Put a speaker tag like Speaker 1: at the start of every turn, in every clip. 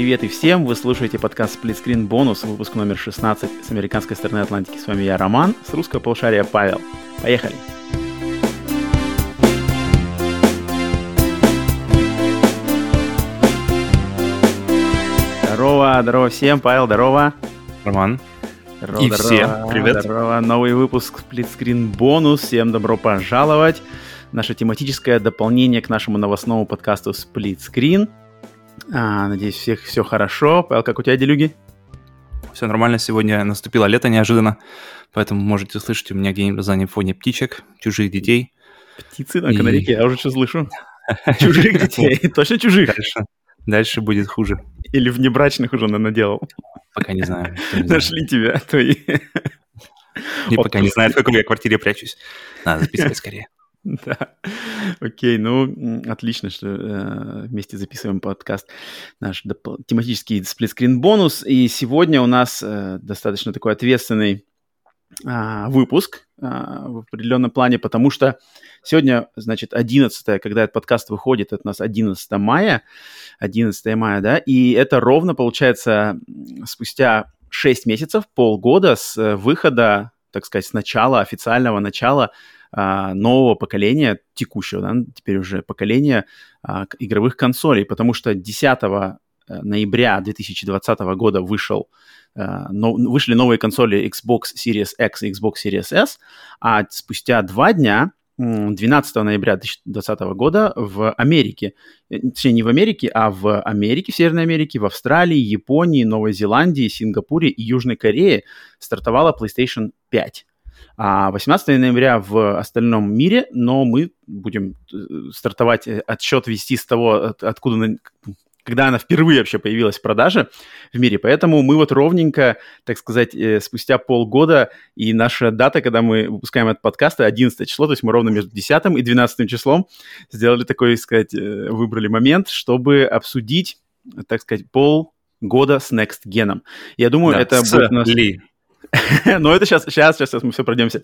Speaker 1: Привет и всем! Вы слушаете подкаст Split Screen Bonus, выпуск номер 16 с американской стороны Атлантики. С вами я, Роман, с русского полушария Павел. Поехали! Здорово всем, Павел, здорово.
Speaker 2: Роман.
Speaker 1: Здорово,
Speaker 2: всем привет.
Speaker 1: Здорово, новый выпуск Split Screen Bonus. Всем добро пожаловать. Наше тематическое дополнение к нашему новостному подкасту Split Screen. Надеюсь, всех все хорошо. Павел, как у тебя делюги?
Speaker 2: Все нормально. Сегодня наступило лето неожиданно, поэтому можете услышать у меня где-нибудь на заднем фоне птичек, чужих детей.
Speaker 1: Птицы на канареке, я уже что слышу. Чужих детей, точно чужих?
Speaker 2: Дальше будет хуже.
Speaker 1: Или внебрачных уже наделал?
Speaker 2: Пока не знаю.
Speaker 1: Нашли тебя твои.
Speaker 2: И пока не знаю, в какой я квартире прячусь. Надо записывать скорее.
Speaker 1: Да, окей, ну, отлично, что вместе записываем подкаст, наш тематический сплитскрин бонус, и сегодня у нас достаточно такой ответственный выпуск в определенном плане, потому что сегодня, значит, 11, когда этот подкаст выходит, это у нас 11 мая, да, и это ровно, получается, спустя 6 месяцев, полгода с выхода, так сказать, с начала, официального начала нового поколения, текущего, да, теперь уже поколения игровых консолей, потому что 10 ноября 2020 года вышли новые консоли Xbox Series X и Xbox Series S, а спустя 2 дня, 12 ноября 2020 года в Америке, точнее не в Америке, а в Америке, в Северной Америке, в Австралии, Японии, Новой Зеландии, Сингапуре и Южной Корее стартовала PlayStation 5. А 18 ноября в остальном мире, но мы будем стартовать, отсчет вести с того, когда она впервые вообще появилась в продаже в мире. Поэтому мы вот ровненько, так сказать, спустя полгода, и наша дата, когда мы выпускаем этот подкаст, 11 число, то есть мы ровно между 10 и 12 числом сделали такой, так сказать, выбрали момент, чтобы обсудить, так сказать, полгода с Next Gen. Я думаю, это будет у нас... Но это сейчас мы все пройдемся.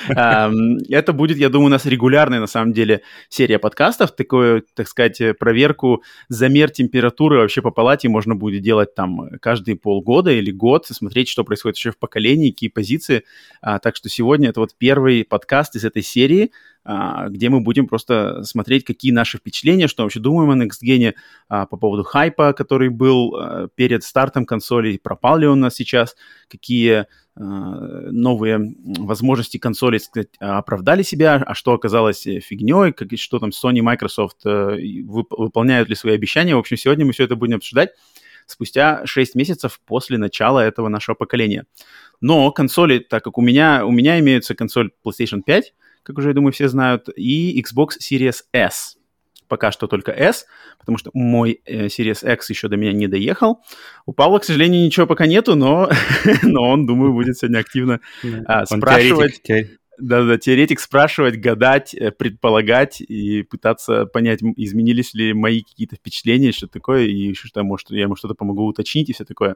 Speaker 1: Это будет, я думаю, у нас регулярная, на самом деле, серия подкастов. Такую, так сказать, проверку, замер температуры вообще по палате можно будет делать там каждые полгода или год, смотреть, что происходит еще в поколении, какие позиции. Так что сегодня это вот первый подкаст из этой серии, где мы будем просто смотреть, какие наши впечатления, что вообще думаем о Next Gen, по поводу хайпа, который был перед стартом консолей, пропал ли он у нас сейчас, какие новые возможности консолей, сказать, оправдали себя, а что оказалось фигней, что там Sony и Microsoft выполняют ли свои обещания. В общем, сегодня мы все это будем обсуждать спустя 6 месяцев после начала этого нашего поколения. Но консоли, так как у меня имеется консоль PlayStation 5, как уже, я думаю, все знают, и Xbox Series S. Пока что только S, потому что мой Series X еще до меня не доехал. У Павла, к сожалению, ничего пока нету, но он, думаю, будет сегодня активно спрашивать. Теоретик, спрашивать, гадать, предполагать и пытаться понять, изменились ли мои какие-то впечатления, что такое, и что, может, я ему что-то помогу уточнить и все такое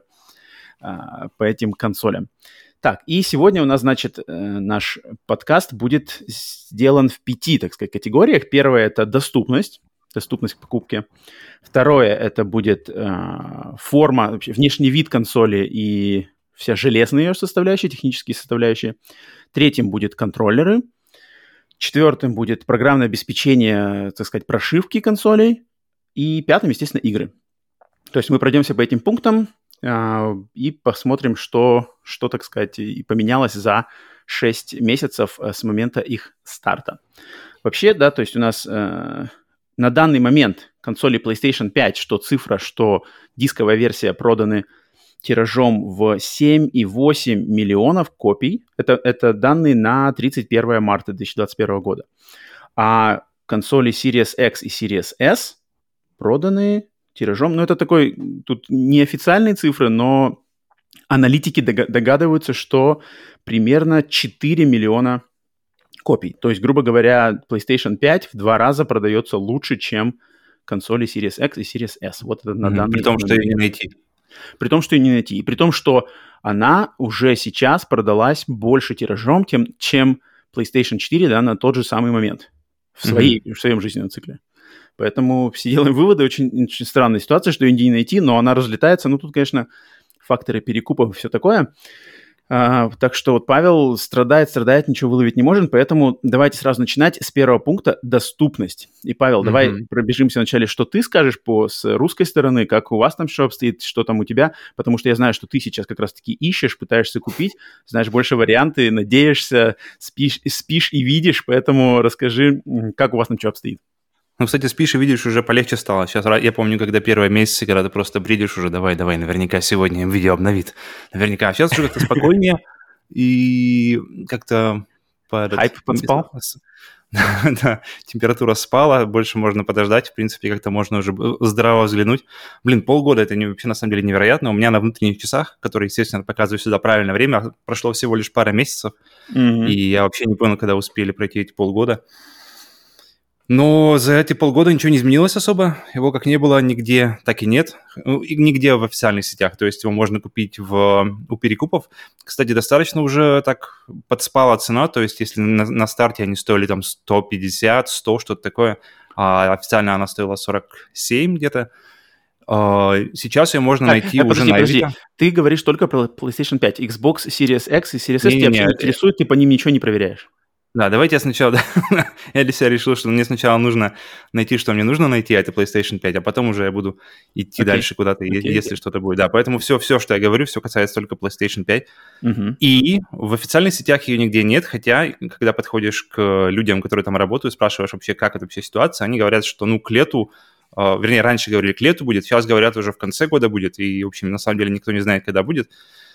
Speaker 1: по этим консолям. Так, и сегодня у нас, значит, наш подкаст будет сделан в 5, так сказать, категориях. Первое – это доступность к покупке. Второе – это будет форма, вообще внешний вид консоли и вся железная ее составляющая, технические составляющие. Третьим будет контроллеры. Четвертым будет программное обеспечение, так сказать, прошивки консолей. И пятым, естественно, игры. То есть мы пройдемся по этим пунктам и посмотрим, что, так сказать, и поменялось за 6 месяцев с момента их старта. Вообще, да, то есть у нас на данный момент консоли PlayStation 5, что цифра, что дисковая версия проданы тиражом в 7,8 миллионов копий. Это данные на 31 марта 2021 года. А консоли Series X и Series S проданы тиражом, это такой, тут неофициальные цифры, но аналитики догадываются, что примерно 4 миллиона копий. То есть, грубо говоря, PlayStation 5 в 2 раза продается лучше, чем консоли Series X и Series S. Вот это на данный
Speaker 2: При том, что ее не найти.
Speaker 1: При том, что ее не найти. И при том, что она уже сейчас продалась больше тиражом, чем PlayStation 4, да, на тот же самый момент в своем жизненном цикле. Поэтому все делаем выводы. Очень странная ситуация, что Индии не найти, но она разлетается. Ну, тут, конечно, факторы перекупов и все такое. Так что вот Павел страдает, ничего выловить не может, поэтому давайте сразу начинать с первого пункта – доступность. И, Павел, давай пробежимся вначале, что ты скажешь с русской стороны, как у вас там что обстоит, что там у тебя, потому что я знаю, что ты сейчас как раз-таки ищешь, пытаешься купить, знаешь больше варианты, надеешься, спишь и видишь, поэтому расскажи, как у вас там что обстоит.
Speaker 2: Ну, кстати, спишь и видишь, уже полегче стало. Сейчас я помню, когда первые месяцы, когда ты просто бредишь уже, давай, наверняка сегодня видео обновит. Наверняка. А сейчас уже как-то спокойнее и как-то...
Speaker 1: Хайп подспал?
Speaker 2: Да, температура спала, больше можно подождать, в принципе, как-то можно уже здраво взглянуть. Блин, полгода – это вообще на самом деле невероятно. У меня на внутренних часах, которые, естественно, показывают сюда правильное время, прошло всего лишь пара месяцев, и я вообще не понял, когда успели пройти эти полгода. Но за эти полгода ничего не изменилось особо. Его как не было нигде, так и нет. Нигде в официальных сетях. То есть его можно купить у перекупов. Кстати, достаточно уже так подспала цена. То есть если на старте они стоили там 150, 100, что-то такое, а официально она стоила 47 где-то, сейчас ее можно найти уже на Авито.
Speaker 1: Ты говоришь только про PlayStation 5. Xbox Series X и Series S тебя вообще не интересует, ты по ним ничего не проверяешь.
Speaker 2: Да, давайте я сначала... я для себя решил, что мне сначала нужно найти, что мне нужно найти, а это PlayStation 5, а потом уже я буду идти дальше куда-то, если что-то будет. Да, поэтому все, что я говорю, все касается только PlayStation 5. И в официальных сетях ее нигде нет, хотя, когда подходишь к людям, которые там работают, спрашиваешь вообще, как это вообще ситуация, они говорят, что, к лету, вернее, раньше говорили, к лету будет, сейчас говорят, уже в конце года будет, и, в общем, на самом деле никто не знает, когда будет.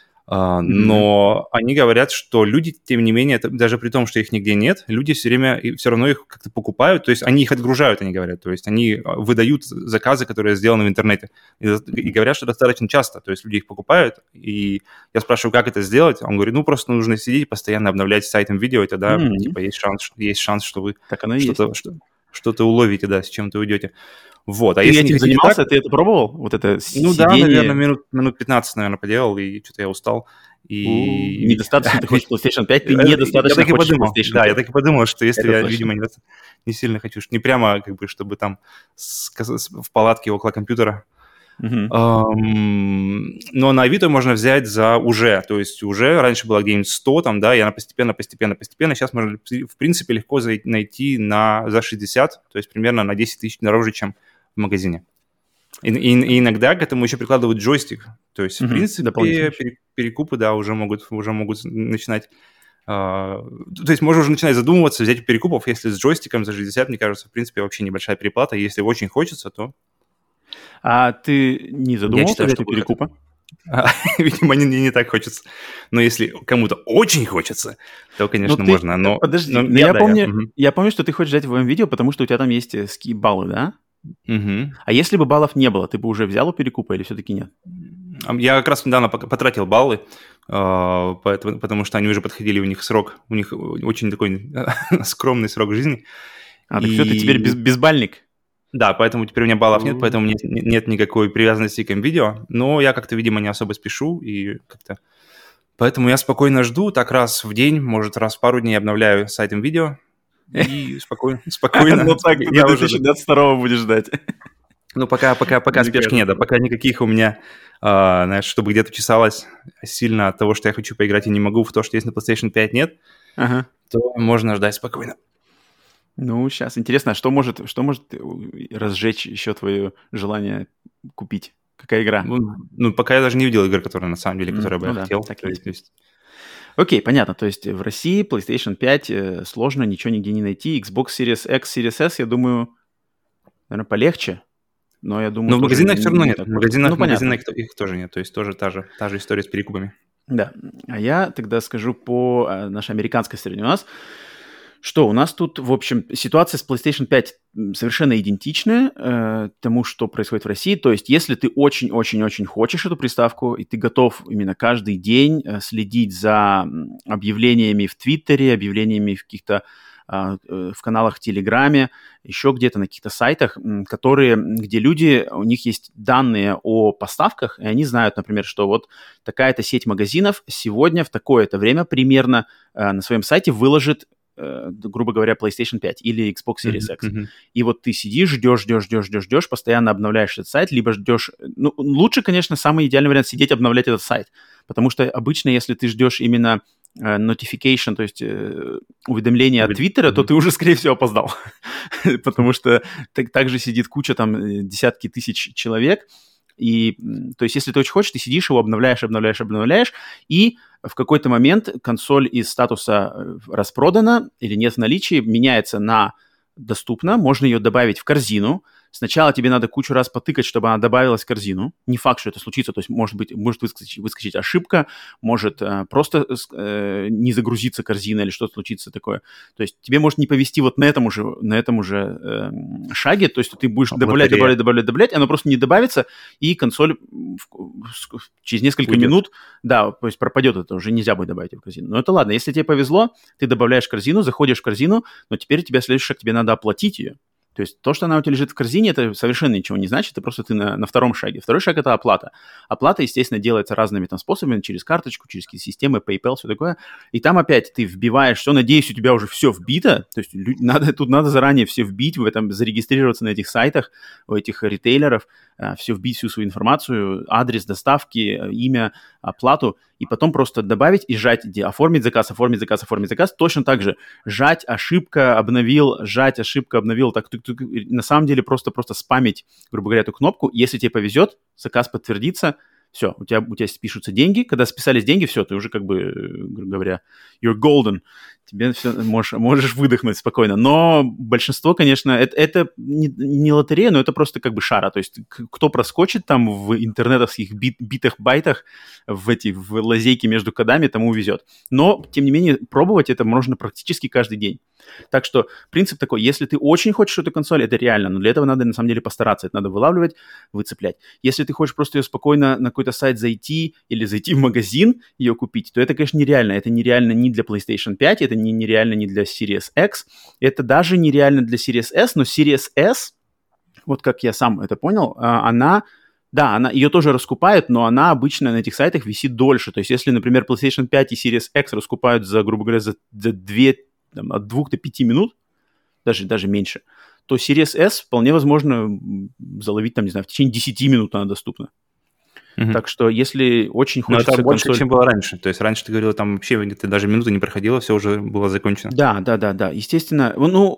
Speaker 2: Но они говорят, что люди, тем не менее, даже при том, что их нигде нет, люди все время все равно их как-то покупают, то есть они их отгружают, они говорят, то есть они выдают заказы, которые сделаны в интернете, и говорят, что достаточно часто, то есть люди их покупают, и я спрашиваю, как это сделать, он говорит, просто нужно сидеть, постоянно обновлять сайтом видео, и тогда типа есть шанс, что вы что-то уловите, да, с чем то уйдете. Вот,
Speaker 1: ты если этим занимался, ты это пробовал? Вот это сидение?
Speaker 2: Да, наверное, минут 15, наверное, поделал, и что-то я устал. И...
Speaker 1: Недостаточно ты хочешь PlayStation 5, ты недостаточно хочешь PlayStation 5.
Speaker 2: Да, я так и подумал, что если я, видимо, не сильно хочу, не прямо, чтобы там в палатке около компьютера. Но на Авито можно взять за уже, то есть уже раньше было где-нибудь 100, там, да, и она постепенно, сейчас можно, в принципе, легко найти за 60, то есть примерно на 10 тысяч дороже, чем в магазине. И иногда к этому еще прикладывают джойстик. То есть, в принципе, перекупы, да, уже могут начинать... то есть можно уже начинать задумываться, взять перекупов, если с джойстиком за 60, мне кажется, в принципе, вообще небольшая переплата. Если очень хочется, то...
Speaker 1: А ты не задумывался взять перекупа?
Speaker 2: Видимо, не так хочется. Но если кому-то очень хочется, то, конечно, можно. Но
Speaker 1: подожди, я помню, что ты хочешь взять в моем видео, потому что у тебя там есть баллы, да? А если бы баллов не было, ты бы уже взял у перекупа или все-таки нет?
Speaker 2: Я как раз недавно потратил баллы, потому что они уже подходили, у них срок, у них очень такой скромный срок жизни.
Speaker 1: Так все, ты теперь безбальник?
Speaker 2: Да, поэтому теперь у меня баллов нет, поэтому нет никакой привязанности к видео, но я как-то, видимо, не особо спешу и как-то... Поэтому я спокойно жду, так раз в день, может, раз в пару дней обновляю сайт видео и спокойно.
Speaker 1: Ну так, ты до 2022 будешь ждать.
Speaker 2: Ну, пока спешки нет, да, пока никаких у меня, знаешь, чтобы где-то чесалось сильно от того, что я хочу поиграть и не могу в то, что есть на PlayStation 5 нет, то можно ждать спокойно.
Speaker 1: Ну, сейчас интересно, что может разжечь еще твое желание купить? Какая игра?
Speaker 2: Ну, пока я даже не видел игр, которые на самом деле, которые бы я хотел.
Speaker 1: Так есть. Окей, понятно. То есть в России PlayStation 5 сложно, ничего нигде не найти. Xbox Series X, Series S, я думаю, наверное, полегче. Но я думаю...
Speaker 2: Но в магазинах все равно нет. В магазинах их тоже нет. То есть тоже та же история с перекупами.
Speaker 1: Да. А я тогда скажу по нашей американской стороне. У нас... Что, у нас тут, в общем, ситуация с PlayStation 5 совершенно идентичная тому, что происходит в России. То есть, если ты очень-очень-очень хочешь эту приставку, и ты готов именно каждый день следить за объявлениями в Твиттере, объявлениями в каких-то в каналах в Телеграме, еще где-то на каких-то сайтах, где люди, у них есть данные о поставках, и они знают, например, что вот такая-то сеть магазинов сегодня в такое-то время примерно на своем сайте выложит грубо говоря, PlayStation 5 или Xbox Series X. И вот ты сидишь, ждешь, постоянно обновляешь этот сайт, либо ждешь... Ну, лучше, конечно, самый идеальный вариант сидеть, обновлять этот сайт, потому что обычно, если ты ждешь именно notification, то есть уведомление от Твиттера, то ты уже, скорее всего, опоздал. Потому что также сидит куча, там, десятки тысяч человек. И, то есть, если ты очень хочешь, ты сидишь его, обновляешь, и в какой-то момент консоль из статуса распродана или нет в наличии меняется на доступно, можно ее добавить в корзину. Сначала тебе надо кучу раз потыкать, чтобы она добавилась в корзину. Не факт, что это случится, то есть может выскочить ошибка, может просто не загрузиться корзина или что-то случится такое. То есть тебе может не повести вот на этом уже шаге, то есть ты будешь добавлять, оно просто не добавится, и консоль через несколько минут, да, то есть пропадет это, уже нельзя будет добавить в корзину. Но это ладно, если тебе повезло, ты добавляешь корзину, заходишь в корзину, но теперь следующий шаг, тебе надо оплатить ее. То есть то, что она у тебя лежит в корзине, это совершенно ничего не значит, это просто ты на втором шаге. Второй шаг – это оплата. Оплата, естественно, делается разными там способами, через карточку, через системы, PayPal, все такое. И там опять ты вбиваешь все, надеюсь, у тебя уже все вбито, то есть тут надо заранее все вбить, зарегистрироваться на этих сайтах, у этих ритейлеров, все вбить, всю свою информацию, адрес доставки, имя, оплату, и потом просто добавить и жать, оформить заказ. Точно так же жать, ошибка, обновил, так на самом деле просто спамить, грубо говоря, эту кнопку. Если тебе повезет, заказ подтвердится, все, у тебя спишутся деньги. Когда списались деньги, все, ты уже как бы, грубо говоря, you're golden. Тебе все, можешь выдохнуть спокойно. Но большинство, конечно, это не лотерея, но это просто как бы шара. То есть кто проскочит там в интернетовских битах-байтах, в лазейки между кодами, тому везет. Но, тем не менее, пробовать это можно практически каждый день. Так что принцип такой, если ты очень хочешь эту консоль, это реально, но для этого надо на самом деле постараться, это надо вылавливать, выцеплять. Если ты хочешь просто ее спокойно на какой-то сайт зайти или зайти в магазин, ее купить, то это, конечно, нереально. Это нереально ни для PlayStation 5, это нереально ни для Series X, это даже нереально для Series S, но Series S, вот как я сам это понял, она ее тоже раскупают, но она обычно на этих сайтах висит дольше. То есть если, например, PlayStation 5 и Series X раскупают за, грубо говоря, за 2 от 2 до 5 минут, даже меньше, то Series S вполне возможно заловить, там, не знаю, в течение 10 минут она доступна. Так что, если очень хочется...
Speaker 2: Но это больше, чем было раньше. То есть раньше ты говорил, там вообще где-то даже минуты не проходило, все уже было закончено.
Speaker 1: Да. Естественно,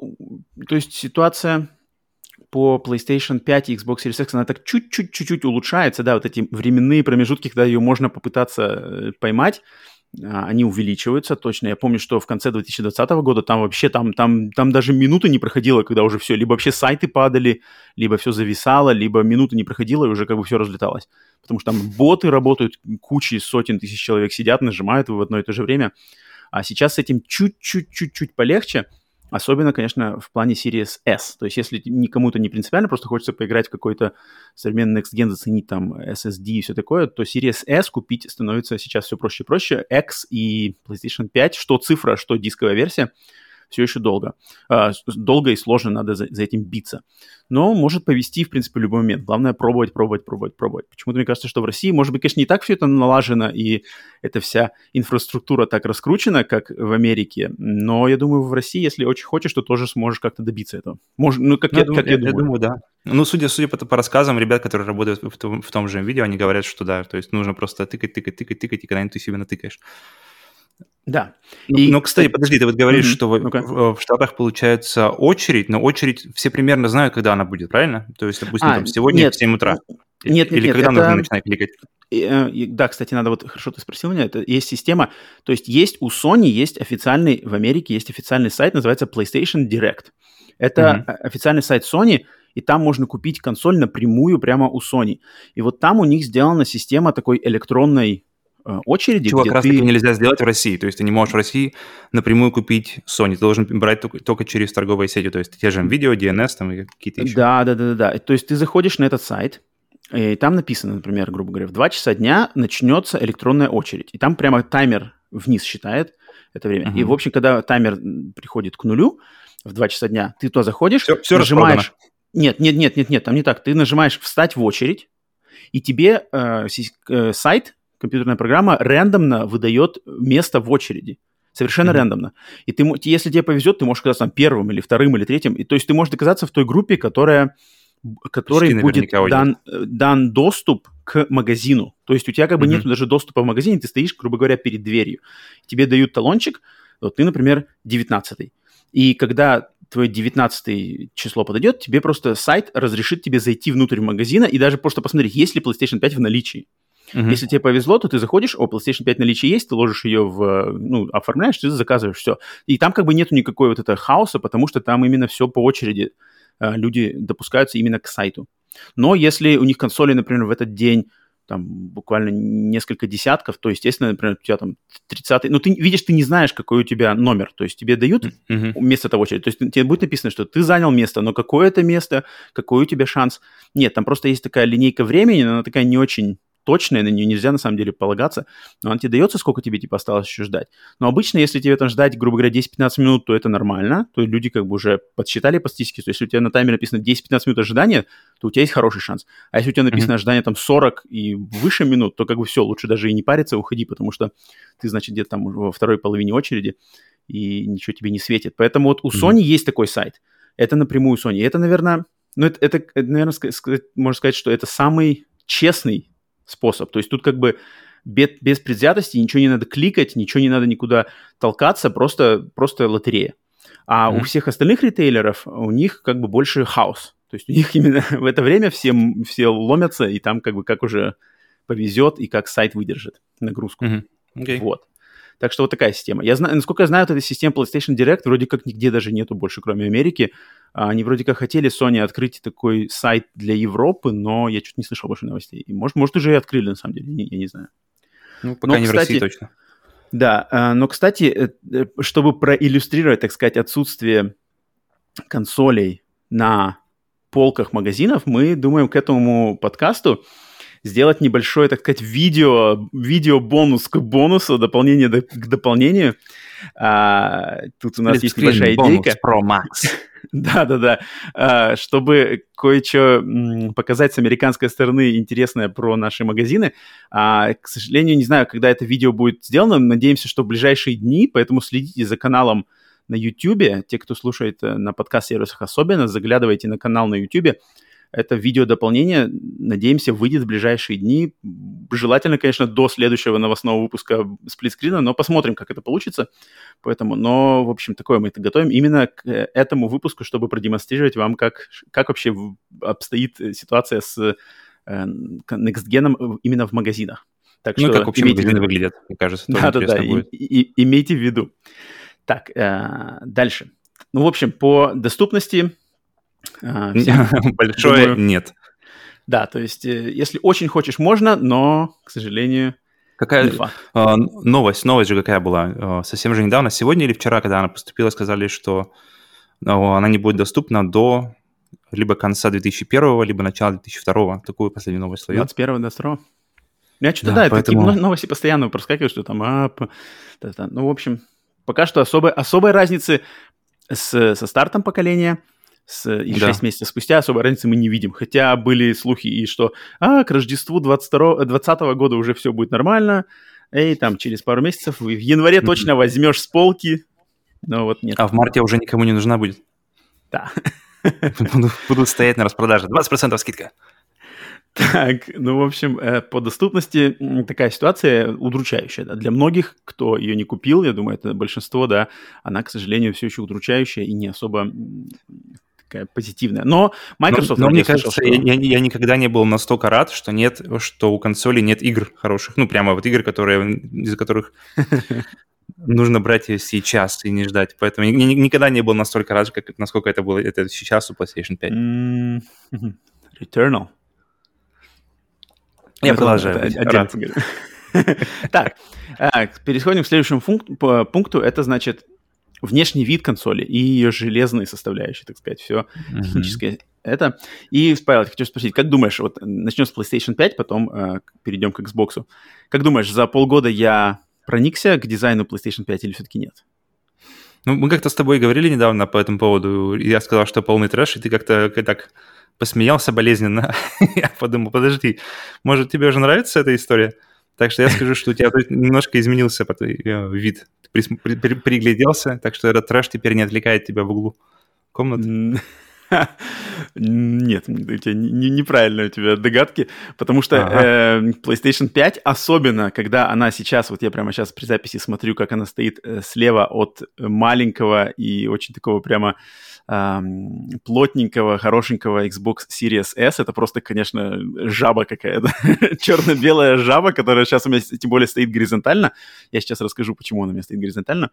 Speaker 1: то есть ситуация по PlayStation 5 и Xbox Series X, она так чуть-чуть улучшается, да, вот эти временные промежутки, когда ее можно попытаться поймать, они увеличиваются, точно. Я помню, что в конце 2020 года там вообще, там даже минуты не проходило, когда уже все, либо вообще сайты падали, либо все зависало, либо минуты не проходило, и уже как бы все разлеталось. Потому что там боты работают, кучи, сотен тысяч человек сидят, нажимают в одно и то же время. А сейчас с этим чуть-чуть полегче. Особенно, конечно, в плане Series S. То есть, если никому-то не принципиально, просто хочется поиграть в какой-то современный Next Gen, заценить там SSD и все такое, то Series S купить становится сейчас все проще и проще. X и PlayStation 5, что цифра, что дисковая версия, все еще долго. Долго и сложно, надо за этим биться. Но может повести, в принципе, в любой момент. Главное пробовать. Почему-то мне кажется, что в России, может быть, конечно, не так все это налажено, и эта вся инфраструктура так раскручена, как в Америке. Но я думаю, в России, если очень хочешь, то тоже сможешь как-то добиться этого. Я думаю.
Speaker 2: Я думаю, да. Ну, судя по рассказам ребят, которые работают в том же видео, они говорят, что да, то есть нужно просто тыкать, и когда-нибудь ты себе натыкаешь.
Speaker 1: Да.
Speaker 2: Но, кстати, подожди, ты вот говоришь, что в Штатах получается очередь, но очередь все примерно знают, когда она будет, правильно? То есть, допустим, там сегодня в 7 утра. Или когда нужно начинать кликать?
Speaker 1: Да, кстати, надо хорошо ты спросил меня, это есть система, то есть у Sony есть в Америке есть официальный сайт, называется PlayStation Direct. Это официальный сайт Sony, и там можно купить консоль напрямую прямо у Sony. И вот там у них сделана система такой электронной очереди.
Speaker 2: Чего как раз-таки нельзя сделать в России. То есть ты не можешь в России напрямую купить Sony. Ты должен брать только через торговые сети. То есть те же видео, DNS там и какие-то еще.
Speaker 1: Да. То есть ты заходишь на этот сайт, и там написано, например, грубо говоря, в 2 часа дня начнется электронная очередь. И там прямо таймер вниз считает это время. И, в общем, когда таймер приходит к нулю в 2 часа дня, ты туда заходишь,
Speaker 2: все
Speaker 1: нажимаешь... Нет, там не так. Ты нажимаешь «Встать в очередь», и тебе сайт, компьютерная программа рандомно выдает место в очереди. Совершенно рандомно. И если тебе повезет, ты можешь оказаться там первым или вторым или третьим. То есть ты можешь оказаться в той группе, которой будет дан доступ к магазину. То есть у тебя как бы нету даже доступа в магазине, ты стоишь, грубо говоря, перед дверью. Тебе дают талончик, вот ты, например, 19-й. И когда твое 19 число подойдет, тебе просто сайт разрешит тебе зайти внутрь магазина и даже просто посмотреть, есть ли PlayStation 5 в наличии. Если тебе повезло, то ты заходишь, PlayStation 5 в наличии есть, ты ложишь ее оформляешь, ты заказываешь, все. И там как бы нету никакой вот этого хаоса, потому что там именно все по очереди. Люди допускаются именно к сайту. Но если у них консоли, например, в этот день там буквально несколько десятков, то, естественно, например, у тебя там 30-й... Ну, ты видишь, ты не знаешь, какой у тебя номер. То есть тебе дают место того очереди. То есть тебе будет написано, что ты занял место, но какое это место, какой у тебя шанс. Нет, там просто есть такая линейка времени, но она такая не очень точная, на нее нельзя на самом деле полагаться, но она тебе дается, сколько тебе типа осталось еще ждать. Но обычно, если тебе там ждать, грубо говоря, 10-15 минут, то это нормально, то люди как бы уже подсчитали по статистике, то есть если у тебя на таймере написано 10-15 минут ожидания, то у тебя есть хороший шанс. А если у тебя написано ожидание там 40 и выше минут, то как бы все, лучше даже и не париться, уходи, потому что ты, значит, где-то там во второй половине очереди, и ничего тебе не светит. Поэтому вот у Sony есть такой сайт, это напрямую Sony. И это, наверное, наверное, можно сказать, что это самый честный способ. То есть тут как бы без предвзятости, ничего не надо кликать, ничего не надо никуда толкаться, просто лотерея. А у всех остальных ритейлеров, у них как бы больше хаос. То есть у них именно в это время все ломятся, и там как бы как уже повезет, и как сайт выдержит нагрузку. Вот. Так что вот такая система. Насколько я знаю, эта система PlayStation Direct вроде как нигде даже нету больше, кроме Америки. Они вроде как хотели, Sony, открыть такой сайт для Европы, но я что-то не слышал больше новостей. И может уже и открыли, на самом деле, я не знаю.
Speaker 2: Ну, пока не в России точно.
Speaker 1: Да, но, кстати, чтобы проиллюстрировать, так сказать, отсутствие консолей на полках магазинов, мы думаем к этому подкасту сделать небольшое, так сказать, видео-бонус к бонусу, дополнение к дополнению. Тут у нас есть небольшая идейка.
Speaker 2: Pro Max.
Speaker 1: Да. Чтобы кое-что показать с американской стороны интересное про наши магазины. К сожалению, не знаю, когда это видео будет сделано. Надеемся, что в ближайшие дни, поэтому следите за каналом на YouTube. Те, кто слушает на подкаст-сервисах особенно, заглядывайте на канал на YouTube. Это видео-дополнение, надеемся, выйдет в ближайшие дни. Желательно, конечно, до следующего новостного выпуска сплитскрина, но посмотрим, как это получится. Но, в общем, такое мы это готовим именно к этому выпуску, чтобы продемонстрировать вам, как вообще обстоит ситуация с Next-Gen именно в магазинах.
Speaker 2: Так что как вообще магазины выглядят, мне кажется, тоже интересно будет.
Speaker 1: Имейте в виду. Так, дальше. В общем, по доступности...
Speaker 2: Большое думаю, нет.
Speaker 1: Да, то есть, если очень хочешь, можно, но, к сожалению,
Speaker 2: какая новость же какая была? Совсем же недавно, сегодня или вчера, когда она поступила, сказали, что она не будет доступна до либо конца 2001, либо начала 2002. Такую последнюю новость словил.
Speaker 1: 21-22. Я что-то, поэтому... такие новости постоянно проскакивают, что там... Ну, в общем, пока что особой разницы со стартом поколения... И 6 месяцев спустя особой разницы мы не видим. Хотя были слухи, и что к Рождеству 2020 года уже все будет нормально. Там через пару месяцев в январе точно возьмешь с полки. Но вот нет.
Speaker 2: А в марте уже никому не нужна будет?
Speaker 1: Да.
Speaker 2: Будут стоять на распродаже. 20% скидка.
Speaker 1: Так, в общем, по доступности такая ситуация удручающая. Да. Для многих, кто ее не купил, я думаю, это большинство, да, она, к сожалению, все еще удручающая и не особо... такая позитивная. Но Microsoft...
Speaker 2: Но мне кажется, что... я никогда не был настолько рад, что у консоли нет игр хороших. Прямо вот игр, из-за которых нужно брать ее сейчас и не ждать. Поэтому я никогда не был настолько рад, насколько это было сейчас у PlayStation 5.
Speaker 1: Returnal.
Speaker 2: Я продолжаю.
Speaker 1: Так, переходим к следующему пункту. Это, значит, внешний вид консоли и ее железные составляющие, так сказать, все техническое это. И, Павел, я хочу спросить, как думаешь, вот начнем с PlayStation 5, потом перейдем к Xbox. Как думаешь, за полгода я проникся к дизайну PlayStation 5 или все-таки нет?
Speaker 2: Мы как-то с тобой говорили недавно по этому поводу, и я сказал, что полный трэш, и ты как-то так посмеялся болезненно. Я подумал, подожди, может, тебе уже нравится эта история? Так что я скажу, что у тебя тут немножко изменился вид. Ты пригляделся, так что этот трэш теперь не отвлекает тебя в углу комнаты.
Speaker 1: Нет, у тебя неправильные у тебя догадки, потому что PlayStation 5, особенно когда она сейчас, вот я прямо сейчас при записи смотрю, как она стоит слева от маленького и очень такого прямо плотненького, хорошенького Xbox Series S, это просто, конечно, жаба какая-то, черно-белая жаба, которая сейчас у меня тем более стоит горизонтально. Я сейчас расскажу, почему она у меня стоит горизонтально.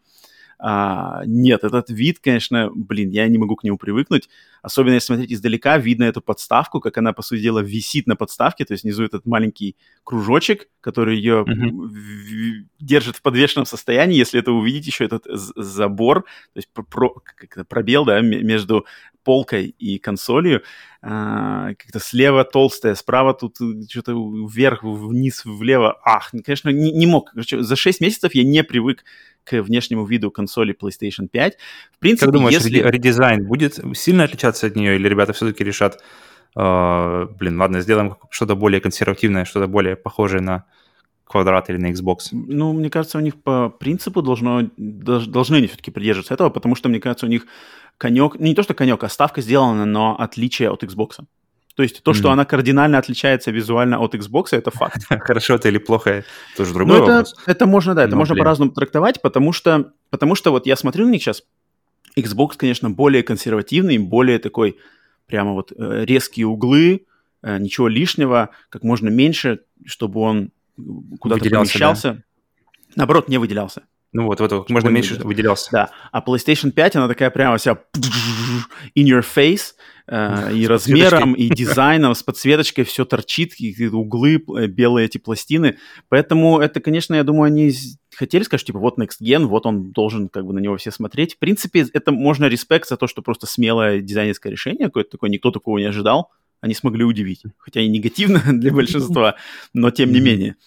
Speaker 1: Нет, этот вид, конечно, я не могу к нему привыкнуть. Особенно если смотреть издалека, видно эту подставку, как она, по сути дела, висит на подставке. То есть внизу этот маленький кружочек, который ее держит в подвешенном состоянии. Если это увидеть, еще этот забор, то есть пробел, да, между полкой и консолью. Как-то слева толстая, справа тут что-то вверх, вниз, влево. Конечно, не мог. Короче, за 6 месяцев я не привык к внешнему виду консоли PlayStation 5. В принципе,
Speaker 2: как думаешь, редизайн будет сильно отличаться от нее, или ребята все-таки решат, ладно, сделаем что-то более консервативное, что-то более похожее на квадрат или на Xbox?
Speaker 1: Ну, мне кажется, у них по принципу должны они все-таки придерживаться этого, потому что, мне кажется, у них конек, не то что конек, а ставка сделана, но отличие от Xbox. То есть то, что она кардинально отличается визуально от Xbox, это факт.
Speaker 2: Хорошо это или плохо, тоже другой вопрос.
Speaker 1: Это можно, да, это можно по-разному трактовать, потому что вот я смотрю на них сейчас, Xbox, конечно, более консервативный, более такой прямо вот резкие углы, ничего лишнего, как можно меньше, чтобы он куда-то помещался. Да? Наоборот, не выделялся.
Speaker 2: Ну вот, как можно меньше выделялся.
Speaker 1: Да, а PlayStation 5, она такая прямо вся in your face, и размером, и дизайном, с подсветочкой, все торчит, и углы, белые эти пластины. Поэтому это, конечно, я думаю, они хотели сказать, что типа вот Next Gen, вот он должен как бы на него все смотреть. В принципе, это можно респект за то, что просто смелое дизайнерское решение какое-то такое, никто такого не ожидал. Они смогли удивить, хотя и негативно для большинства, но тем не менее.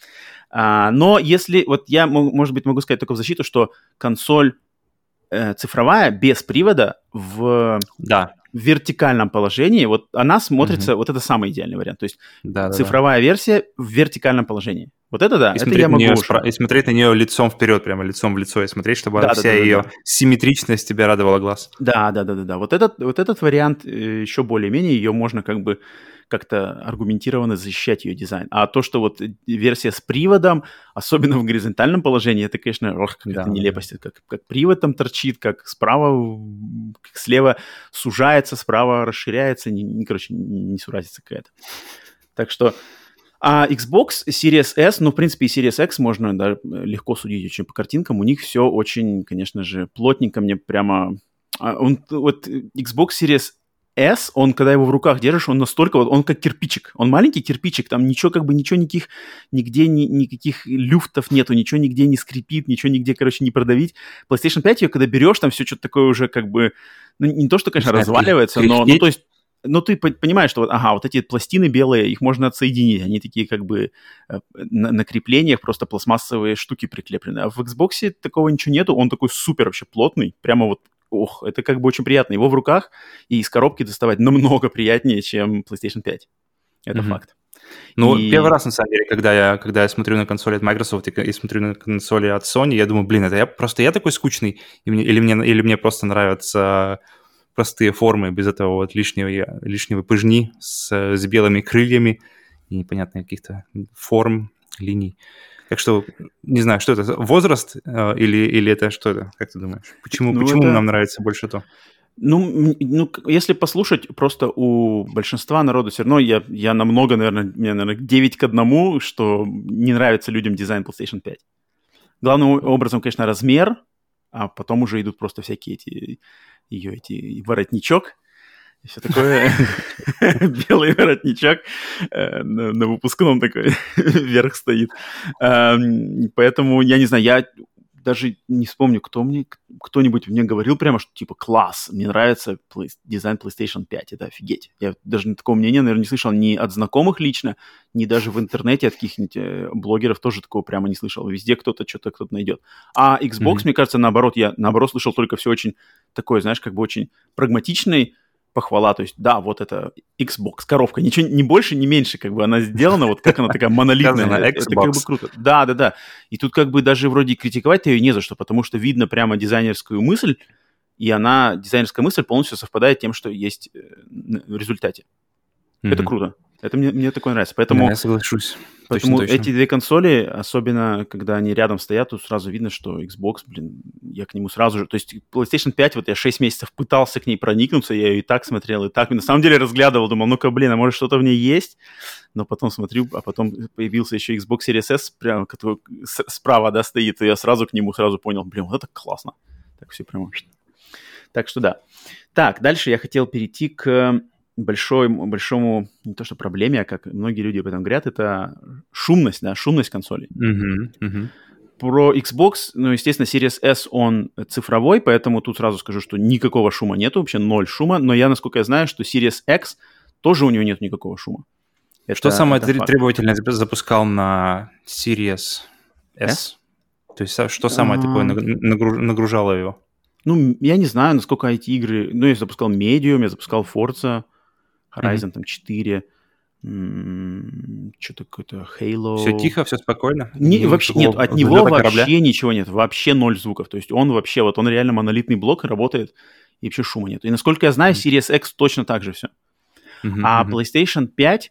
Speaker 1: Но если, вот я, может быть, могу сказать только в защиту, что консоль цифровая без привода в вертикальном положении, вот она смотрится, вот это самый идеальный вариант. То есть цифровая версия в вертикальном положении. Вот это да, это я могу уже.
Speaker 2: И смотреть на нее лицом вперед, прямо лицом в лицо, и смотреть, чтобы вся ее симметричность тебя радовала глаз.
Speaker 1: Да. Вот этот вариант еще более-менее, ее можно как-то аргументированно защищать ее дизайн. А то, что вот версия с приводом, особенно в горизонтальном положении, это, конечно, какая-то нелепость. Как привод там торчит, как справа, как слева сужается, справа расширяется. Несуразица какая-то. Так что... А Xbox Series S, в принципе, и Series X можно легко судить очень по картинкам. У них все очень, конечно же, плотненько. Мне прямо... Вот Xbox Series S, он, когда его в руках держишь, он настолько... Он как кирпичик. Он маленький кирпичик, там ничего нигде никаких люфтов нету, ничего нигде не скрипит, ничего нигде, не продавить. PlayStation 5 ее, когда берешь, там все что-то такое уже не то, что, конечно, разваливается, но... то есть ты понимаешь, что вот эти пластины белые, их можно отсоединить. Они такие на креплениях просто пластмассовые штуки прикреплены. А в Xbox такого ничего нету. Он такой супер вообще плотный. Прямо это очень приятно. Его в руках и из коробки доставать намного приятнее, чем PlayStation 5. Это факт.
Speaker 2: Первый раз, на самом деле, когда я смотрю на консоли от Microsoft и смотрю на консоли от Sony, я думаю, это я такой скучный, или мне просто нравятся... простые формы, без этого вот лишнего пыжни с белыми крыльями и непонятных каких-то форм, линий. Так что, не знаю, что это, возраст или это что это, как ты думаешь? Почему нам нравится больше то?
Speaker 1: Если послушать, просто у большинства народа все равно я намного, наверное, 9-1, что не нравится людям дизайн PlayStation 5. Главным образом, конечно, размер, а потом уже идут просто всякие эти воротничок, и все такое, белый воротничок на выпускном такой вверх стоит. Поэтому, я не знаю, я даже не вспомню, кто-нибудь мне говорил прямо, что типа класс, мне нравится дизайн PlayStation 5, это офигеть. Я даже такого мнения, наверное, не слышал ни от знакомых лично, ни даже в интернете от каких-нибудь блогеров тоже такого прямо не слышал. Везде кто-то найдет. А Xbox, мне кажется, наоборот, я слышал только все очень такое, знаешь, очень прагматичный похвала, то есть, да, вот это Xbox, коробка, ничего, ни больше, ни меньше, как бы она сделана, вот как она такая монолитная, это как бы круто. Да. И тут как бы даже вроде критиковать-то ее не за что, потому что видно прямо дизайнерскую мысль, и дизайнерская мысль полностью совпадает с тем, что есть в результате. Это круто. Это мне такое нравится. Поэтому,
Speaker 2: да, я соглашусь.
Speaker 1: Поэтому
Speaker 2: точно.
Speaker 1: эти две консоли, особенно когда они рядом стоят, тут сразу видно, что Xbox, я к нему сразу же... То есть PlayStation 5, вот я 6 месяцев пытался к ней проникнуться, я ее и так смотрел, и так. И на самом деле разглядывал, думал, ну-ка, а может что-то в ней есть? Но потом смотрю, а потом появился еще Xbox Series S, прямо, который справа, да, стоит, и я сразу к нему понял, вот это классно. Так все прямо... Так что да. Так, дальше я хотел перейти к... большому, не то что проблеме, а как многие люди об этом говорят, это шумность консолей. Про Xbox, естественно, Series S, он цифровой, поэтому тут сразу скажу, что никакого шума нету, вообще 0 шума, но насколько я знаю, что Series X тоже у него нет никакого шума.
Speaker 2: Что самое требовательное запускал на Series S? То есть что самое такое нагружало его?
Speaker 1: Я не знаю, насколько эти игры... я запускал Medium, я запускал Forza, Horizon 4, что-то какое-то Halo.
Speaker 2: Все тихо, все спокойно?
Speaker 1: Вообще нет, от него вообще ничего нет, вообще 0 звуков. То есть он реально монолитный блок, работает, и вообще шума нет. И насколько я знаю, Series X точно так же все. А PlayStation 5,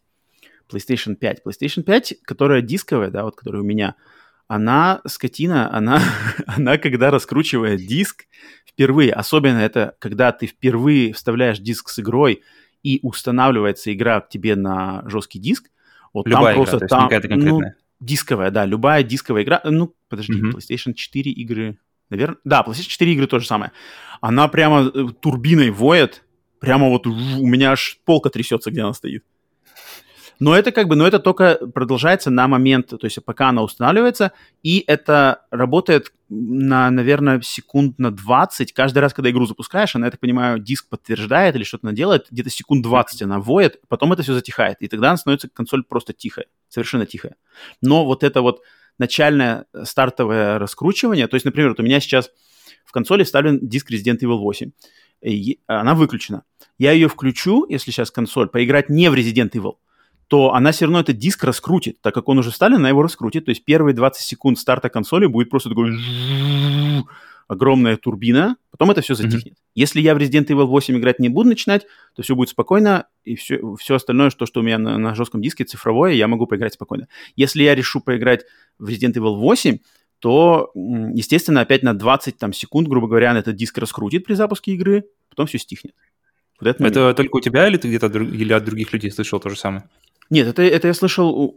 Speaker 1: которая дисковая, да, вот которая у меня, она, скотина, она когда раскручивает диск впервые, особенно это, когда ты впервые вставляешь диск с игрой, и устанавливается игра к тебе на жесткий диск, вот
Speaker 2: любая
Speaker 1: там
Speaker 2: игра,
Speaker 1: просто
Speaker 2: какая-то конкретная.
Speaker 1: Дисковая, да, любая дисковая игра. PlayStation 4 игры, наверное, да, PlayStation 4 игры то же самое. Она прямо турбиной воет, прямо вот у меня аж полка трясется, где она стоит. Но это только продолжается на момент, то есть пока она устанавливается, и это работает наверное, секунд на 20. Каждый раз, когда игру запускаешь, она, я так понимаю, диск подтверждает или что-то она делает, где-то секунд 20 она воет, потом это все затихает, и тогда она становится консоль просто тихая, совершенно тихая. Но вот это вот начальное стартовое раскручивание, то есть, например, вот у меня сейчас в консоли вставлен диск Resident Evil 8, и она выключена. Я ее включу, если сейчас консоль, поиграть не в Resident Evil, то она все равно этот диск раскрутит. Так как он уже вставлен, она его раскрутит. То есть первые 20 секунд старта консоли будет просто такой огромная турбина, потом это все затихнет. Если я в Resident Evil 8 играть не буду начинать, то все будет спокойно, и все остальное, что у меня на жестком диске цифровое, я могу поиграть спокойно. Если я решу поиграть в Resident Evil 8, то, естественно, опять на 20 секунд, грубо говоря, этот диск раскрутит при запуске игры, потом все стихнет.
Speaker 2: Вот это только у тебя или ты где-то или от других людей слышал то же самое?
Speaker 1: Нет, это я слышал,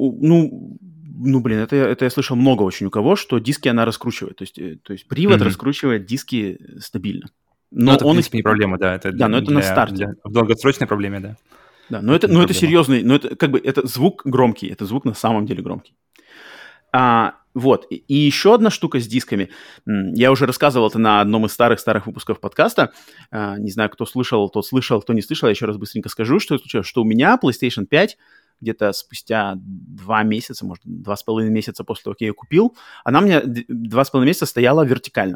Speaker 1: это я слышал много очень у кого, что диски она раскручивает. То есть привод раскручивает диски стабильно.
Speaker 2: Но это, в принципе, не проблема, да.
Speaker 1: Но это на старте.
Speaker 2: В долгосрочной проблеме, да.
Speaker 1: Да, но это серьезный, это звук громкий, это звук на самом деле громкий. Вот, и еще одна штука с дисками. Я уже рассказывал это на одном из старых выпусков подкаста. Не знаю, кто слышал, тот слышал, кто не слышал. Я еще раз быстренько скажу, что случилось. Что у меня PlayStation 5 где-то спустя 2 месяца, может, 2,5 месяца после того, как я ее купил, она у меня 2,5 месяца стояла вертикально.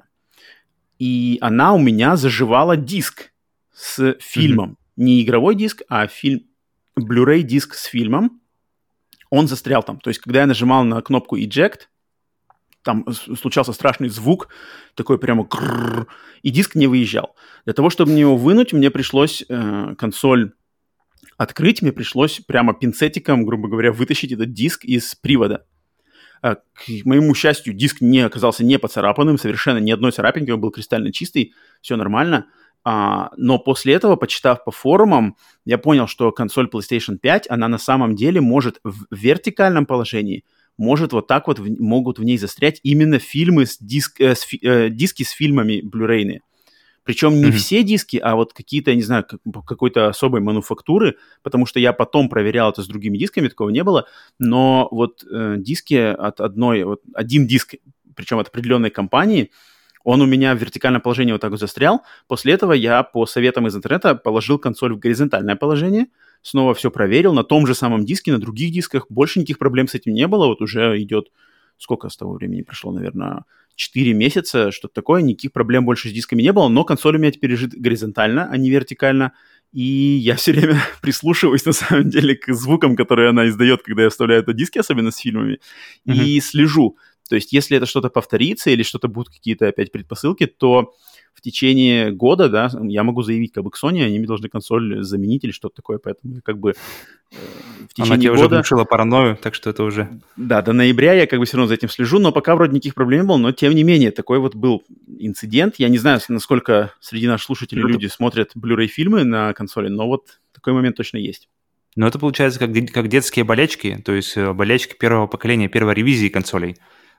Speaker 1: И она у меня заживала диск с фильмом. Не игровой диск, а Blu-ray диск с фильмом. Он застрял там. То есть, когда я нажимал на кнопку Eject, там случался страшный звук, такой прямо крррр, и диск не выезжал. Для того, чтобы мне его вынуть, мне пришлось консоль открыть, мне пришлось прямо пинцетиком, грубо говоря, вытащить этот диск из привода. К моему счастью, диск оказался не поцарапанным, совершенно ни одной царапинки, он был кристально чистый, все нормально. Но после этого, почитав по форумам, я понял, что консоль PlayStation 5, она на самом деле может в вертикальном положении, может вот так вот могут в ней застрять именно фильмы диски с фильмами Blu-ray-ные. Причем не все диски, а вот какие-то, я не знаю, какой-то особой мануфактуры, потому что я потом проверял это с другими дисками, такого не было, но вот диски от один диск, причем от определенной компании, он у меня в вертикальном положении вот так вот застрял. После этого я по советам из интернета положил консоль в горизонтальное положение, снова все проверил на том же самом диске, на других дисках. Больше никаких проблем с этим не было. Вот уже идет... Сколько с того времени прошло? Наверное, 4 месяца, что-то такое. Никаких проблем больше с дисками не было. Но консоль у меня теперь лежит горизонтально, а не вертикально. И я все время прислушиваюсь, на самом деле, к звукам, которые она издает, когда я вставляю это диски, особенно с фильмами, и слежу. То есть, если это что-то повторится или что-то будут какие-то опять предпосылки, то в течение года, да, я могу заявить как бы к Sony, они мне должны консоль заменить или что-то такое, поэтому как бы в течение
Speaker 2: Она тебе
Speaker 1: года...
Speaker 2: уже внушила паранойю, так что это уже...
Speaker 1: Да, до ноября я как бы все равно за этим слежу, но пока вроде никаких проблем не было, но тем не менее такой вот был инцидент. Я не знаю, насколько среди наших слушателей люди смотрят Blu-ray-фильмы на консоли, но вот такой момент точно есть.
Speaker 2: Но это получается как детские болячки, то есть болячки первого поколения, первой ревизии консолей.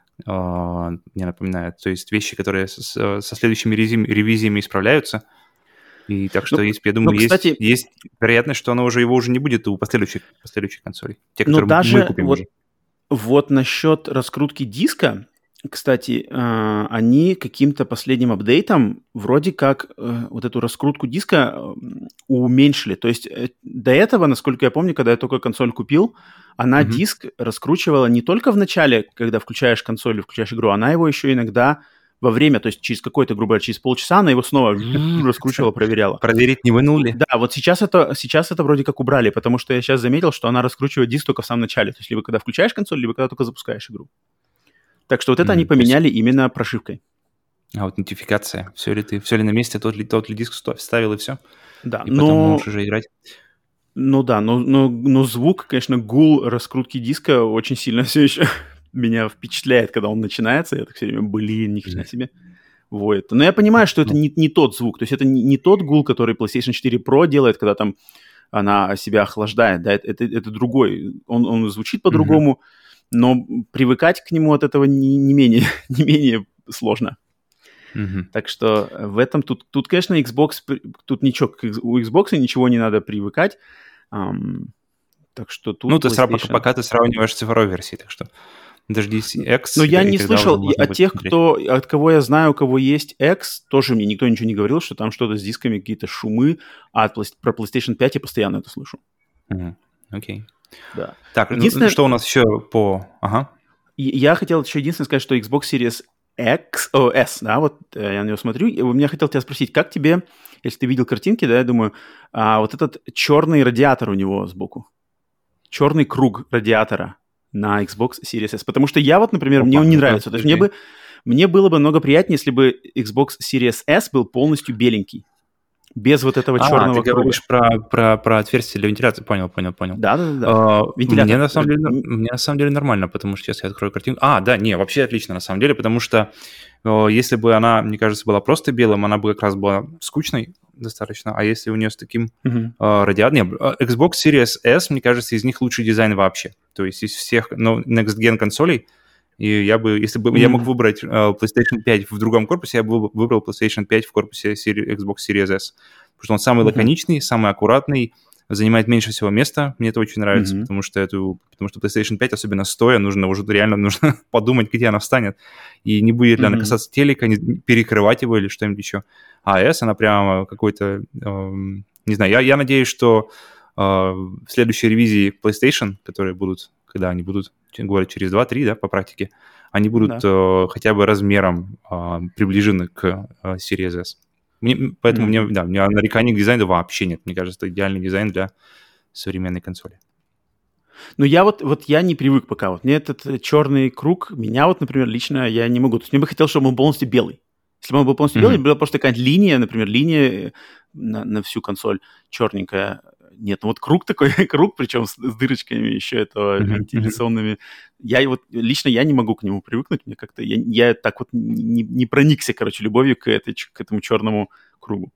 Speaker 2: Мне напоминает. То есть вещи, которые со следующими ревизиями исправляются. И так что, я думаю, кстати, есть вероятность, что его уже не будет у последующих консолей. Те, которые
Speaker 1: даже
Speaker 2: мы купим уже.
Speaker 1: Вот насчет раскрутки диска, кстати, они каким-то последним апдейтом вроде как вот эту раскрутку диска уменьшили. То есть до этого, насколько я помню, когда я только консоль купил, она диск раскручивала не только в начале, когда включаешь консоль или включаешь игру, она его еще иногда во время, то есть через какое-то, грубо говоря, через полчаса она его снова раскручивала, проверяла.
Speaker 2: Проверить, не вынул ли?
Speaker 1: Да, вот сейчас это вроде как убрали, потому что я сейчас заметил, что она раскручивает диск только в самом начале. То есть либо когда включаешь консоль, либо когда только запускаешь игру. Так что вот это они поменяли именно прошивкой.
Speaker 2: А вот нотификация. Все ли на месте, тот ли диск вставил и все?
Speaker 1: Да,
Speaker 2: и потом можешь уже играть.
Speaker 1: Ну да, но звук, конечно, гул раскрутки диска очень сильно все еще меня впечатляет, когда он начинается. Я так все время, ни хрена себе. Вот. Но я понимаю, что это не тот звук. То есть это не тот гул, который PlayStation 4 Pro делает, когда там она себя охлаждает. Да? Это другой. Он звучит по-другому, но привыкать к нему от этого не менее сложно. Так что в этом тут, конечно, Xbox, тут ничего, у Xbox ничего не надо привыкать. Так что тут
Speaker 2: PlayStation... пока ты сравниваешь с цифровой версией, так что дождись X.
Speaker 1: Но я не слышал от тех, от кого я знаю, у кого есть X, тоже мне никто ничего не говорил, что там что-то с дисками, какие-то шумы, а про PlayStation 5 я постоянно это слышу.
Speaker 2: Окей.
Speaker 1: Да.
Speaker 2: Так, что у нас еще по...
Speaker 1: Я хотел еще единственное сказать, что Xbox Series S, да, вот я на него смотрю, и я хотел тебя спросить, как тебе, если ты видел картинки, да, я думаю, вот этот черный радиатор у него сбоку, черный круг радиатора на Xbox Series S, потому что я вот, например, мне он не нравится, то есть мне было бы много приятнее, если бы Xbox Series S был полностью беленький, без вот этого черного
Speaker 2: ты говоришь про отверстие для вентиляции. Понял.
Speaker 1: Да.
Speaker 2: Мне на самом деле нормально, потому что сейчас я открою картинку. Вообще отлично на самом деле, потому что если бы она, мне кажется, была просто белым, она бы как раз была скучной достаточно, а если у нее с таким радиатором... Xbox Series S, мне кажется, из них лучший дизайн вообще. То есть из всех Next Gen консолей, и я мог выбрать PlayStation 5 в другом корпусе, я бы выбрал PlayStation 5 в корпусе Xbox Series S. Потому что он самый лаконичный, самый аккуратный, занимает меньше всего места. Мне это очень нравится, потому что PlayStation 5, особенно стоя, нужно подумать, где она встанет. И не будет ли она касаться телека, не перекрывать его или что-нибудь еще. А S, она прямо какой-то... не знаю, я надеюсь, что в следующей ревизии PlayStation, которые будут, когда они будут, говорят, через 2-3, да, по практике, они будут хотя бы размером приближены к Series S. Поэтому у меня нареканий к дизайну вообще нет. Мне кажется, это идеальный дизайн для современной консоли.
Speaker 1: Ну, я не привык пока. Вот мне этот черный круг, меня вот, например, лично я не могу. То есть мне бы хотелось, чтобы он был полностью белый. Если бы он был полностью белый, была просто какая-то линия, например, линия на всю консоль черненькая. Нет, ну вот круг такой, причем с дырочками еще этого вентиляционными. Лично я не могу к нему привыкнуть. Мне как-то я так вот не проникся, любовью к этому черному кругу.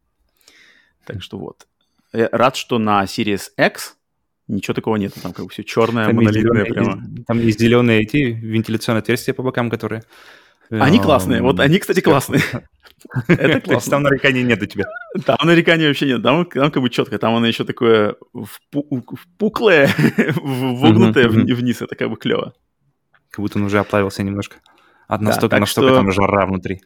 Speaker 1: Так что вот. Я рад, что на Series X ничего такого нет. Там как бы все черное, там монолитное прямо.
Speaker 2: Там есть зеленые эти вентиляционные отверстия по бокам, которые...
Speaker 1: Они классные. Вот они, кстати, классные. Это классно.
Speaker 2: Там нареканий нет у тебя.
Speaker 1: Там нареканий вообще нет. Там как бы четко. Там оно еще такое впуклое, вогнутое вниз. Это как бы клево.
Speaker 2: Как будто он уже оплавился немножко. Настолько там жара внутри.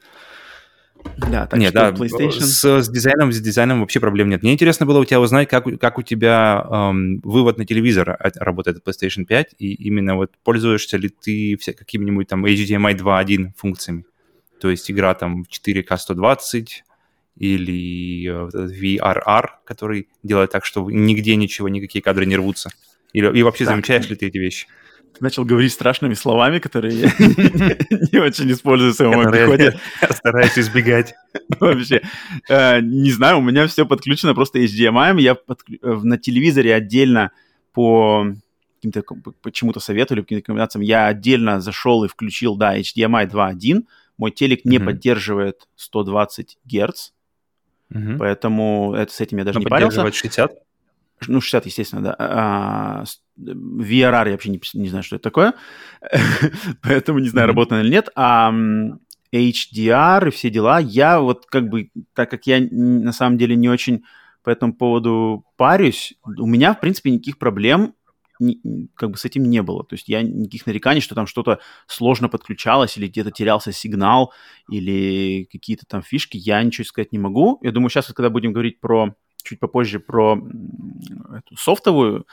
Speaker 1: Да, так что PlayStation...
Speaker 2: С дизайном вообще проблем нет. Мне интересно было у тебя узнать, как у тебя вывод на телевизор работает от PlayStation 5, и именно вот пользуешься ли ты какими-нибудь там HDMI 2.1 функциями. То есть игра там в 4К 120 или VRR, который делает так, что нигде ничего, никакие кадры не рвутся. И вообще замечаешь ли ты эти вещи?
Speaker 1: Начал говорить страшными словами, которые я не очень использую в своем обиходе.
Speaker 2: Стараюсь избегать.
Speaker 1: Вообще. Не знаю, у меня все подключено просто HDMI. Я на телевизоре отдельно по чему-то совету или по каким-то комбинациям я отдельно зашел и включил, да, HDMI 2.1. Мой телек не поддерживает 120 Гц, поэтому с этим я даже не парился.
Speaker 2: Поддерживает 60?
Speaker 1: Ну, 60, естественно, да. VRR я вообще не знаю, что это такое, поэтому не знаю, работает или нет. А HDR и все дела, я вот как бы, так как я на самом деле не очень по этому поводу парюсь, у меня, в принципе, никаких проблем как бы с этим не было. То есть я никаких нареканий, что там что-то сложно подключалось или где-то терялся сигнал или какие-то там фишки, я ничего сказать не могу. Я думаю, сейчас, когда будем говорить чуть попозже про эту софтовую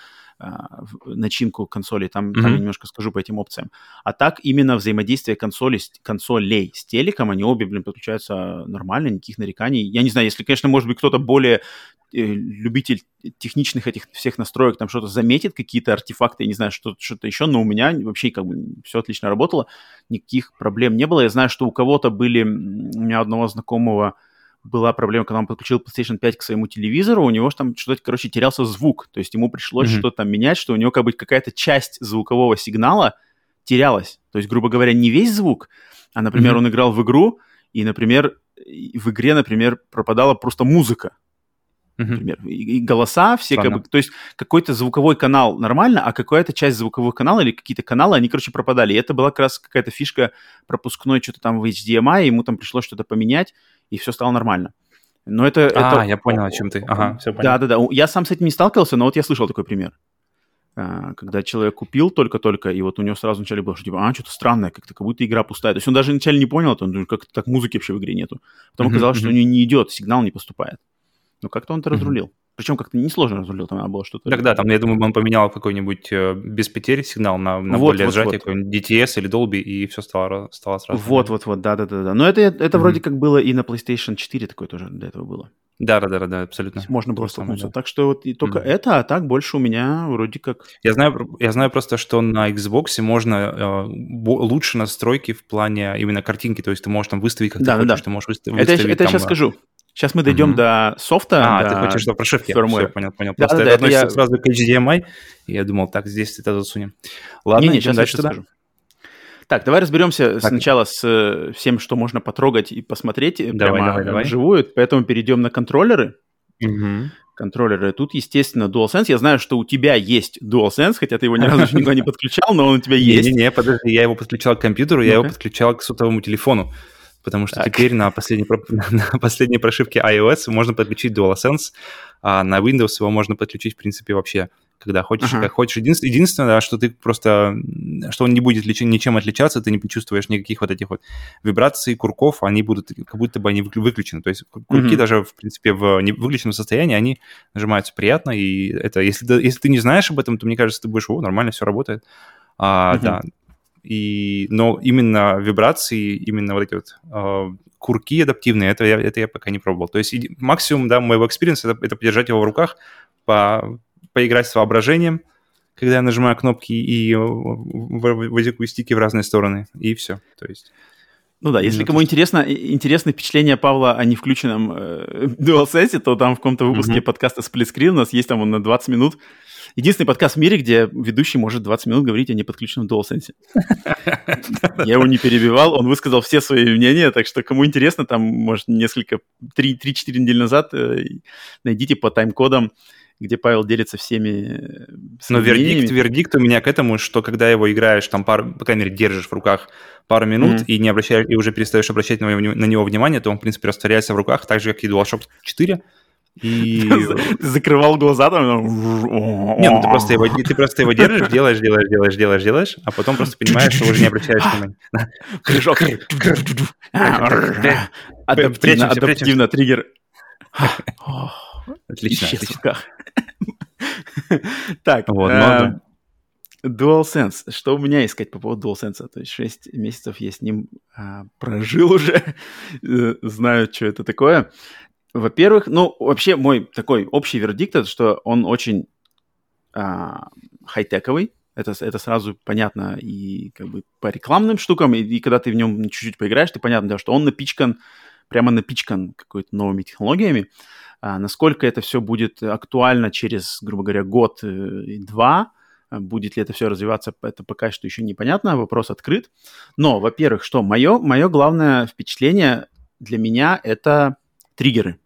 Speaker 1: начинку консолей, там я немножко скажу по этим опциям. А так именно взаимодействие консолей с телеком, они обе, подключаются нормально, никаких нареканий. Я не знаю, если, конечно, может быть, кто-то более любитель техничных этих всех настроек, там что-то заметит, какие-то артефакты, я не знаю, что-то еще, но у меня вообще как бы все отлично работало, никаких проблем не было. Я знаю, что у кого-то у меня одного знакомого была проблема, когда он подключил PlayStation 5 к своему телевизору, у него же там что-то, короче, терялся звук, то есть ему пришлось что-то там менять, что у него как бы какая-то часть звукового сигнала терялась. То есть, грубо говоря, не весь звук, а, например, он играл в игру, и, например, в игре, например, пропадала просто музыка. Например, и голоса все как бы... То есть какой-то звуковой канал нормально, а какая-то часть звуковых каналов или какие-то каналы, они, короче, пропадали. И это была как раз какая-то фишка пропускной что-то там в HDMI, ему там пришлось что-то поменять, и все стало нормально. Но это...
Speaker 2: я понял, о чем ты. Ага, все понял.
Speaker 1: Да. Я сам с этим не сталкивался, но вот я слышал такой пример. Когда человек купил только-только, и вот у него сразу вначале было, что типа, что-то странное, как будто игра пустая. То есть он даже вначале не понял, как так музыки вообще в игре нету. Потом оказалось, что у него не идет, сигнал не поступает. Но как-то он это разрулил. Причем как-то несложно разрулил, там надо было что-то...
Speaker 2: Тогда, там, я думаю, он поменял какой-нибудь без потери сигнал на более сжатый, какой-нибудь DTS или Dolby, и все стало сразу.
Speaker 1: Вот, да. Но это вроде как было и на PlayStation 4 такое тоже до этого было.
Speaker 2: Да, абсолютно.
Speaker 1: Можно было столкнуться. Да. Так что вот и только это, а так больше у меня вроде как...
Speaker 2: Я знаю просто, что на Xbox можно лучше настройки в плане именно картинки, то есть ты можешь там выставить, как ты хочешь, ты можешь выставить...
Speaker 1: Это я сейчас скажу. Сейчас мы дойдем до софта.
Speaker 2: Ты хочешь до прошивки?
Speaker 1: Все,
Speaker 2: понял. Просто это относится сразу к HDMI, и я думал, так, здесь это засунем. Ладно, идем дальше туда.
Speaker 1: Так, давай разберемся сначала с всем, что можно потрогать и посмотреть прямо вживую. Поэтому перейдем на контроллеры. Контроллеры. Тут, естественно, DualSense. Я знаю, что у тебя есть DualSense, хотя ты его ни разу никуда не подключал, но он у тебя есть.
Speaker 2: Не, подожди, я его подключал к компьютеру, я его подключал к сотовому телефону. Потому что теперь на последней прошивке iOS можно подключить DualSense, а на Windows его можно подключить, в принципе, вообще, когда хочешь, как хочешь. Единственное, что ты просто, что он не будет ничем отличаться, ты не почувствуешь никаких вот этих вот вибраций, курков, они будут, как будто бы они выключены. То есть курки даже, в принципе, в невыключенном состоянии, они нажимаются приятно, и это, если ты не знаешь об этом, то, мне кажется, ты будешь, нормально все работает. Да. Но именно вибрации, именно вот эти вот курки адаптивные, это я пока не пробовал. То есть максимум, да, моего экспириенса это подержать его в руках, поиграть с воображением, когда я нажимаю кнопки и вытягиваю стики в разные стороны, и все. То есть...
Speaker 1: Ну да, если кому интересно впечатление Павла о невключенном DualSense, то там в каком-то выпуске подкаста Split Screen у нас есть там он на 20 минут. Единственный подкаст в мире, где ведущий может 20 минут говорить о неподключенном DualSense. Я его не перебивал, он высказал все свои мнения, так что кому интересно, там, может, 3-4 недели назад найдите по тайм-кодам, где Павел делится всеми
Speaker 2: мнениями. Но вердикт у меня к этому, что когда его играешь, там по крайней мере, держишь в руках пару минут и уже перестаешь обращать на него внимание, то он, в принципе, растворяется в руках, так же, как и DualShock 4. И...
Speaker 1: Закрывал глаза там.
Speaker 2: Не, ты просто его держишь, делаешь, а потом просто понимаешь, что уже не обращаешь внимания.
Speaker 1: Прыжок. Адаптивно, триггер.
Speaker 2: Отлично.
Speaker 1: Так, DualSense. Что у меня искать по поводу DualSense? То есть 6 месяцев я с ним прожил уже, знаю, что это такое. Во-первых, ну, вообще мой такой общий вердикт, это что он очень хай-тековый. Это сразу понятно и как бы по рекламным штукам, и когда ты в нем чуть-чуть поиграешь, ты понятно, да, что он прямо напичкан какой-то новыми технологиями. Насколько это все будет актуально через, грубо говоря, год и два, будет ли это все развиваться, это пока что еще непонятно, вопрос открыт. Но, во-первых, что мое главное впечатление для меня это триггеры.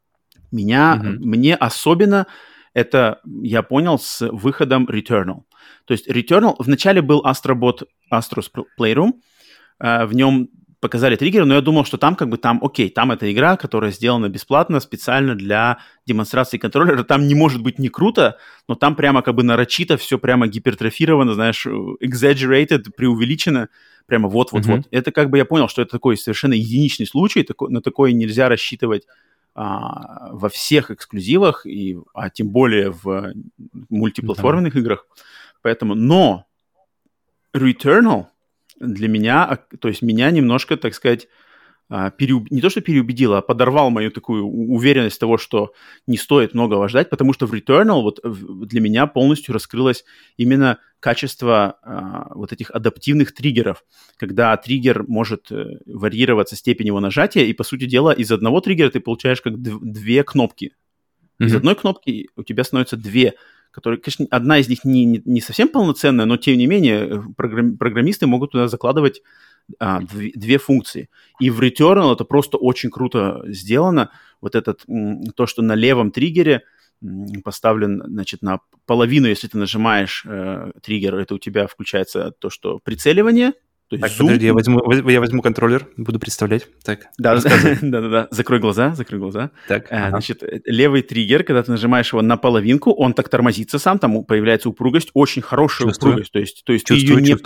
Speaker 1: Мне особенно это я понял с выходом Returnal. То есть Returnal, вначале был Astrobot Astro's Playroom, в нем показали триггеры, но я думал, что там окей, там эта игра, которая сделана бесплатно, специально для демонстрации контроллера, там не может быть не круто, но там прямо как бы нарочито все прямо гипертрофировано, знаешь, exaggerated, преувеличено, прямо вот-вот-вот. Это как бы я понял, что это такой совершенно единичный случай, на такое нельзя рассчитывать во всех эксклюзивах, а тем более в мультиплатформенных играх. Поэтому, но Returnal для меня, то есть меня немножко, так сказать, не то что переубедило, а подорвал мою такую уверенность того, что не стоит многого ждать, потому что в Returnal вот для меня полностью раскрылось именно качество вот этих адаптивных триггеров, когда триггер может варьироваться степень его нажатия, и, по сути дела, из одного триггера ты получаешь как две кнопки. Из одной кнопки у тебя становится две, которые, конечно, одна из них не совсем полноценная, но, тем не менее, программисты могут туда закладывать две функции. И в Returnal это просто очень круто сделано. Вот то, что на левом триггере поставлен, значит, на половину, если ты нажимаешь триггер, это у тебя включается то, что прицеливание. То есть
Speaker 2: так, зум. Подожди, я возьму контроллер, буду представлять. Так,
Speaker 1: да. Закрой глаза.
Speaker 2: Так,
Speaker 1: Значит, левый триггер, когда ты нажимаешь его на половинку, он так тормозится сам, там появляется упругость, очень хорошая упругость. То есть ты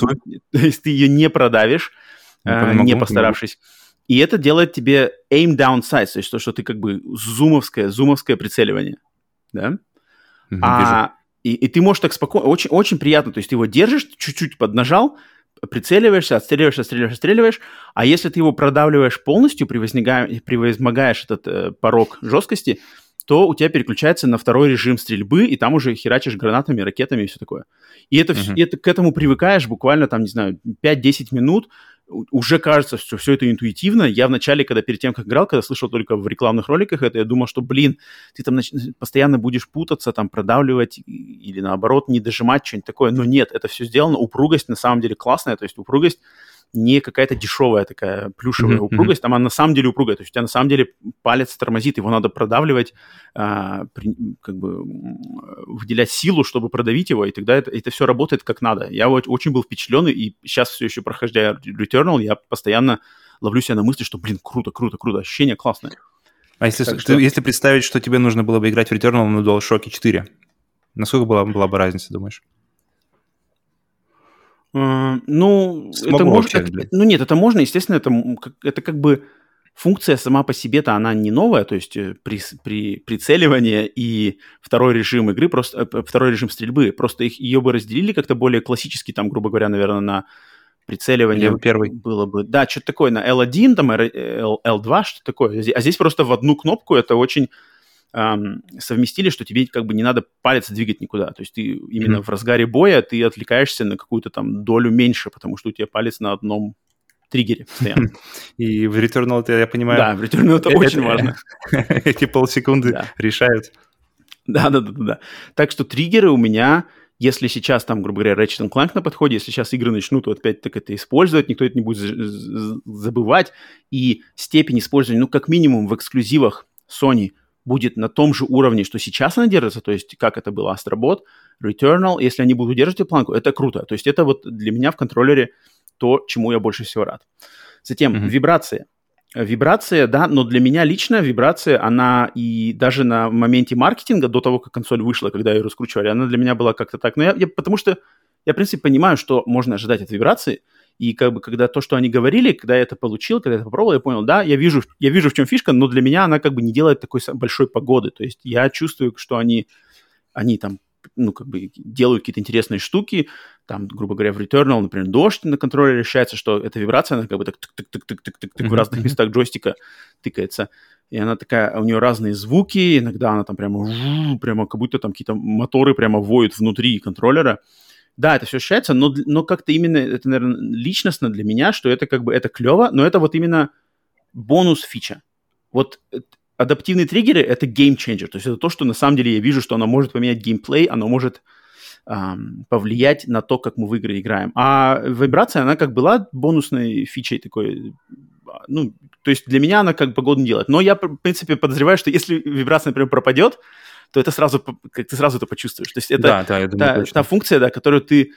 Speaker 1: ее не продавишь, не постаравшись. И это делает тебе aim down sights, то есть то, что ты как бы зумовское прицеливание. Да? И ты можешь так спокойно, очень, очень приятно, то есть ты его держишь, чуть-чуть поднажал, прицеливаешься, отстреливаешь, а если ты его продавливаешь полностью, превозмогаешь этот порог жесткости, то у тебя переключается на второй режим стрельбы, и там уже херачишь гранатами, ракетами и все такое. И это к этому привыкаешь буквально, там, не знаю, 5-10 минут, уже кажется, что все это интуитивно. Я вначале, перед тем, как играл, когда слышал только в рекламных роликах это, я думал, что, ты там постоянно будешь путаться, там, продавливать или, наоборот, не дожимать, что-нибудь такое. Но нет, это все сделано. Упругость на самом деле классная, то есть упругость не какая-то дешевая такая плюшевая упругость, там она на самом деле упругая, то есть у тебя на самом деле палец тормозит, его надо продавливать, как бы выделять силу, чтобы продавить его, и тогда это все работает как надо. Я очень был впечатлен, и сейчас все еще прохождая Returnal, я постоянно ловлю себя на мысли, что, круто, ощущение классное.
Speaker 2: А если представить, что тебе нужно было бы играть в Returnal на DualShock 4, насколько была бы разница, думаешь?
Speaker 1: Это можно. Нет, это можно, естественно, это как бы функция сама по себе-то она не новая, то есть при прицеливании и второй режим игры, второй режим стрельбы, просто ее бы разделили как-то более классически, там, грубо говоря, наверное, на прицеливание
Speaker 2: первый.
Speaker 1: Было бы, да, что-то такое на L1, там L2, что-то такое, а здесь просто в одну кнопку это очень совместили, что тебе как бы не надо палец двигать никуда. То есть ты именно в разгаре боя ты отвлекаешься на какую-то там долю меньше, потому что у тебя палец на одном триггере постоянно.
Speaker 2: И в Returnal, я понимаю...
Speaker 1: Да, в Returnal это очень важно.
Speaker 2: Эти полсекунды решают.
Speaker 1: Да. Так что триггеры у меня, если сейчас там, грубо говоря, Ratchet & Clank на подходе, если сейчас игры начнут опять так это использовать, никто это не будет забывать, и степень использования, как минимум в эксклюзивах Sony будет на том же уровне, что сейчас она держится, то есть как это было Astrobot, Returnal, если они будут удерживать эту планку, это круто. То есть это вот для меня в контроллере то, чему я больше всего рад. Затем вибрация. Вибрация, да, но для меня лично вибрация, она и даже на моменте маркетинга, до того, как консоль вышла, когда ее раскручивали, она для меня была как-то так. Но потому что я, в принципе, понимаю, что можно ожидать от вибрации, и как бы когда то, что они говорили, когда я это получил, когда я это попробовал, я понял, да, я вижу, в чем фишка, но для меня она как бы не делает такой большой погоды. То есть я чувствую, что они там ну, как бы делают какие-то интересные штуки. Там, грубо говоря, в Returnal, например, дождь на контроллере ощущается, что эта вибрация, она как бы так тык-тык-тык-тык-тык в разных местах джойстика тыкается. И она такая, у нее разные звуки, иногда она там прямо как будто там какие-то моторы прямо воют внутри контроллера. Да, это все ощущается, но как-то именно, это, наверное, личностно для меня, что это как бы, это клево, но это вот именно бонус-фича. Вот адаптивные триггеры — это game changer, то есть это то, что на самом деле я вижу, что оно может поменять геймплей, оно может повлиять на то, как мы в игры играем. А вибрация, она как была бонусной фичей такой, ну, то есть для меня она как погоду не делает. Но я, в принципе, подозреваю, что если вибрация, например, пропадет, то это сразу, как ты сразу это почувствуешь. То есть это
Speaker 2: я думаю,
Speaker 1: та функция, да, которую ты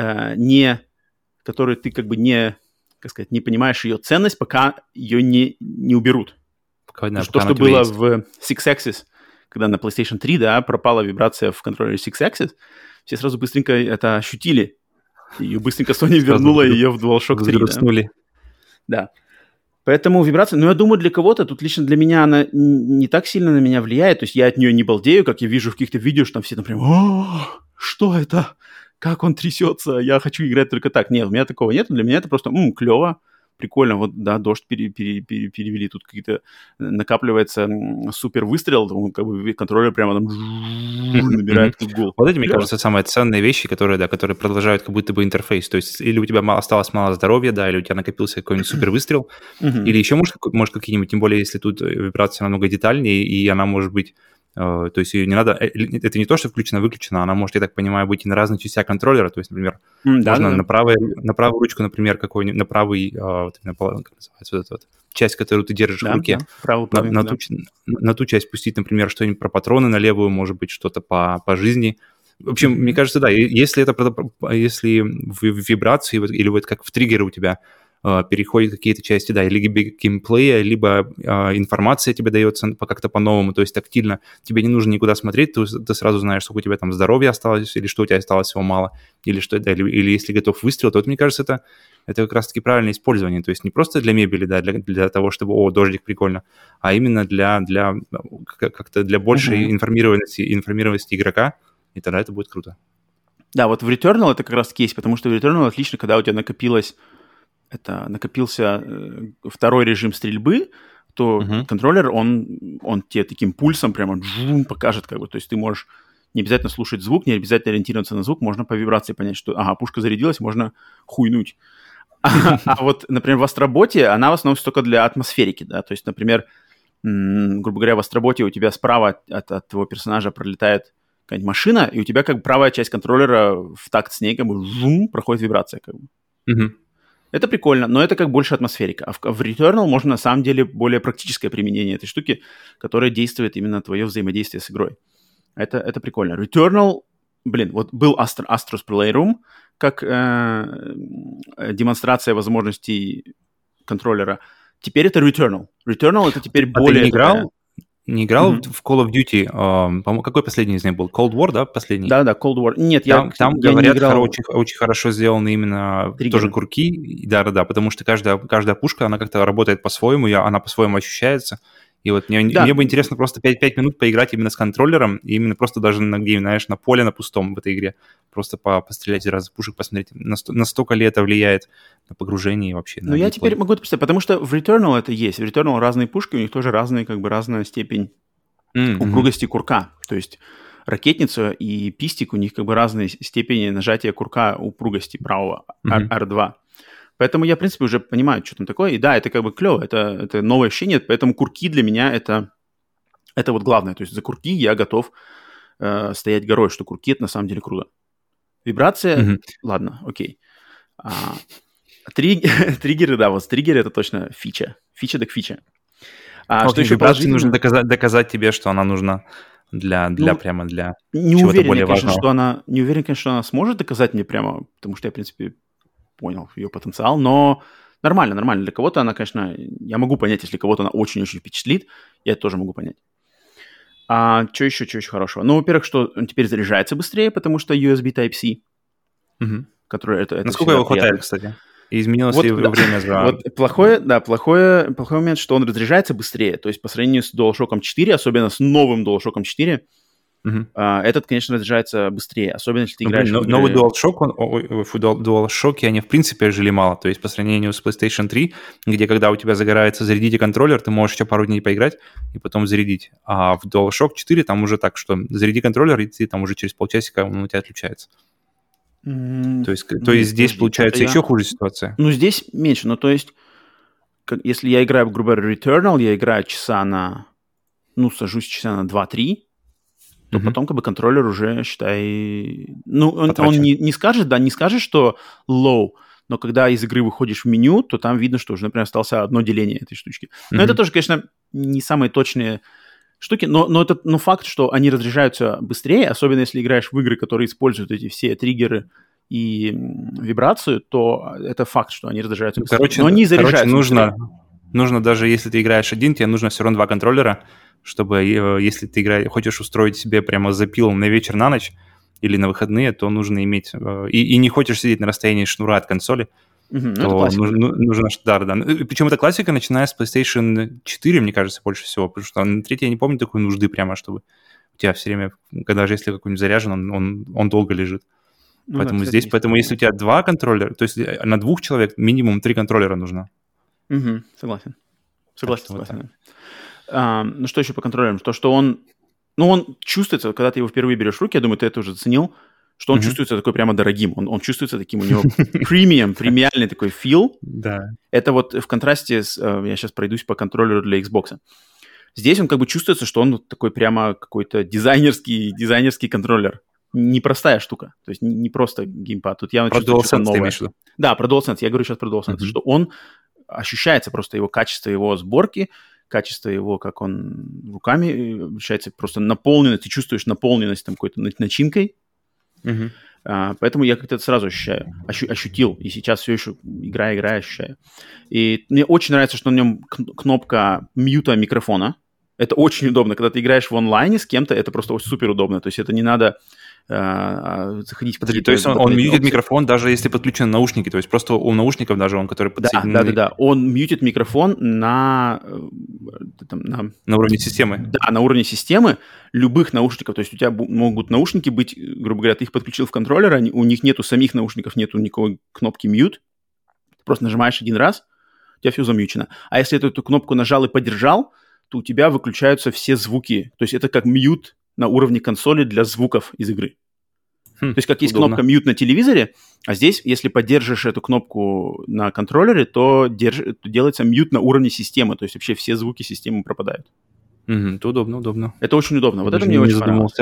Speaker 1: как бы не, как сказать, не понимаешь ее ценность, пока ее не уберут. То, что было в Six-Axis, когда на PlayStation 3, да, пропала вибрация в контроллере Six-Axis, все сразу быстренько это ощутили. И быстренько Sony вернула ее в DualShock 3. Да. Поэтому вибрация, я думаю, для кого-то, тут лично для меня она не так сильно на меня влияет, то есть я от нее не балдею, как я вижу в каких-то видео, что там все там прям, что это? Как он трясется? Я хочу играть только так. Нет, у меня такого нет, для меня это просто, клево, прикольно, вот, да, дождь перевели, тут какие-то накапливается супер выстрел, как бы контроллер прямо там набирает гул.
Speaker 2: Вот эти, мне кажется, самые ценные вещи, которые продолжают как будто бы интерфейс, то есть или у тебя осталось мало здоровья, да, или у тебя накопился какой-нибудь супер выстрел, или еще, может какие-нибудь, тем более, если тут вибрация намного детальнее, и она может быть, то есть ее не надо, это не то, что включено-выключено, она может, я так понимаю, быть и на разных частях контроллера, то есть, например, можно на правую ручку, например, какой-нибудь, на правый, как называется, часть, которую ты держишь в руке, на ту часть пустить, например, что-нибудь про патроны, на левую, может быть, что-то по жизни. В общем, мне кажется, да, если в вибрации или вот как в триггеры у тебя переходят какие-то части, да, или геймплея, либо информация тебе дается как-то по-новому, то есть тактильно, тебе не нужно никуда смотреть, ты сразу знаешь, сколько у тебя там здоровья осталось, или что у тебя осталось всего мало, или что, да, или если готов выстрел, то, мне кажется, это как раз-таки правильное использование, то есть не просто для мебели, да, для того, чтобы, дождик прикольно, а именно для большей информированности игрока, и тогда это будет круто.
Speaker 1: Да, вот в Returnal это как раз кейс, потому что в Returnal отлично, когда у тебя накопился второй режим стрельбы, то контроллер, он тебе таким пульсом прямо покажет, как бы, то есть ты можешь не обязательно слушать звук, не обязательно ориентироваться на звук, можно по вибрации понять, что, пушка зарядилась, можно хуйнуть. А вот, например, в Астроботе она в основном только для атмосферики, да, то есть, например, грубо говоря, в Астроботе у тебя справа от твоего персонажа пролетает какая-нибудь машина, и у тебя как бы правая часть контроллера в такт с ней как бы проходит вибрация, как бы. Это прикольно, но это как больше атмосферика. А в Returnal можно на самом деле более практическое применение этой штуки, которая действует именно твое взаимодействие с игрой. Это прикольно. Returnal, вот был Astro's Playroom как демонстрация возможностей контроллера. Теперь это Returnal. Returnal это теперь более...
Speaker 2: Не играл в Call of Duty, по-моему, какой последний из них был? Cold War, да, последний?
Speaker 1: Да, Cold War. Нет,
Speaker 2: там говорят, очень хорошо сделаны именно триггеры. Тоже курки, да, потому что каждая пушка, она как-то работает по-своему, она по-своему ощущается. И вот мне бы интересно просто 5 минут поиграть именно с контроллером, и именно просто даже на поле, на пустом в этой игре, просто пострелять из разных пушек, посмотреть, настолько ли это влияет на погружение и вообще.
Speaker 1: Ну, я теперь могу это представить, потому что в Returnal это есть. В Returnal разные пушки, у них тоже разная степень упругости курка. То есть ракетница и пистик, у них как бы разные степени нажатия курка упругости правого R2. Поэтому я, в принципе, уже понимаю, что там такое. И да, это как бы клево, это новое ощущение, поэтому курки для меня это вот главное. То есть за курки я готов стоять горой, что курки это на самом деле круто. Вибрация, ладно, окей. Триггеры, да, вот триггеры это точно фича. Фича так фича.
Speaker 2: Что еще положительно? Нужно доказать тебе, что она нужна для
Speaker 1: не
Speaker 2: чего-то
Speaker 1: уверен,
Speaker 2: более
Speaker 1: конечно,
Speaker 2: важного.
Speaker 1: Не уверен, конечно, что она сможет доказать мне прямо, потому что я, в принципе, понял ее потенциал, но нормально. Для кого-то она, конечно, я могу понять, если кого-то она очень-очень впечатлит, я это тоже могу понять. А что еще хорошего? Ну, во-первых, что он теперь заряжается быстрее, потому что USB Type-C, который это
Speaker 2: насколько его хватает, кстати? И изменилось ли время за...
Speaker 1: Вот плохой момент, что он разряжается быстрее, то есть по сравнению с DualShock 4, особенно с новым DualShock 4, этот, конечно, разряжается быстрее, особенно если ты играешь в игры...
Speaker 2: Новый DualShock, они в принципе жили мало. То есть по сравнению с PlayStation 3, где когда у тебя загорается зарядите контроллер, ты можешь еще пару дней поиграть и потом зарядить. А в DualShock 4 там уже так, что заряди контроллер, и ты там уже через полчасика он у тебя отключается. То есть здесь получается еще хуже ситуация.
Speaker 1: Ну, здесь меньше. Ну, то есть, если я играю, грубо говоря, Returnal, я играю сажусь часа на 2-3, то потом как бы контроллер уже, считай... Ну, он не скажет, что low, но когда из игры выходишь в меню, то там видно, что уже, например, осталось одно деление этой штучки. Но это тоже, конечно, не самые точные штуки, но факт, что они разряжаются быстрее, особенно если играешь в игры, которые используют эти все триггеры и вибрацию, то это факт, что они разряжаются быстрее. Но они заряжаются быстрее.
Speaker 2: Нужно даже если ты играешь один, тебе нужно все равно 2 контроллера, чтобы, если ты хочешь устроить себе прямо запил на вечер, на ночь или на выходные, то нужно иметь... И не хочешь сидеть на расстоянии шнура от консоли, то нужно... Да. Причем это классика, начиная с PlayStation 4, мне кажется, больше всего, потому что на 3 я не помню такой нужды прямо, чтобы у тебя все время, даже если какой-нибудь заряжен, он долго лежит. Поэтому здесь, если у тебя 2 контроллера, то есть на 2 человек минимум 3 контроллера нужно.
Speaker 1: Согласен. Ну, что еще по контроллерам? То, что он чувствуется, когда ты его впервые берешь в руки, я думаю, ты это уже заценил, что он чувствуется такой прямо дорогим. Он чувствуется таким, у него премиальный такой фил.
Speaker 2: Да.
Speaker 1: Это вот в контрасте с... Я сейчас пройдусь по контроллеру для Xbox. Здесь он как бы чувствуется, что он такой прямо какой-то дизайнерский контроллер. Непростая штука. То есть не просто геймпад. Тут явно чувствуется что-то новое. Да, про DualSense. Я говорю сейчас про DualSense. Что он ощущается просто его качество, его сборки, качество его, как он руками ощущается, просто наполненность. Ты чувствуешь наполненность там какой-то начинкой. Поэтому я как-то это сразу ощутил. И сейчас все еще играя, ощущаю. И мне очень нравится, что на нем кнопка мьюта микрофона. Это очень удобно. Когда ты играешь в онлайне с кем-то, это просто супер удобно. То есть это не надо заходить в какие-то...
Speaker 2: То есть он мьютит микрофон, даже если подключены наушники. То есть просто у наушников даже он, который подсоединен...
Speaker 1: Да. Он мьютит микрофон на
Speaker 2: уровне системы.
Speaker 1: Да, на уровне системы любых наушников. То есть у тебя могут наушники быть, грубо говоря, ты их подключил в контроллер, у них нету самих наушников, нету никакой кнопки mute. Ты просто нажимаешь один раз, у тебя все замьючено. А если ты эту кнопку нажал и подержал, то у тебя выключаются все звуки. То есть это как мьют на уровне консоли для звуков из игры. То есть как есть кнопка mute на телевизоре, а здесь, если поддержишь эту кнопку на контроллере, то делается mute на уровне системы. То есть вообще все звуки системы пропадают.
Speaker 2: Это удобно.
Speaker 1: Это очень удобно. Вот это мне очень понравилось.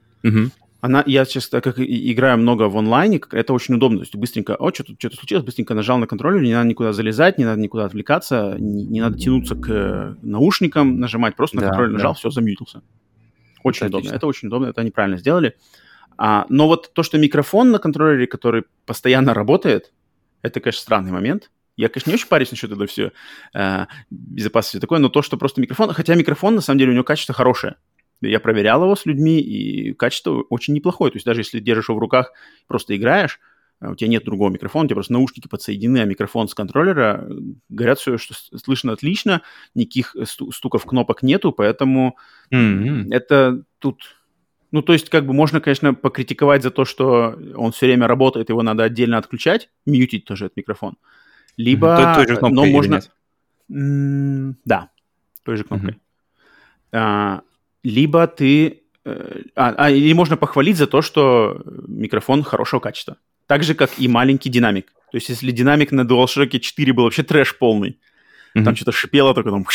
Speaker 1: Я сейчас, так как играю много в онлайне, это очень удобно. То есть быстренько, что-то случилось, быстренько нажал на контроллер, не надо никуда залезать, не надо никуда отвлекаться, не надо тянуться к наушникам, нажимать, просто на контроллер нажал, все, замьютился. Очень удобно. Это очень удобно, это они правильно сделали. Но вот то, что микрофон на контроллере, который постоянно работает, это, конечно, странный момент. Я, конечно, не очень парюсь насчет этого все безопасности такое, но то, что просто микрофон... Хотя микрофон, на самом деле, у него качество хорошее. Я проверял его с людьми, и качество очень неплохое. То есть даже если держишь его в руках, просто играешь, у тебя нет другого микрофона, у тебя просто наушники подсоединены, а микрофон с контроллера, говорят все, что слышно отлично, никаких стуков кнопок нету, поэтому это тут... Ну, то есть, как бы можно, конечно, покритиковать за то, что он все время работает, его надо отдельно отключать, мьютить тоже этот микрофон. Либо...
Speaker 2: Той же кнопкой
Speaker 1: но можно...
Speaker 2: Да,
Speaker 1: той же кнопкой. Либо ты... Или можно похвалить за то, что микрофон хорошего качества. Так же, как и маленький динамик. То есть, если динамик на DualShock 4 был вообще трэш полный, там что-то шипело, только там...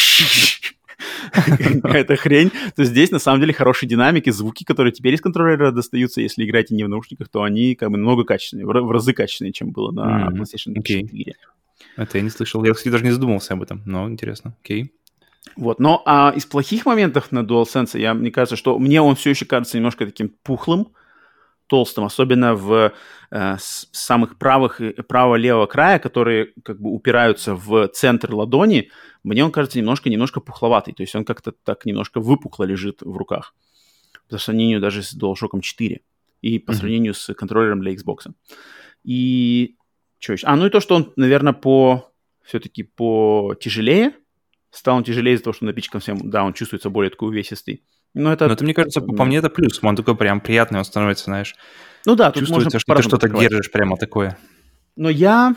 Speaker 1: какая-то хрень, то здесь на самом деле хорошие динамики, звуки, которые теперь из контроллера достаются, если играете не в наушниках, то они как бы намного качественнее, в разы качественнее, чем было на PlayStation 4.
Speaker 2: Это я не слышал. Я, кстати, даже не задумывался об этом, но интересно. Окей.
Speaker 1: Вот, но из плохих моментов на DualSense, мне кажется, что мне он все еще кажется немножко таким пухлым, толстым, особенно в самых право-левого края, которые как бы упираются в центр ладони, мне он кажется немножко пухловатый, то есть он как-то так немножко выпукло лежит в руках по сравнению даже с DualShock 4 и по сравнению с контроллером для Xbox. И что еще? Ну и то, что он, наверное, все-таки потяжелее, стал он тяжелее из-за того, что напичкан всем, да, он чувствуется более такой увесистый. Но это,
Speaker 2: мне кажется, по мне это плюс. Он такой прям приятный, он становится, знаешь...
Speaker 1: Ну да, тут можно
Speaker 2: чувствуется, что ты что-то держишь прямо такое.
Speaker 1: Но я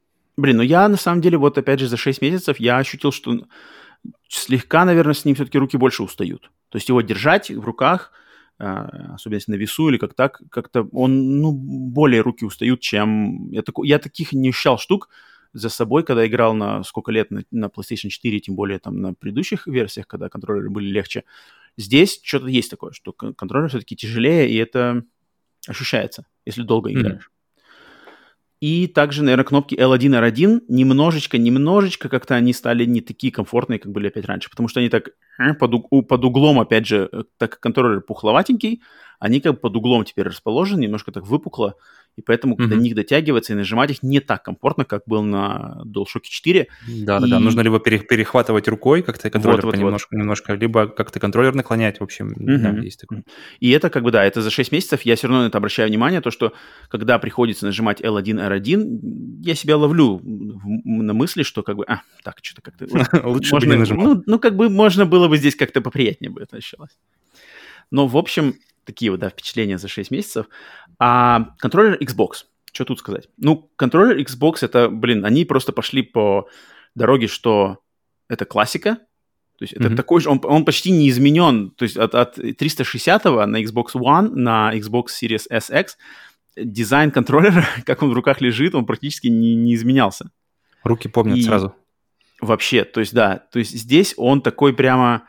Speaker 1: на самом деле, вот опять же, за 6 месяцев я ощутил, что слегка, наверное, с ним все-таки руки больше устают. То есть его держать в руках, особенно если на весу или как-то он, более руки устают, чем... Я таких не ощущал штук за собой, когда играл на сколько лет на PlayStation 4, тем более там на предыдущих версиях, когда контроллеры были легче. Здесь что-то есть такое, что контроллер все-таки тяжелее, и это ощущается, если долго играешь. И также, наверное, кнопки L1, R1 немножечко как-то они стали не такие комфортные, как были опять раньше, потому что они так под углом, опять же, так как контроллер пухловатенький, они как бы под углом теперь расположены, немножко так выпукло, и поэтому до них дотягиваться и нажимать их не так комфортно, как был на DualShock 4.
Speaker 2: Да. Нужно либо перехватывать рукой как-то контроллер немножко, либо как-то контроллер наклонять, в общем, да, есть такое.
Speaker 1: И это как бы, да, это за 6 месяцев я все равно на это обращаю внимание, то, что когда приходится нажимать L1, R1, я себя ловлю на мысли, что как бы, так, что-то как-то...
Speaker 2: Лучше бы не нажимать.
Speaker 1: Как бы можно было бы здесь как-то поприятнее бы это ощущалось. Но, в общем, такие вот, да, впечатления за 6 месяцев. А контроллер Xbox, что тут сказать? Контроллер Xbox, это, они просто пошли по дороге, что это классика, то есть это такой же, он почти не изменен, то есть от 360-го на Xbox One, на Xbox Series SX дизайн контроллера, как он в руках лежит, он практически не изменялся.
Speaker 2: Руки помнят сразу.
Speaker 1: Вообще, то есть, да, то есть здесь он такой прямо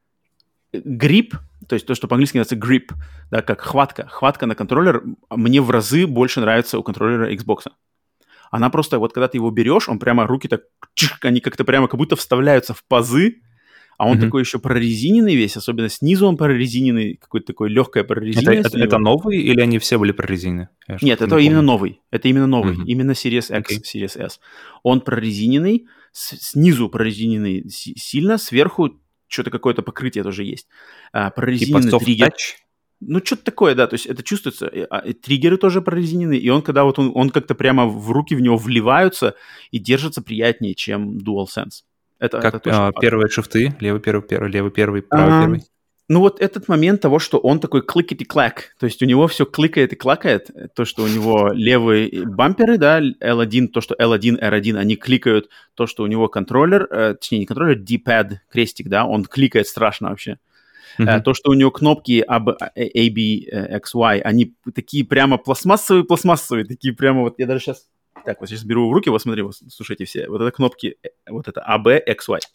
Speaker 1: грип, то есть то, что по-английски называется grip, да, как хватка на контроллер, мне в разы больше нравится у контроллера Xbox. Она просто, вот когда ты его берешь, он прямо, руки так, они как-то прямо как будто вставляются в пазы, а он такой еще прорезиненный весь, особенно снизу он прорезиненный, какое-то такое легкое прорезиненность.
Speaker 2: Это новый или они все были прорезинены?
Speaker 1: Нет, это именно новый. Это именно новый. Именно Series X, Series S. Он прорезиненный, снизу прорезиненный сильно, сверху что-то какое-то покрытие тоже есть. Прорезиненный триггер. Что-то такое, да, то есть это чувствуется. Триггеры тоже прорезиненные, и он, когда вот он как-то прямо в руки в него вливаются и держатся приятнее, чем DualSense.
Speaker 2: Это первые шифты, левый первый, правый первый.
Speaker 1: Вот этот момент того, что он такой кликety-клак, то есть у него все кликает и клакает, то, что у него левые бамперы, да, L1, то, что L1, R1, они кликают, то, что у него контроллер, точнее не контроллер, D-pad, крестик, да, он кликает страшно вообще. То, что у него кнопки A, B, X, Y, они такие прямо пластмассовые, такие прямо вот, я даже сейчас... Так, вот сейчас беру в руки, вот смотри, вот, слушайте все. Вот это кнопки, вот это A, B, X, Y.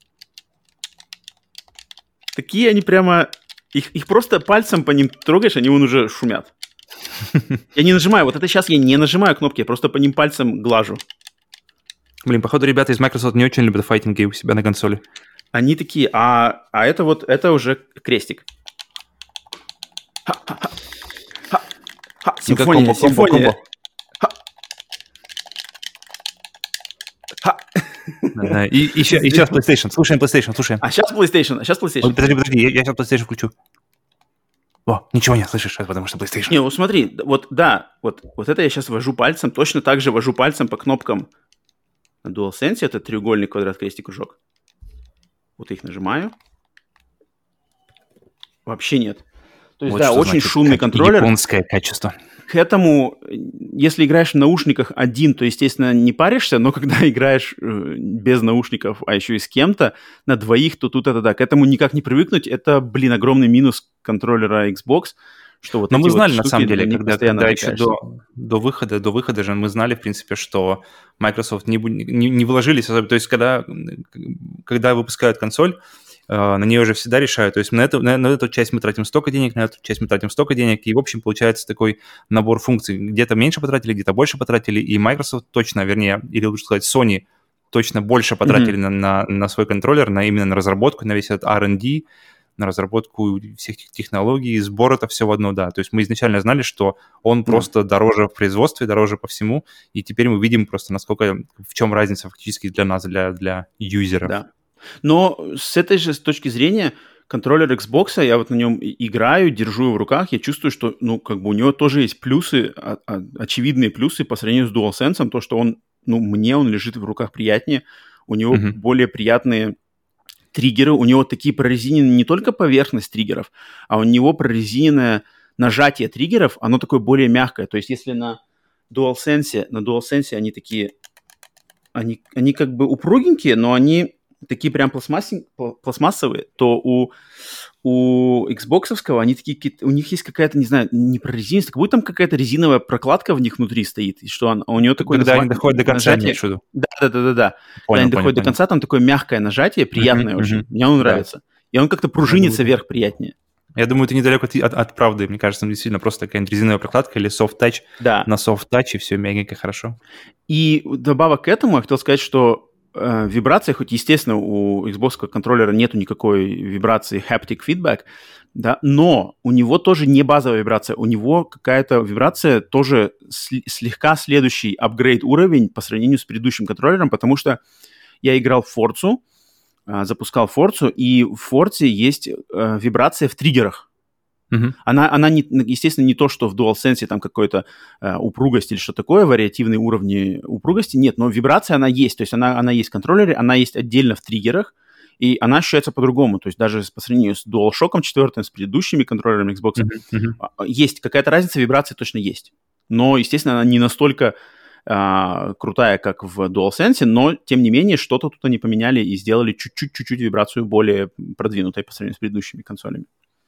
Speaker 1: Такие они прямо... Их просто пальцем по ним трогаешь, они вон уже шумят. Я не нажимаю, вот это сейчас я не нажимаю кнопки, я просто по ним пальцем глажу.
Speaker 2: Походу, ребята из Microsoft не очень любят файтинги у себя на консоли.
Speaker 1: Они такие, а это уже крестик. Симфония.
Speaker 2: И сейчас PlayStation. Слушаем PlayStation.
Speaker 1: А сейчас PlayStation.
Speaker 2: Подожди, я сейчас PlayStation включу. О, ничего не слышишь, потому что PlayStation.
Speaker 1: Не, смотри, вот это я сейчас вожу пальцем, точно так же вожу пальцем по кнопкам на DualSense, это треугольник, квадрат, крестик, кружок. Вот их нажимаю. Вообще нет. То есть, вот да, очень шумный контроллер.
Speaker 2: Японское качество.
Speaker 1: К этому, если играешь в наушниках один, то, естественно, не паришься, но когда играешь без наушников, а еще и с кем-то, на двоих, то тут это да. К этому никак не привыкнуть. Это, огромный минус контроллера Xbox. Что вот
Speaker 2: но мы знали,
Speaker 1: вот
Speaker 2: на самом деле, когда еще до выхода же мы знали, в принципе, что Microsoft не вложились. То есть, когда выпускают консоль, на нее уже всегда решают. То есть на эту часть мы тратим столько денег, на эту часть мы тратим столько денег, и, в общем, получается такой набор функций. Где-то меньше потратили, где-то больше потратили, и Microsoft точно, вернее, или лучше сказать, Sony точно больше потратили на свой контроллер, именно на разработку, на весь этот R&D, на разработку всех технологий, сбор это все в одно, да. То есть мы изначально знали, что он просто дороже в производстве, дороже по всему, и теперь мы видим просто, в чем разница фактически для нас, для юзеров.
Speaker 1: Да. Но с этой же точки зрения контроллер Xbox, я вот на нем играю, держу его в руках, я чувствую, что, у него тоже есть плюсы, очевидные плюсы по сравнению с DualSense, то, что он, мне он лежит в руках приятнее, у него более приятные триггеры, у него такие прорезиненные не только поверхность триггеров, а у него прорезиненное нажатие триггеров, оно такое более мягкое. То есть если на DualSense они такие, они как бы упругенькие, но они такие прям пластмассовые, то у Xbox-овского они такие, у них есть какая-то, не знаю, не прорезиненность, как будто там какая-то резиновая прокладка в них внутри стоит, и что у нее такое
Speaker 2: Когда они доходят до конца,
Speaker 1: нажатие.
Speaker 2: имеешь в виду?
Speaker 1: Да.
Speaker 2: Понял,
Speaker 1: Когда они доходят до конца, там такое мягкое нажатие, приятное очень. Мне оно нравится. И он как-то пружинится вверх приятнее.
Speaker 2: Я думаю, ты недалеко от правды. Мне кажется, там действительно просто какая-нибудь резиновая прокладка или soft-touch на soft-touch, и все мягенько, хорошо.
Speaker 1: И добавок к этому я хотел сказать, что вибрация, хоть, естественно, у Xbox контроллера нету никакой вибрации haptic feedback, да, но у него тоже не базовая вибрация, у него какая-то вибрация тоже слегка следующий апгрейд уровень по сравнению с предыдущим контроллером, потому что я играл в Forza, запускал Forza, и в Forza есть вибрация в триггерах. Она естественно, не то, что в DualSense там какой-то упругость или что такое, вариативные уровни упругости. Нет, но вибрация она есть. То есть она есть в контроллере, она есть отдельно в триггерах, и она ощущается по-другому. То есть даже по сравнению с DualShock 4, с предыдущими контроллерами Xbox, есть какая-то разница, вибрация точно есть. Но, естественно, она не настолько крутая, как в DualSense, но, тем не менее, что-то тут они поменяли и сделали чуть-чуть вибрацию более продвинутой по сравнению с предыдущими консолями.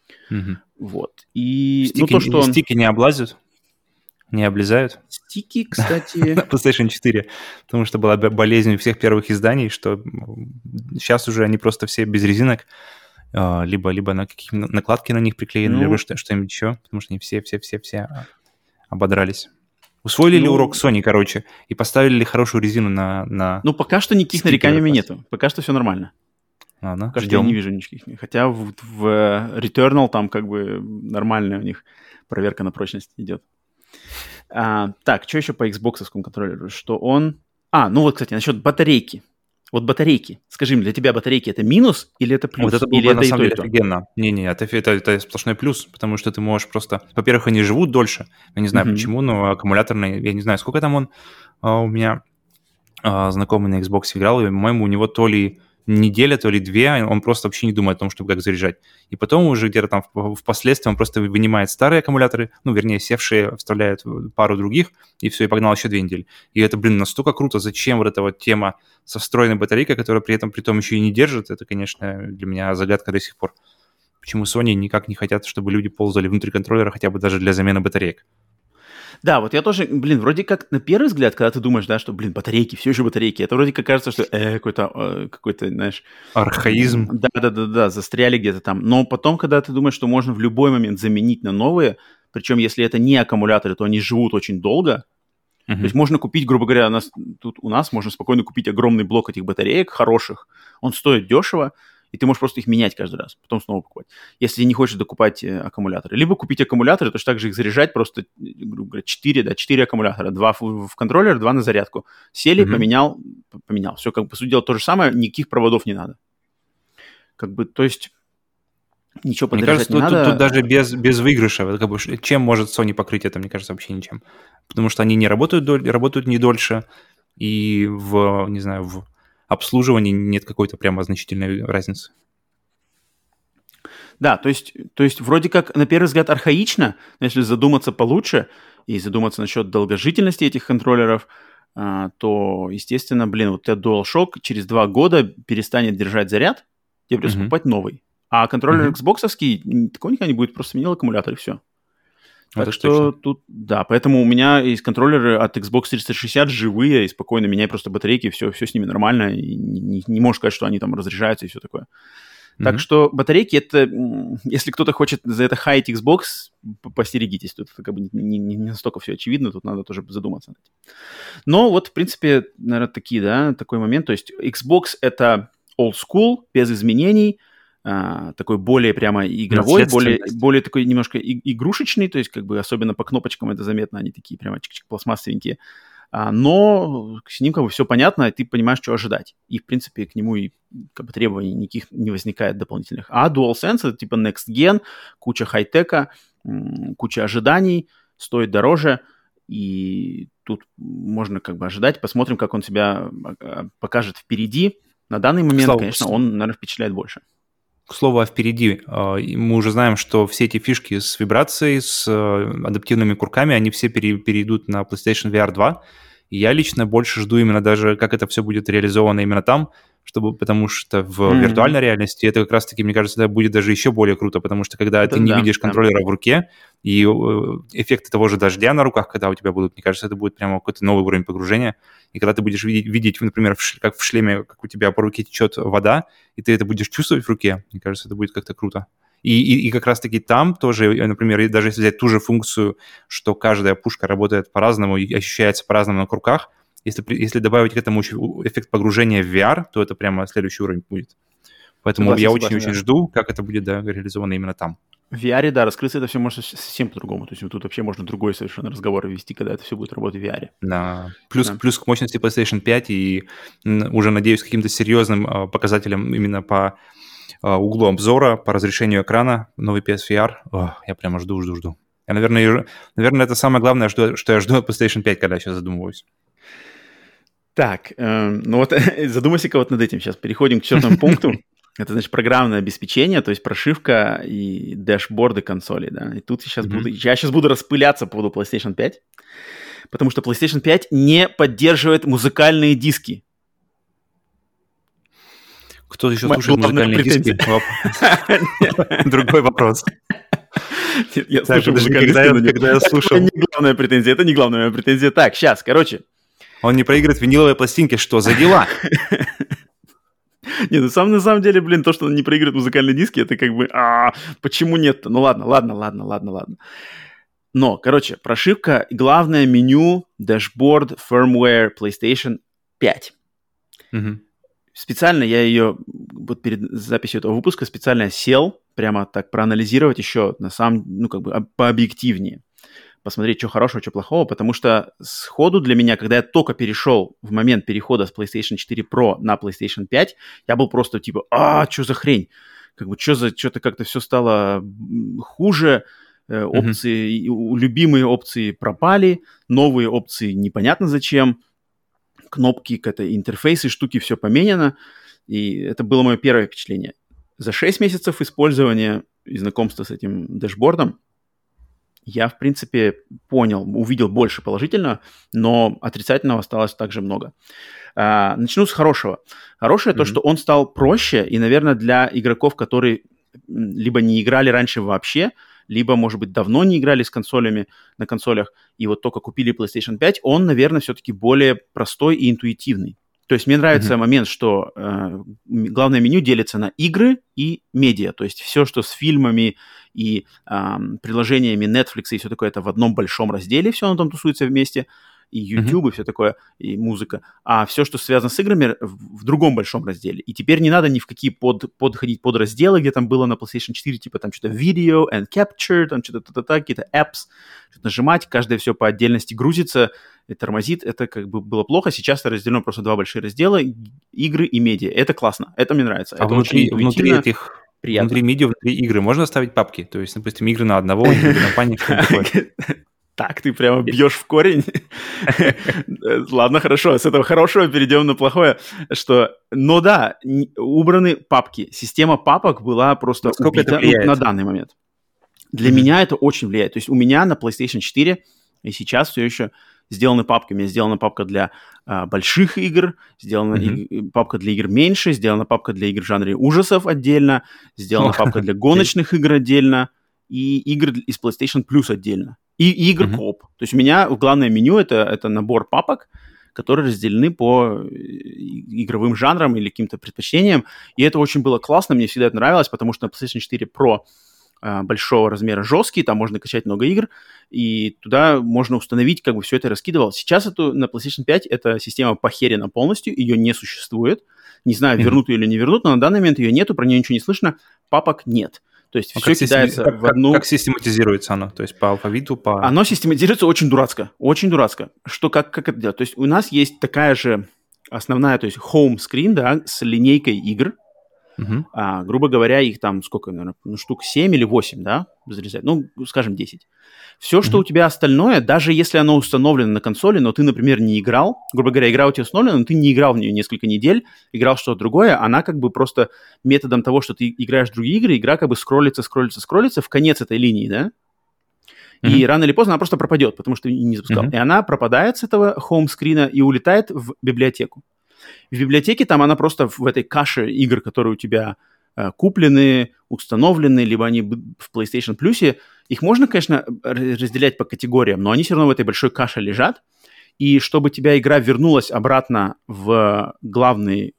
Speaker 1: Вот. И
Speaker 2: стики не облазят? Не облезают?
Speaker 1: Стики, кстати...
Speaker 2: На PlayStation 4. Потому что была болезнь у всех первых изданий, что сейчас уже они просто все без резинок, либо на какие-то накладки на них приклеены, либо что-нибудь еще, потому что они все ободрались. Усвоили ли урок Sony, короче, и поставили ли хорошую резину на
Speaker 1: Ну, пока что никаких нареканий нету. Пока что все нормально.
Speaker 2: Ладно,
Speaker 1: пока что я не вижу никаких. Хотя в Returnal там как бы нормальная у них проверка на прочность идет. Так, что еще по Xbox-овскому контроллеру? Что он... ну вот, кстати, насчет батарейки. Вот батарейки. Скажи мне, для тебя батарейки это минус или это плюс?
Speaker 2: Вот это было бы на самом деле офигенно. Не, это сплошной плюс, потому что ты можешь просто... Во-первых, они живут дольше. Я не знаю почему, но аккумуляторный... Я не знаю, сколько там он у меня знакомый на Xbox играл, и, по-моему, у него то ли неделя, то ли две, он просто вообще не думает о том, чтобы как заряжать. И потом уже где-то там впоследствии он просто вынимает старые аккумуляторы, вернее, севшие, вставляет пару других, и все, и погнал еще 2 недели. И это, настолько круто. Зачем вот эта вот тема со встроенной батарейкой, которая при том еще и не держит, это, конечно, для меня загадка до сих пор. Почему Sony никак не хотят, чтобы люди ползали внутри контроллера хотя бы даже для замены батареек?
Speaker 1: Да, вот я тоже, на первый взгляд, когда ты думаешь, да, что, батарейки, все еще батарейки, это вроде как кажется, что какой-то, знаешь...
Speaker 2: Архаизм.
Speaker 1: Да, застряли где-то там. Но потом, когда ты думаешь, что можно в любой момент заменить на новые, причем если это не аккумуляторы, то они живут очень долго. То есть можно купить, грубо говоря, у нас можно спокойно купить огромный блок этих батареек хороших, он стоит дешево, и ты можешь просто их менять каждый раз, потом снова покупать. Если не хочешь докупать аккумуляторы. Либо купить аккумуляторы, точно так же их заряжать, просто, грубо говоря, 4 аккумулятора. 2 в контроллер, 2 на зарядку. Сели, поменял. Все, по сути дела, то же самое, никаких проводов не надо. То есть, ничего подзаряжать не надо.
Speaker 2: Тут даже без выигрыша. Чем может Sony покрыть это, мне кажется, вообще ничем. Потому что они не работают не дольше, и в обслуживании нет какой-то прямо значительной разницы.
Speaker 1: Да, то есть вроде как на первый взгляд архаично, но если задуматься получше и задуматься насчет долгожительности этих контроллеров, то, естественно, вот этот DualShock через 2 года перестанет держать заряд, тебе придется покупать новый. А контроллер Xbox-овский такого никогда не будет, просто сменил аккумулятор и все. Так что тут, да, поэтому у меня есть контроллеры от Xbox 360 живые, и спокойно меняй просто батарейки, все с ними нормально, и не можешь сказать, что они там разряжаются и все такое. Так что батарейки, это, если кто-то хочет за это хаять Xbox, постерегитесь, тут как бы не настолько все очевидно, тут надо тоже задуматься над этим. Но вот, в принципе, наверное, такой момент, то есть Xbox это old school, без изменений, такой более прямо игровой, более такой немножко игрушечный, то есть как бы особенно по кнопочкам это заметно, они такие прямо чик-чик пластмассовенькие, но с ним как бы все понятно, и ты понимаешь, что ожидать. И, в принципе, к нему и как бы требований никаких не возникает дополнительных. А DualSense это типа Next Gen, куча хай-тека, куча ожиданий, стоит дороже, и тут можно как бы ожидать, посмотрим, как он себя покажет впереди. На данный момент, конечно, он, наверное, впечатляет больше.
Speaker 2: К слову, впереди. Мы уже знаем, что все эти фишки с вибрацией, с адаптивными курками, они все перейдут на PlayStation VR 2. И я лично больше жду именно даже, как это все будет реализовано именно там, потому что в виртуальной реальности это как раз-таки, мне кажется, это будет даже еще более круто, потому что когда ты не видишь контроллера в руке, и эффекты того же дождя на руках, когда у тебя будут, мне кажется, это будет прямо какой-то новый уровень погружения. И когда ты будешь видеть, например, как в шлеме, как у тебя по руке течет вода, и ты это будешь чувствовать в руке, мне кажется, это будет как-то круто. И как раз-таки там тоже, например, даже если взять ту же функцию, что каждая пушка работает по-разному и ощущается по-разному на руках, если добавить к этому еще эффект погружения в VR, то это прямо следующий уровень будет. Поэтому я очень-очень жду, как это будет реализовано именно там.
Speaker 1: В VR, да, раскрыться это все может совсем по-другому. То есть тут вообще можно другой совершенно разговор вести, когда это все будет работать в VR.
Speaker 2: Да. Плюс к мощности PlayStation 5 и уже, надеюсь, каким-то серьезным показателям именно по углу обзора, по разрешению экрана, новый PSVR. Я прямо жду. Я, наверное, это самое главное, что я жду от PlayStation 5, когда я сейчас задумываюсь.
Speaker 1: Так, ну вот задумайся-ка вот над этим. Сейчас переходим к 4 пункту. Это, значит, программное обеспечение, то есть прошивка и дэшборды консолей, да. И тут я сейчас буду распыляться по поводу PlayStation 5, потому что PlayStation 5 не поддерживает музыкальные диски.
Speaker 2: Кто еще слушает музыкальные диски? Другой вопрос.
Speaker 1: Я слушаю музыкальные диски, когда я слушал. Это не главная моя претензия. Так, сейчас, короче.
Speaker 2: Он не проигрывает виниловые пластинки, что за дела?
Speaker 1: Не, на самом деле, блин, то, что он не проигрывает музыкальные диски, это как бы, почему нет-то? Ну ладно. Но, короче, прошивка, главное меню, дашборд, firmware, PlayStation 5. Специально я ее, вот перед записью этого выпуска, специально сел, прямо так проанализировать еще, пообъективнее. Посмотреть, что хорошего, что плохого, потому что сходу для меня, когда я только перешел в момент перехода с PlayStation 4 Pro на PlayStation 5, я был просто типа, что за хрень? Что-то как-то все стало хуже, опции, любимые опции пропали, новые опции непонятно зачем, кнопки, какие-то интерфейсы, штуки, все поменяно, и это было мое первое впечатление. За 6 месяцев использования и знакомства с этим дэшбордом я, в принципе, увидел больше положительного, но отрицательного осталось также много. Начну с хорошего. Хорошее то, что он стал проще, и, наверное, для игроков, которые либо не играли раньше вообще, либо, может быть, давно не играли с консолями на консолях, и вот только купили PlayStation 5, он, наверное, все-таки более простой и интуитивный. То есть мне нравится момент, что главное меню делится на игры и медиа. То есть все, что с фильмами и приложениями Netflix и все такое, это в одном большом разделе, все оно там тусуется вместе. И YouTube, и все такое, и музыка. А все, что связано с играми, в другом большом разделе. И теперь не надо ни в какие подходить подразделы, где там было на PlayStation 4, типа там что-то Video and Capture, там что-то какие-то apps, что-то нажимать, каждое все по отдельности грузится, и тормозит. Это как бы было плохо. Сейчас это разделено просто два большие раздела, игры и медиа. Это классно, это мне нравится.
Speaker 2: А
Speaker 1: это
Speaker 2: внутри этих...
Speaker 1: Приятно.
Speaker 2: Внутри медиа, внутри игры можно ставить папки? То есть, допустим, игры на одного, игры на пани, что-то такое.
Speaker 1: Так, ты прямо бьешь в корень. Ладно, хорошо, с этого хорошего перейдем на плохое, но да, убраны папки. Система папок была просто убита на данный момент. Для меня это очень влияет. То есть у меня на PlayStation 4 и сейчас все еще сделаны папки. У меня сделана папка для больших игр, сделана папка для игр меньше, сделана папка для игр в жанре ужасов отдельно, сделана папка для гоночных игр отдельно и игр из PlayStation Plus отдельно. И игр кооп. То есть у меня главное меню это набор папок, которые разделены по игровым жанрам или каким-то предпочтениям. И это очень было классно, мне всегда это нравилось, потому что на PlayStation 4 Pro большого размера жесткий, там можно качать много игр, и туда можно установить, как бы все это раскидывалось. Сейчас на PlayStation 5 эта система похерена полностью, ее не существует. Не знаю, вернут ее или не вернут, но на данный момент ее нету, про нее ничего не слышно, папок нет. То есть все кидается в одну...
Speaker 2: Как систематизируется оно? То есть по алфавиту, по...
Speaker 1: Оно систематизируется очень дурацко. Очень дурацко. Как это делать? То есть у нас есть такая же основная, то есть home screen, да, с линейкой игр. грубо говоря, их там сколько, наверное, штук 7 или 8, да, зарезать, ну, скажем, 10. Все, что у тебя остальное, даже если оно установлено на консоли, но ты, например, не играл, грубо говоря, игра у тебя установлена, но ты не играл в нее несколько недель, играл что-то другое, она как бы просто методом того, что ты играешь в другие игры, игра как бы скроллится в конец этой линии, да, и рано или поздно она просто пропадет, потому что не запускал. И она пропадает с этого хоум-скрина и улетает в библиотеку. В библиотеке там она просто в этой каше игр, которые у тебя куплены, установлены, либо они в PlayStation Plus, их можно, конечно, разделять по категориям, но они все равно в этой большой каше лежат. И чтобы тебя игра вернулась обратно в главный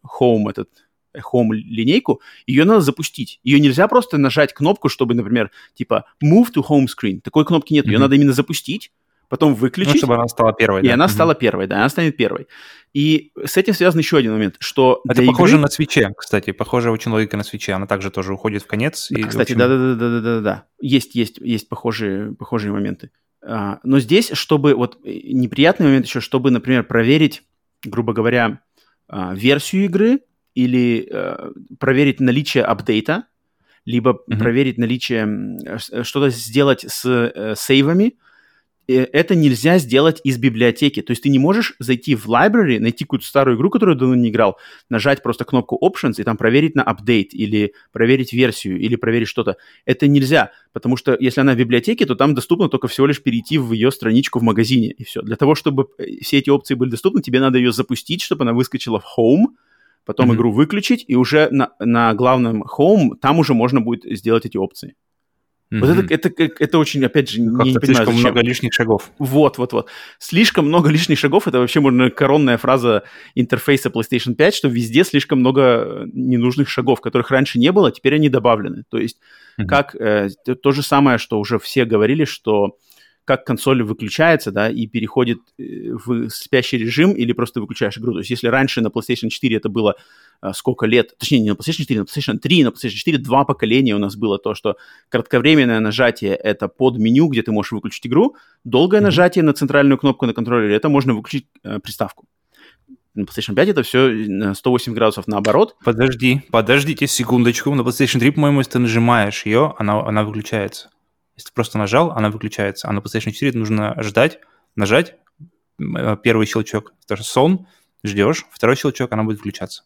Speaker 1: home-линейку, ее надо запустить. Ее нельзя просто нажать кнопку, чтобы, например, типа move to home screen. Такой кнопки нет. Ее надо именно запустить, потом выключить.
Speaker 2: Ну, чтобы она стала первой.
Speaker 1: И она стала первой, да, она станет первой. И с этим связан еще один момент, что
Speaker 2: это похоже на свитче, кстати. Похожая очень логика на свитче. Она также тоже уходит в конец.
Speaker 1: Да, и, кстати, да. Есть похожие моменты. Но здесь, чтобы... Вот неприятный момент еще, чтобы, например, проверить, грубо говоря, версию игры или проверить наличие апдейта, либо проверить наличие... Что-то сделать с сейвами, это нельзя сделать из библиотеки. То есть ты не можешь зайти в library, найти какую-то старую игру, которую давно не играл, нажать просто кнопку Options и там проверить на update, или проверить версию, или проверить что-то. Это нельзя, потому что если она в библиотеке, то там доступно только всего лишь перейти в ее страничку в магазине, и все. Для того, чтобы все эти опции были доступны, тебе надо ее запустить, чтобы она выскочила в Home, потом игру выключить, и уже на главном Home там уже можно будет сделать эти опции. Вот это очень, опять же, не понимаю,
Speaker 2: слишком много лишних шагов.
Speaker 1: Вот. Слишком много лишних шагов, это вообще, можно, коронная фраза интерфейса PlayStation 5, что везде слишком много ненужных шагов, которых раньше не было, теперь они добавлены. То есть как то же самое, что уже все говорили, что как консоль выключается, да, и переходит в спящий режим или просто выключаешь игру. То есть если раньше на PlayStation 4 это было сколько лет, точнее, не на PlayStation 4, на PlayStation 3, на PlayStation 4 2 поколения у нас было то, что кратковременное нажатие — это под меню, где ты можешь выключить игру, долгое нажатие на центральную кнопку на контроллере — это можно выключить приставку. На PlayStation 5 это все на 108 градусов наоборот.
Speaker 2: Подождите секундочку. На PlayStation 3, по-моему, если ты нажимаешь ее, она выключается. Если ты просто нажал, она выключается. А на PlayStation 4 нужно нажать первый щелчок, это сон, ждешь, второй щелчок, она будет включаться.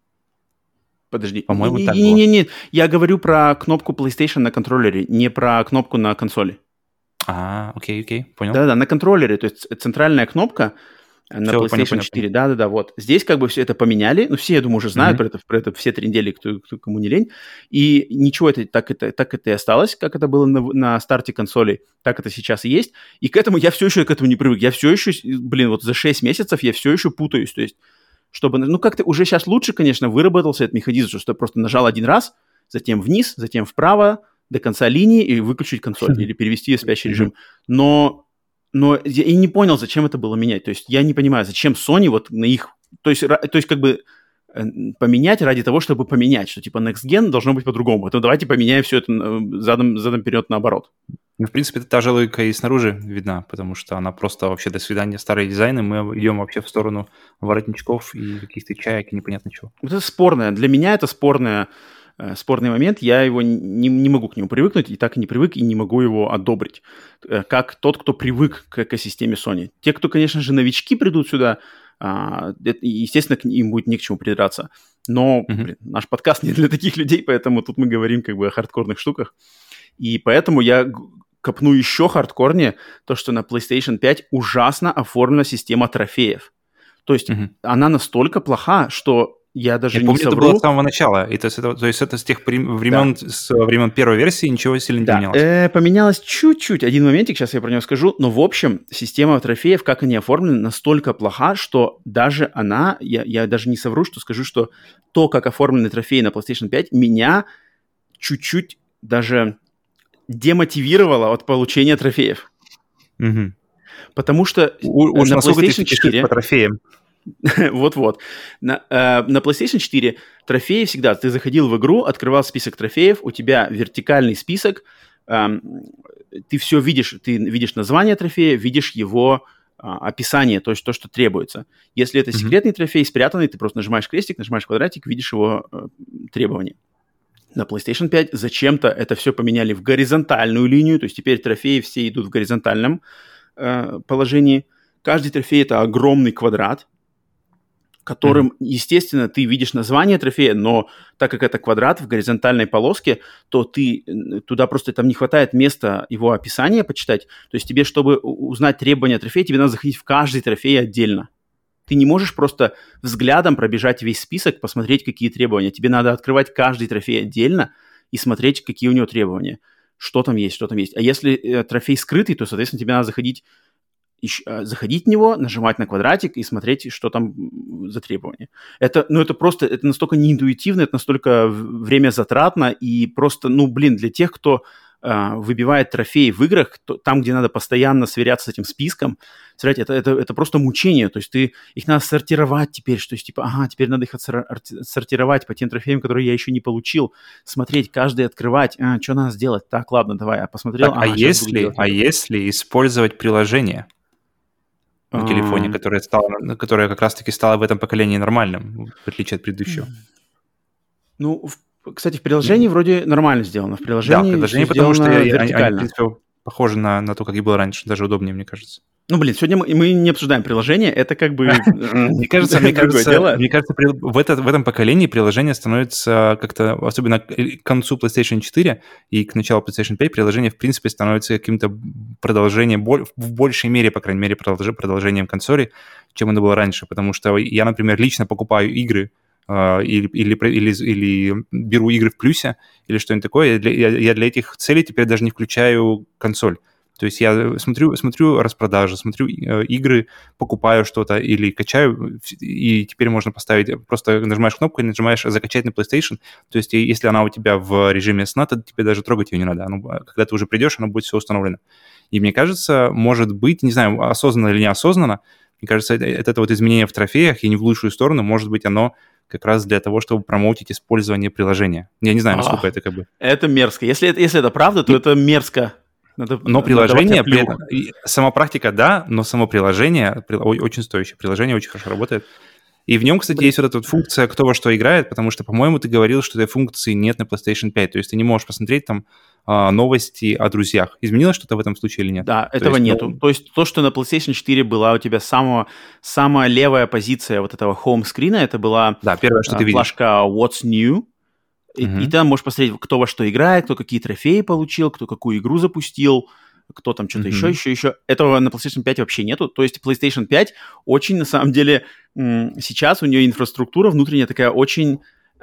Speaker 1: Подожди.
Speaker 2: По-моему, так было.
Speaker 1: Не. Я говорю про кнопку PlayStation на контроллере, не про кнопку на консоли.
Speaker 2: Окей, понял.
Speaker 1: Да, на контроллере, то есть центральная кнопка на
Speaker 2: Всё,
Speaker 1: PlayStation
Speaker 2: понял.
Speaker 1: 4. Да, вот. Здесь как бы все это поменяли. Ну, все, я думаю, уже знают про это все 3 недели, кому не лень. И ничего, так это и осталось, как это было на старте консолей, так это сейчас и есть. И я все еще к этому не привык. Я все еще, вот за 6 месяцев я все еще путаюсь. То есть, чтобы, как-то уже сейчас лучше, конечно, выработался этот механизм, что ты просто нажал один раз, затем вниз, затем вправо, до конца линии и выключить консоль или перевести ее в спящий режим. Но я не понял, зачем это было менять. То есть я не понимаю, зачем Sony вот на их... То есть как бы поменять ради того, чтобы поменять, что типа Next Gen должно быть по-другому. Поэтому давайте поменяем все это задом вперед наоборот.
Speaker 2: Ну, в принципе, та же логика и снаружи видна, потому что она просто вообще до свидания, старые дизайны, мы идем вообще в сторону воротничков и каких-то чаек и непонятно чего.
Speaker 1: Вот это спорное. Для меня это спорный момент, я его не могу к нему привыкнуть, и так и не привык, и не могу его одобрить. Как тот, кто привык к экосистеме Sony. Те, кто, конечно же, новички придут сюда, естественно, им будет не к чему придраться. Но, наш подкаст не для таких людей, поэтому тут мы говорим как бы о хардкорных штуках. И поэтому я копну еще хардкорнее то, что на PlayStation 5 ужасно оформлена система трофеев. То есть она настолько плоха, что я даже не
Speaker 2: помню,
Speaker 1: совру.
Speaker 2: Это было с самого начала. И то есть это с тех времен, с времен первой версии ничего сильно не поменялось.
Speaker 1: Поменялось чуть-чуть. Один моментик, сейчас я про него скажу. Но в общем, система трофеев, как они оформлены, настолько плоха, что даже она, я даже не совру, что скажу, что то, как оформлены трофеи на PlayStation 5, меня чуть-чуть даже демотивировало от получения трофеев. Потому что
Speaker 2: на
Speaker 1: PlayStation 4...
Speaker 2: по трофеям.
Speaker 1: Вот-вот. На PlayStation 4 трофеи всегда... Ты заходил в игру, открывал список трофеев, у тебя вертикальный список, ты все видишь. Ты видишь название трофея, видишь его описание, то есть то, что требуется. Если это секретный трофей, спрятанный, ты просто нажимаешь крестик, нажимаешь квадратик, видишь его требования. На PlayStation 5 зачем-то это все поменяли в горизонтальную линию, то есть теперь трофеи все идут в горизонтальном положении. Каждый трофей — это огромный квадрат, которым, естественно, ты видишь название трофея, но так как это квадрат в горизонтальной полоске, то ты туда просто там не хватает места его описания почитать. То есть тебе, чтобы узнать требования трофея, тебе надо заходить в каждый трофей отдельно. Ты не можешь просто взглядом пробежать весь список, посмотреть, какие требования. Тебе надо открывать каждый трофей отдельно и смотреть, какие у него требования. Что там есть, что там есть. А если трофей скрытый, то, соответственно, тебе надо заходить в него, нажимать на квадратик и смотреть, что там за требования. Это настолько неинтуитивно, это настолько время затратно и просто, для тех, кто выбивает трофеи в играх, там, где надо постоянно сверяться с этим списком, это просто мучение. То есть их надо сортировать теперь, что есть теперь надо их сортировать по тем трофеям, которые я еще не получил, смотреть, каждый открывать, что надо сделать. Так, ладно, давай, я посмотрел.
Speaker 2: Так, если использовать приложение на телефоне, которое как раз-таки стало в этом поколении нормальным, в отличие от предыдущего?
Speaker 1: Кстати, в приложении вроде нормально сделано. В приложении
Speaker 2: потому что
Speaker 1: вертикально.
Speaker 2: они, в принципе, похожи на то, как и было раньше, даже удобнее, мне кажется.
Speaker 1: Сегодня мы не обсуждаем приложение, это как бы
Speaker 2: мне кажется, в этом поколении приложение становится как-то, особенно к концу PlayStation 4 и к началу PlayStation 5, приложение, в принципе, становится каким-то продолжением, в большей мере, по крайней мере, продолжением консоли, чем это было раньше. Потому что я, например, лично покупаю игры, или беру игры в плюсе, или что-нибудь такое, я для этих целей теперь даже не включаю консоль. То есть я смотрю распродажи, смотрю игры, покупаю что-то или качаю, и теперь можно поставить, просто нажимаешь кнопку и нажимаешь «Закачать на PlayStation». То есть если она у тебя в режиме сна, то тебе даже трогать ее не надо. Когда ты уже придешь, оно будет все установлено. И мне кажется, может быть, не знаю, осознанно или неосознанно, мне кажется, это вот изменение в трофеях, и не в лучшую сторону, может быть, оно как раз для того, чтобы промоутить использование приложения. Я не знаю, насколько это как бы...
Speaker 1: Это мерзко. Если это правда, то это мерзко.
Speaker 2: Но приложение, сама практика, да, но само приложение очень стоящее. Приложение очень хорошо работает. И в нем, кстати, есть вот эта вот функция «Кто во что играет», потому что, по-моему, ты говорил, что этой функции нет на PlayStation 5. То есть ты не можешь посмотреть там новости о друзьях. Изменилось что-то в этом случае или нет?
Speaker 1: Да, этого нету. То есть то, что на PlayStation 4 была у тебя самая левая позиция вот этого хоум-скрина, это была
Speaker 2: первое, что ты видишь.
Speaker 1: Флажка «What's New?». И ты там можешь посмотреть, кто во что играет, кто какие трофеи получил, кто какую игру запустил, кто там что-то еще. Этого на PlayStation 5 вообще нету. То есть PlayStation 5 очень, на самом деле, сейчас у нее инфраструктура внутренняя такая очень...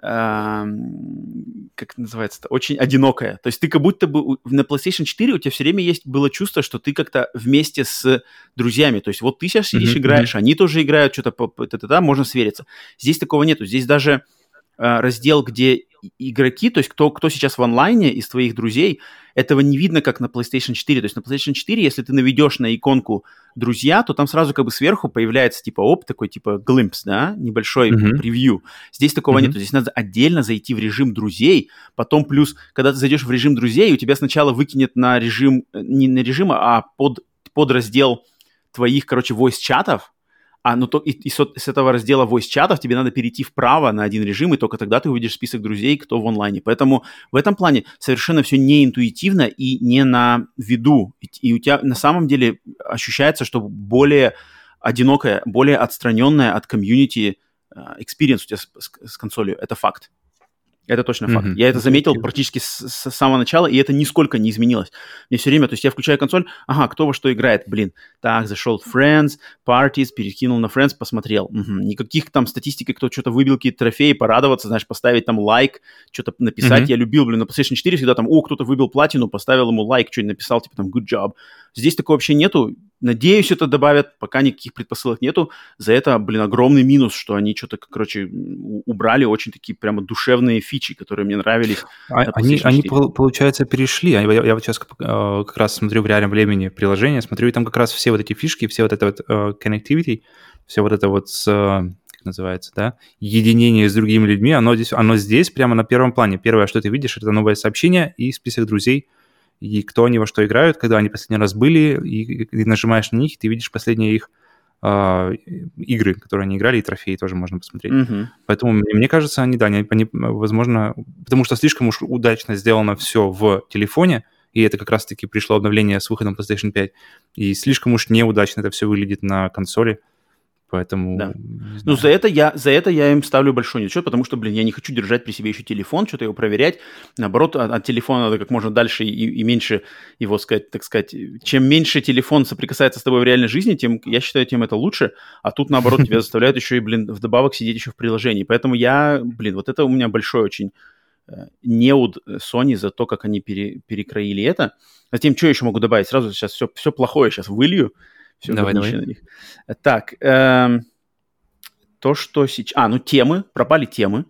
Speaker 1: как называется-то, очень одинокая. То есть ты как будто бы на PlayStation 4 у тебя все время было чувство, что ты как-то вместе с друзьями. То есть вот ты сейчас сидишь, играешь, они тоже играют, что-то можно свериться. Здесь такого нету. Здесь даже раздел, где игроки, то есть кто сейчас в онлайне из твоих друзей, этого не видно, как на PlayStation 4. То есть на PlayStation 4, если ты наведешь на иконку «Друзья», то там сразу как бы сверху появляется такой glimpse, да, небольшой превью. Здесь такого нету. Здесь надо отдельно зайти в режим «Друзей», потом плюс, когда ты зайдешь в режим «Друзей», у тебя сначала выкинет на режим, не на режим, а под раздел твоих, voice-чатов, и с этого раздела voice-чатов тебе надо перейти вправо на один режим, и только тогда ты увидишь список друзей, кто в онлайне. Поэтому в этом плане совершенно все неинтуитивно и не на виду. И у тебя на самом деле ощущается, что более одинокая, более отстраненная от комьюнити experience у тебя с консолью. Это факт. Это точно факт. Я это заметил практически с самого начала, и это нисколько не изменилось. Мне все время, то есть я включаю консоль, кто во что играет, так, зашел в Friends, Parties, перекинул на Friends, посмотрел. Никаких там статистики, кто что-то выбил, какие-то трофеи, порадоваться, знаешь, поставить там лайк, что-то написать. Я любил, на PlayStation 4 всегда там, кто-то выбил платину, поставил ему лайк, что-нибудь написал, типа там good job. Здесь такого вообще нету. Надеюсь, это добавят, пока никаких предпосылок нету. За это, огромный минус, что они что-то, убрали очень такие прямо душевные фичи, которые мне нравились.
Speaker 2: Они, получается, перешли. Я вот сейчас как раз смотрю в реальном времени приложение, смотрю, и там как раз все вот эти фишки, все вот это вот connectivity, все вот это вот как называется, да, единение с другими людьми, оно здесь прямо на первом плане. Первое, что ты видишь, это новое сообщение и список друзей, и кто они во что играют, когда они последний раз были, и нажимаешь на них, и ты видишь последние их игры, которые они играли, и трофеи тоже можно посмотреть. Поэтому, мне кажется, они, возможно, потому что слишком уж удачно сделано все в телефоне, и это как раз-таки пришло обновление с выходом PlayStation 5, и слишком уж неудачно это все выглядит на консоли. Поэтому...
Speaker 1: Да. Ну, за это я им ставлю большой нечет, потому что, я не хочу держать при себе еще телефон, что-то его проверять. Наоборот, от телефона надо как можно дальше и меньше его, так сказать, чем меньше телефон соприкасается с тобой в реальной жизни, тем, я считаю, тем это лучше. А тут, наоборот, тебя заставляют еще и, вдобавок сидеть еще в приложении. Поэтому вот это у меня большой очень неуд Sony за то, как они перекроили это. Затем, что еще могу добавить? Сразу сейчас все плохое сейчас вылью. Все, давай. На них. Так, то, что сейчас... темы, пропали темы.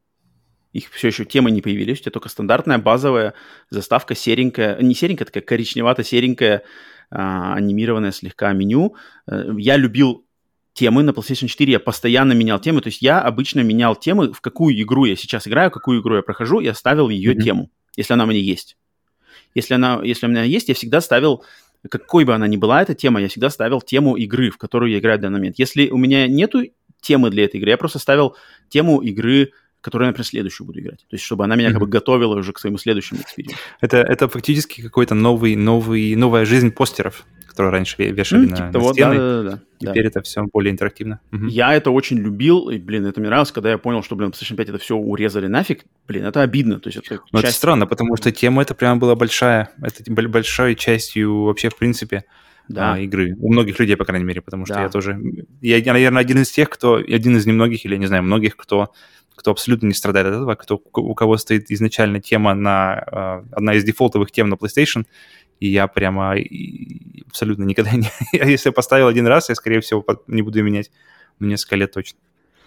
Speaker 1: Их все еще темы не появились. У тебя только стандартная базовая заставка серенькая. Не серенькая, такая коричневато-серенькая, анимированное слегка меню. Я любил темы на PlayStation 4. Я постоянно менял темы. То есть я обычно менял темы, в какую игру я сейчас играю, какую игру я прохожу. Я ставил ее тему, если она у меня есть. Если у меня есть, я всегда ставил... Какой бы она ни была, эта тема, я всегда ставил тему игры, в которую я играю в данный момент. Если у меня нету темы для этой игры, я просто ставил тему игры, которую я, например, следующую буду играть. То есть, чтобы она меня как бы готовила уже к своему следующему экспириенсу.
Speaker 2: Это фактически какой-то новая жизнь постеров, которые раньше вешали на стены.
Speaker 1: Да.
Speaker 2: Теперь это все более интерактивно.
Speaker 1: Я это очень любил, и, это мне нравилось, когда я понял, что, PlayStation 5 это все урезали нафиг. Это обидно. То есть
Speaker 2: это странно, потому что тема эта прямо была большая. Это большой частью вообще, в принципе, игры. У многих людей, по крайней мере, потому что я тоже... Я, наверное, один из немногих, или, не знаю, многих, кто абсолютно не страдает от этого, у кого стоит изначально тема одна из дефолтовых тем на PlayStation, и я прямо абсолютно никогда не... Если я поставил один раз, я, скорее всего, не буду ее менять несколько лет точно.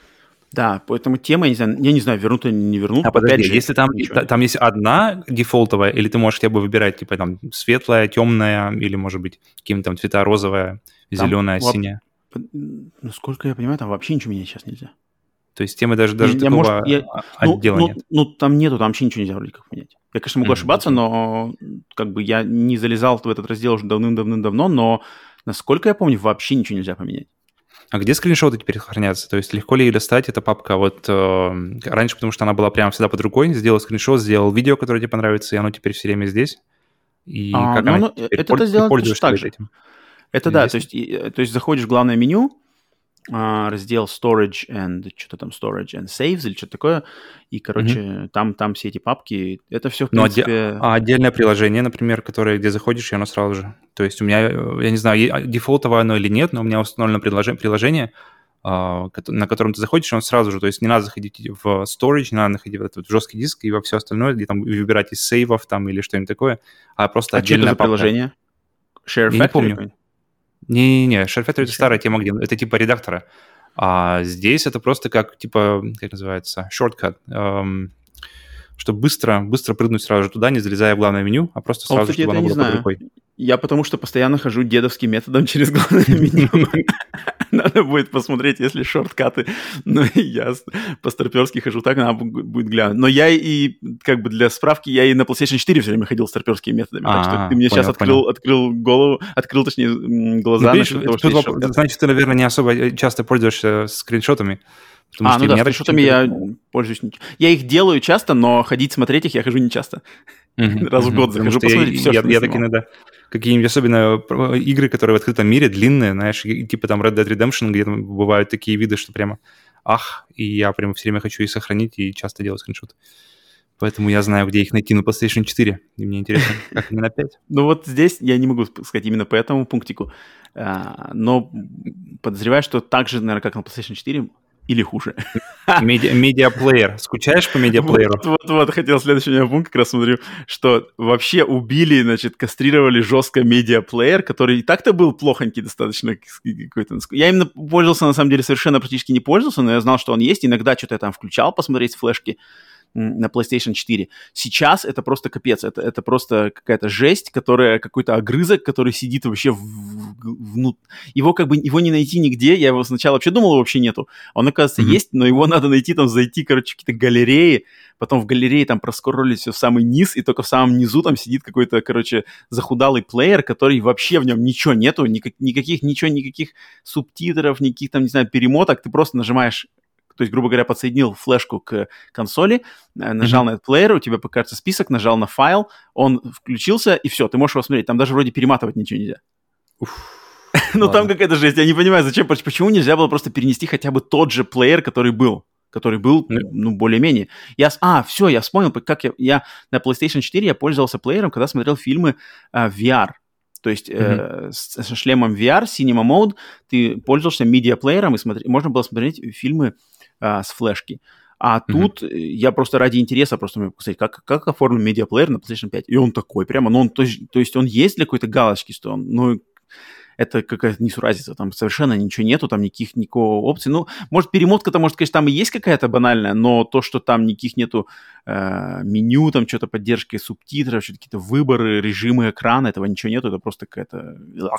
Speaker 1: Да, поэтому тема, я не знаю, вернут или не вернут.
Speaker 2: Подожди, если там есть одна дефолтовая, или ты можешь хотя бы выбирать, типа, там, светлая, темная, или, может быть, какие-то там цвета розовая, зеленая, синяя?
Speaker 1: Насколько я понимаю, там вообще ничего менять сейчас нельзя.
Speaker 2: То есть темы даже такого отдела нет?
Speaker 1: Там нету, там вообще ничего нельзя вроде как менять. Я, конечно, могу ошибаться, но как бы я не залезал в этот раздел уже давным-давно, но, насколько я помню, вообще ничего нельзя поменять.
Speaker 2: А где скриншоты теперь хранятся? То есть легко ли ее достать? Эта папка раньше, потому что она была прямо всегда под рукой, сделал скриншот, сделал видео, которое тебе понравится, и оно теперь все время здесь. И как она теперь пользуешься этим?
Speaker 1: Это да, то есть заходишь в главное меню, раздел Storage and Saves или что-то такое, и, короче, там все эти папки, это все, в принципе...
Speaker 2: А отдельное приложение, например, где заходишь, и оно сразу же... То есть у меня, я не знаю, дефолтовое оно или нет, но у меня установлено приложение, на котором ты заходишь, и он сразу же, то есть не надо заходить в Storage, не надо заходить в этот жесткий диск и во все остальное, где там выбирать из сейвов там или что-нибудь такое, а просто отдельное папка.
Speaker 1: Приложение? Share Factory?
Speaker 2: Я не помню. Не-не-не, Share Factory — это старая тема, где это типа редактора. А здесь это просто как называется, shortcut, чтобы быстро прыгнуть сразу же туда, не залезая в главное меню, а просто сразу, чтобы оно было под рукой.
Speaker 1: Я потому что постоянно хожу дедовским методом через главное меню. Надо будет посмотреть, если шорткаты. Но я по-старперски хожу так, надо будет глянуть. Но я и, как бы для справки, я и на PlayStation 4 все время ходил старперскими методами. Так что ты мне сейчас открыл глаза.
Speaker 2: Значит, ты, наверное, не особо часто пользуешься скриншотами.
Speaker 1: Скриншотами я пользуюсь. Я их делаю часто, но ходить смотреть их я хожу не часто. Раз в год захожу посмотреть все, что я так иногда...
Speaker 2: Какие-нибудь особенно игры, которые в открытом мире, длинные, знаешь, типа там Red Dead Redemption, где там бывают такие виды, что прямо и я прямо все время хочу их сохранить и часто делаю скриншоты. Поэтому я знаю, где их найти на PlayStation 4. И мне интересно, как именно 5.
Speaker 1: Ну вот здесь я не могу сказать именно по этому пунктику, но подозреваю, что так же, наверное, как на PlayStation 4, или хуже.
Speaker 2: Медиаплеер. Скучаешь по медиаплееру?
Speaker 1: Вот, хотел следующий у меня пункт, как раз смотрю, что вообще убили, кастрировали жестко медиаплеер, который и так-то был плохонький достаточно какой-то. Я именно пользовался, на самом деле, совершенно практически не пользовался, но я знал, что он есть. Иногда что-то я там включал, посмотреть флешки на PlayStation 4. Сейчас это просто капец. Это просто какая-то жесть, какой-то огрызок, который сидит вообще его как бы его не найти нигде. Я его сначала вообще думал, его вообще нету. Он, оказывается, есть, но его надо найти, там зайти, короче, в какие-то галереи, потом в галерее там проскроллить все в самый низ, и только в самом низу там сидит какой-то, короче, захудалый плеер, который вообще в нем ничего нету, никаких субтитров, никаких там, не знаю, перемоток. Ты просто нажимаешь, то есть, грубо говоря, подсоединил флешку к консоли, нажал на этот плеер, у тебя покажется список, нажал на файл, он включился, и все, ты можешь его смотреть. Там даже вроде перематывать ничего нельзя. Ну, там какая-то жесть. Я не понимаю, почему нельзя было просто перенести хотя бы тот же плеер, который был, ну, более-менее. Все, я вспомнил, как я на PlayStation 4 я пользовался плеером, когда смотрел фильмы VR. То есть со шлемом VR, Cinema Mode, ты пользовался медиаплеером, и можно было смотреть фильмы с флешки. А тут я просто ради интереса просто могу сказать, как оформлен медиаплеер на PlayStation 5. И он такой прямо, ну, то есть он есть для какой-то галочки, что он, ну, это какая-то несуразица, там совершенно ничего нету, там никакого опции. Ну, может, перемотка-то, может, конечно, там и есть какая-то банальная, но то, что там никаких нету меню, там что-то поддержки субтитров, что-то какие-то выборы, режимы экрана, этого ничего нету, это просто какая-то...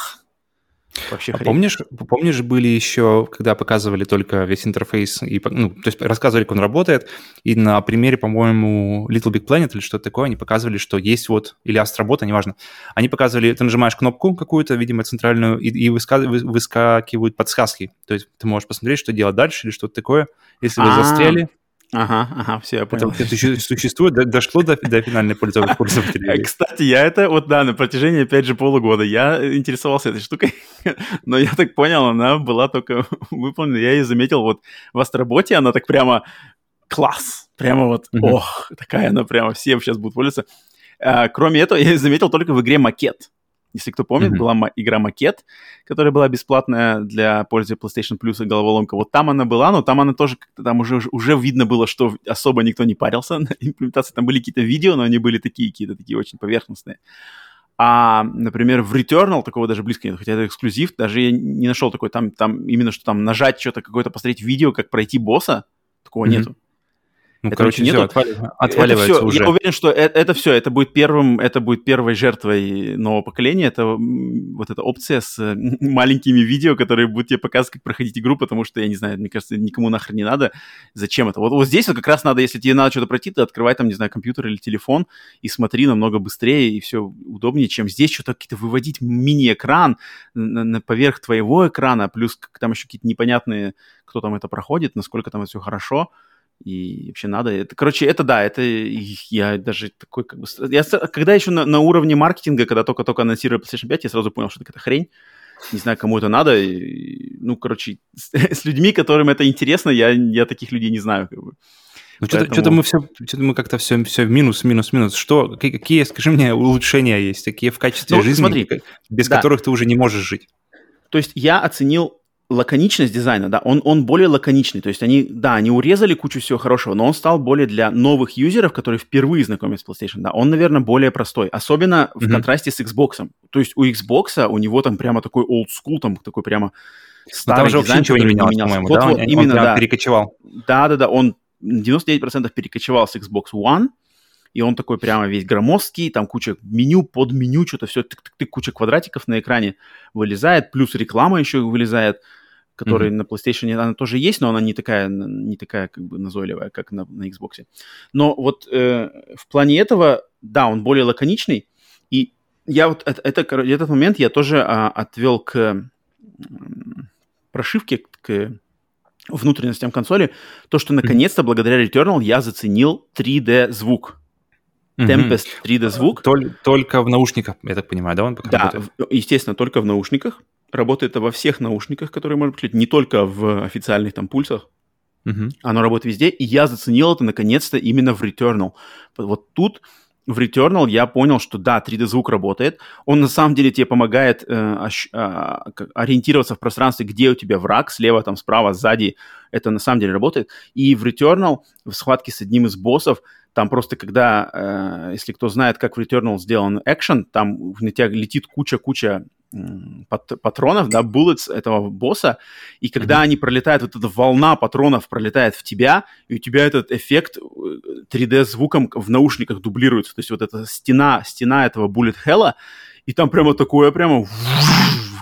Speaker 1: Вообще
Speaker 2: помнишь, были еще, когда показывали только весь интерфейс, то есть рассказывали, как он работает, и на примере, по-моему, Little Big Planet или что-то такое, они показывали, что есть вот, или Астробота, неважно, они показывали, ты нажимаешь кнопку какую-то, видимо, центральную, и выскакивают подсказки, то есть ты можешь посмотреть, что делать дальше или что-то такое, если вы застряли.
Speaker 1: Ага, все, я понял.
Speaker 2: Это существует, дошло до финальной пользователя.
Speaker 1: Кстати, я это, на протяжении, опять же, полугода я интересовался этой штукой, но я так понял, она была только выполнена, я ее заметил вот в Астроботе, она так прямо класс, прямо вот, такая она прямо, все сейчас будут пользоваться. Кроме этого, я ее заметил только в игре «Макет». Если кто помнит, была игра «Макет», которая была бесплатная для пользователей PlayStation Plus и головоломка. Вот там она была, но там она тоже как-то там уже видно было, что особо никто не парился на имплементации. Там были какие-то видео, но они были какие-то такие очень поверхностные. А, например, в Returnal такого даже близко нет, хотя это эксклюзив, даже я не нашел такой, там именно что там нажать что-то какое-то, посмотреть видео, как пройти босса, такого нету.
Speaker 2: Ну, это короче, все, отваливается
Speaker 1: это все,
Speaker 2: уже.
Speaker 1: Я уверен, что это будет первой жертвой нового поколения. Это вот эта опция с маленькими видео, которые будут тебе показывать, как проходить игру, потому что, я не знаю, мне кажется, никому нахрен не надо. Зачем это? Вот здесь вот как раз надо, если тебе надо что-то пройти, ты открывай там, не знаю, компьютер или телефон и смотри намного быстрее, и все удобнее, чем здесь что-то какие-то выводить мини-экран поверх твоего экрана, плюс там еще какие-то непонятные, кто там это проходит, насколько там это все хорошо. И вообще надо. Это я даже такой как бы... Когда еще на уровне маркетинга, когда только анонсировали PlayStation 5, я сразу понял, что это какая-то хрень. Не знаю, кому это надо. С людьми, которым это интересно, я таких людей не знаю. Как бы.
Speaker 2: Ну, поэтому... что-то мы как-то все минус. Что? Какие, скажи мне, улучшения есть? Такие в качестве жизни, смотри, без которых ты уже не можешь жить?
Speaker 1: То есть я оценил лаконичность дизайна, да, он более лаконичный, то есть они урезали кучу всего хорошего, но он стал более для новых юзеров, которые впервые знакомятся с PlayStation, да, он, наверное, более простой, особенно в контрасте с Xbox. То есть у Xbox, у него там прямо такой old school, там такой прямо старый
Speaker 2: дизайн, вообще ничего не менялось, по-моему, да? Он
Speaker 1: именно,
Speaker 2: перекочевал.
Speaker 1: Да, он 99% перекочевал с Xbox One, и он такой прямо весь громоздкий, там куча меню, под меню, что-то все, куча квадратиков на экране вылезает, плюс реклама еще вылезает, которая на PlayStation она тоже есть, но она не такая как бы назойливая, как на Xbox. Но вот в плане этого, да, он более лаконичный, и я вот этот момент я тоже отвел к прошивке, к внутренностям консоли, то, что наконец-то благодаря Returnal я заценил 3D-звук. Tempest 3D-звук.
Speaker 2: Только в наушниках, я так понимаю, да, он пока работает?
Speaker 1: Да, естественно, только в наушниках. Работает это во всех наушниках, которые можно подключить, не только в официальных там пульсах. Оно работает везде, и я заценил это наконец-то именно в Returnal. Вот тут в Returnal я понял, что да, 3D-звук работает. Он на самом деле тебе помогает ориентироваться в пространстве, где у тебя враг, слева, там, справа, сзади. Это на самом деле работает. И в Returnal, в схватке с одним из боссов, там просто когда, если кто знает, как в Returnal сделан экшен, там на тебя летит куча патронов, да, bullets этого босса, и когда они пролетают, вот эта волна патронов пролетает в тебя, и у тебя этот эффект 3D-звуком в наушниках дублируется, то есть вот эта стена этого bullet hell'а, и там прямо такое,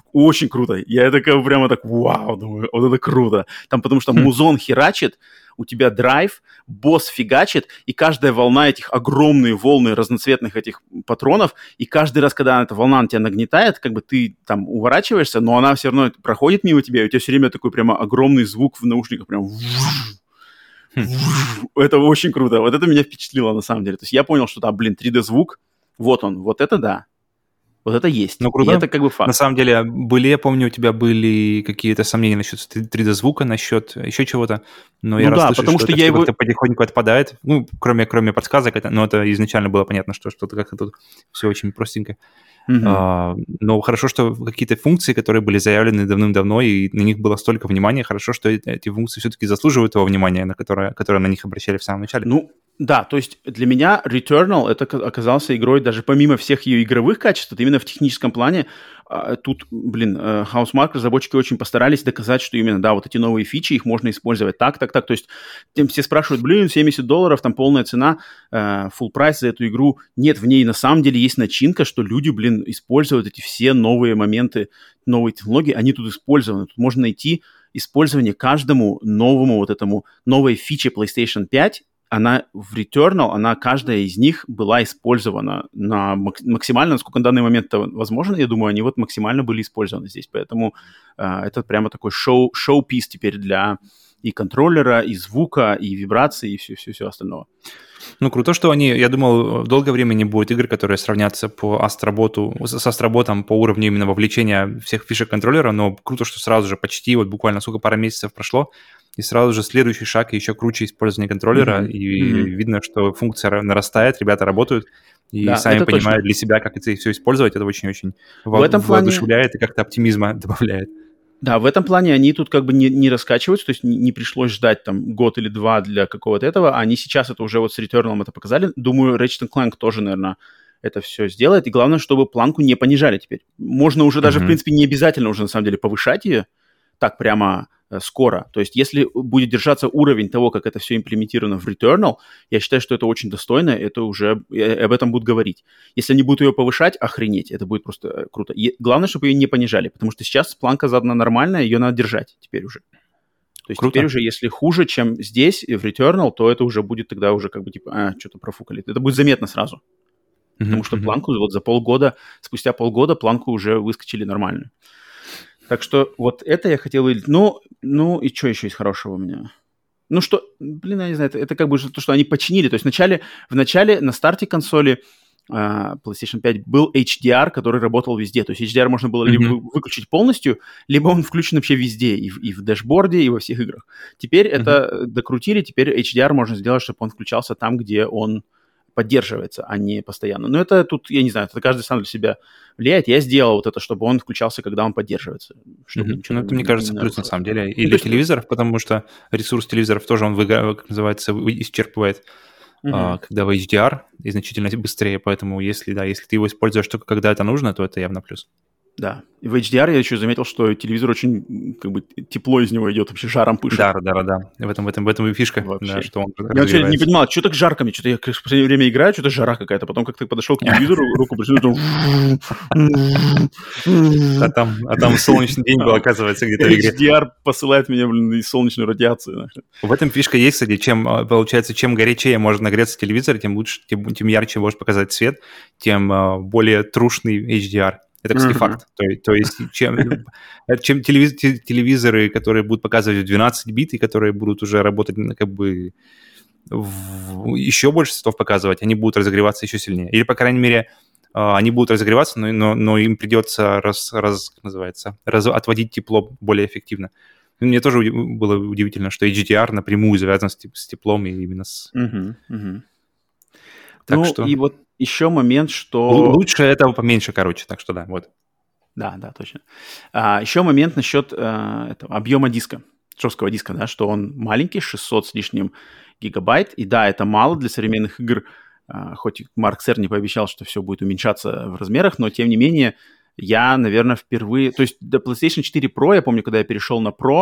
Speaker 1: очень круто. Я такая прямо так, вау, думаю, вот это круто. Там потому что музон херачит, у тебя драйв, босс фигачит, и каждая волна этих огромные волны разноцветных этих патронов, и каждый раз, когда эта волна на тебя нагнетает, как бы ты там уворачиваешься, но она все равно проходит мимо тебя, и у тебя все время такой прямо огромный звук в наушниках, прям... Это очень круто. Вот это меня впечатлило на самом деле. То есть я понял, что там, 3D-звук, вот он, вот это да. Вот это есть.
Speaker 2: Ну, круто.
Speaker 1: И это как бы факт.
Speaker 2: На самом деле, я помню, у тебя были какие-то сомнения насчет 3D-звука, насчет еще чего-то, но я раз слышу, потому что это как-то потихоньку отпадает, ну, кроме подсказок, но это изначально было понятно, что что-то как-то тут все очень простенько. Но хорошо, что какие-то функции, которые были заявлены давным-давно, и на них было столько внимания, хорошо, что эти функции все-таки заслуживают того внимания, которое на них обращали в самом начале.
Speaker 1: Ну, да, то есть для меня Returnal это оказался игрой, даже помимо всех ее игровых качеств, именно в техническом плане, тут, Housemarque, разработчики очень постарались доказать, что именно, да, вот эти новые фичи, их можно использовать так. То есть все спрашивают, $70, там полная цена, full прайс за эту игру. Нет, в ней на самом деле есть начинка, что люди, используют эти все новые моменты, новые технологии, они тут использованы. Тут можно найти использование каждому новому вот этому, новой фиче PlayStation 5, она в Returnal, каждая из них была использована на максимально, насколько на данный момент это возможно, я думаю, они вот максимально были использованы здесь. Поэтому это прямо такой шоу-пис теперь для и контроллера, и звука, и вибрации, и все остального.
Speaker 2: Ну, круто, что я думал, долгое время не будет игр, которые сравнятся с Астроботом по уровню именно вовлечения всех фишек контроллера, но круто, что сразу же почти, вот буквально пара месяцев прошло, и сразу же следующий шаг, еще круче использование контроллера, видно, что функция нарастает, ребята работают, и сами понимают для себя, как это все использовать, это очень-очень воодушевляет и как-то оптимизма добавляет.
Speaker 1: Да, в этом плане они тут как бы не раскачиваются, то есть не пришлось ждать там год или два для какого-то этого, они сейчас это уже вот с Returnal это показали. Думаю, Ratchet & Clank тоже, наверное, это все сделает, и главное, чтобы планку не понижали теперь. Можно уже даже, в принципе, не обязательно уже на самом деле повышать ее так прямо скоро. То есть если будет держаться уровень того, как это все имплементировано в Returnal, я считаю, что это очень достойно, это уже об этом будут говорить. Если они будут ее повышать, охренеть, это будет просто круто. И главное, чтобы ее не понижали, потому что сейчас планка задана нормальная, ее надо держать теперь уже. То есть теперь уже, если хуже, чем здесь в Returnal, то это уже будет тогда уже как бы типа, что-то профукали. Это будет заметно сразу. Потому что планку вот спустя полгода планку уже выскочили нормальную. Так что вот это я хотел... Ну и что еще есть хорошего у меня? Ну что, я не знаю, это как бы то, что они починили. То есть в начале на старте консоли PlayStation 5 был HDR, который работал везде. То есть HDR можно было либо выключить полностью, либо он включен вообще везде, и в дэшборде, и во всех играх. Теперь это докрутили, теперь HDR можно сделать, чтобы он включался там, где он поддерживается, а не постоянно. Но это тут, я не знаю, это каждый сам для себя влияет. Я сделал вот это, чтобы он включался, когда он поддерживается.
Speaker 2: Ну, это, мне кажется, плюс на самом деле. И для телевизоров, потому что ресурс телевизоров тоже он, как называется, исчерпывает, когда в HDR, и значительно быстрее. Поэтому если ты его используешь только когда это нужно, то это явно плюс.
Speaker 1: Да. И в HDR я еще заметил, что телевизор очень, как бы, тепло из него идет, вообще жаром пышет.
Speaker 2: Да. В этом и фишка. Да, что он
Speaker 1: я вообще не понимал, что так жарко мне, что-то я в последнее время играю, что-то жара какая-то. Потом как-то подошел к телевизору, руку прижал,
Speaker 2: а там солнечный день был, оказывается, где-то в игре.
Speaker 1: HDR посылает меня, из солнечную радиацию.
Speaker 2: В этом фишка есть, кстати, чем горячее может нагреться телевизор, тем лучше, тем ярче может показать свет, тем более трушный HDR. Это, кстати, факт. То есть, чем телевизоры, которые будут показывать в 12 бит, и которые будут уже работать как бы еще больше цветов показывать, они будут разогреваться еще сильнее. Или, по крайней мере, они будут разогреваться, но им придется отводить тепло более эффективно. Мне тоже было удивительно, что HDR напрямую завязан с теплом и именно с...
Speaker 1: Так что... и вот еще момент, что...
Speaker 2: Лучше этого поменьше, короче, так что да, вот.
Speaker 1: Да, точно. Еще момент насчет объема диска, жесткого диска, да, что он маленький, 600 с лишним гигабайт, и да, это мало для современных игр, хоть Марк Церни пообещал, что все будет уменьшаться в размерах, но тем не менее я, наверное, впервые... То есть до PlayStation 4 Pro, я помню, когда я перешел на Pro,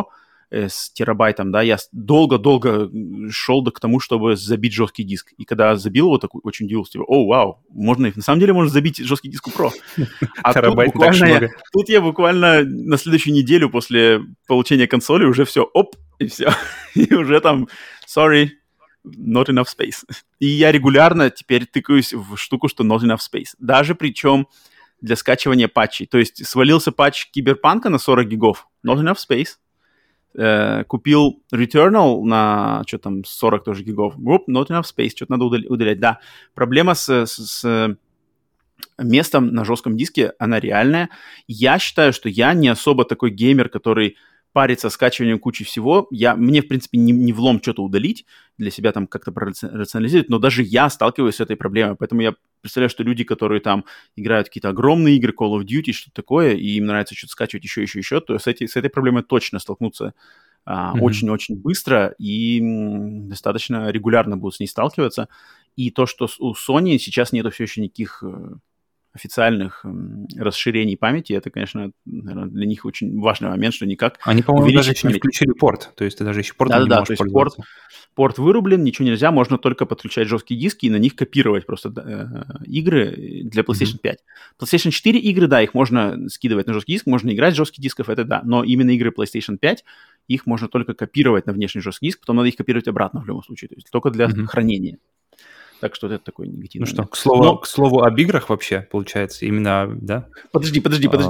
Speaker 1: с терабайтом, да, я долго-долго шел к тому, чтобы забить жесткий диск. И когда забил его, такой очень удивился, типа, о, вау, на самом деле можно забить жесткий диск Pro. А тут я буквально на следующую неделю после получения консоли уже все, и все. И уже там, sorry, not enough space. И я регулярно теперь тыкаюсь в штуку, что not enough space. Даже причем для скачивания патчей. То есть свалился патч Киберпанка на 40 гигов, not enough space. Купил Returnal на, что там, 40 тоже гигов. Not enough space, что-то надо удалять. Да, проблема с местом на жестком диске, она реальная. Я считаю, что я не особо такой геймер, который париться скачиванием кучи всего. Мне, в принципе, не влом что-то удалить, для себя там как-то рационализировать, но даже я сталкиваюсь с этой проблемой. Поэтому я представляю, что люди, которые там играют какие-то огромные игры, Call of Duty, что-то такое, и им нравится что-то скачивать еще, то с этой проблемой точно столкнутся очень-очень быстро и достаточно регулярно будут с ней сталкиваться. И то, что у Sony сейчас нету все еще никаких официальных расширений памяти, это, конечно, наверное, для них очень важный момент, что никак...
Speaker 2: Они, по-моему, даже еще не включили порт, то есть ты даже еще портом не можешь пользоваться.
Speaker 1: Порт вырублен, ничего нельзя, можно только подключать жесткие диски и на них копировать просто игры для PlayStation 5. PlayStation 4 игры, да, их можно скидывать на жесткий диск, можно играть с жестких дисков, это да, но именно игры PlayStation 5, их можно только копировать на внешний жесткий диск, потом надо их копировать обратно в любом случае, то есть только для хранения. Так что это такой негативный.
Speaker 2: Ну что, к слову об играх вообще, получается, именно, да?
Speaker 1: Подожди,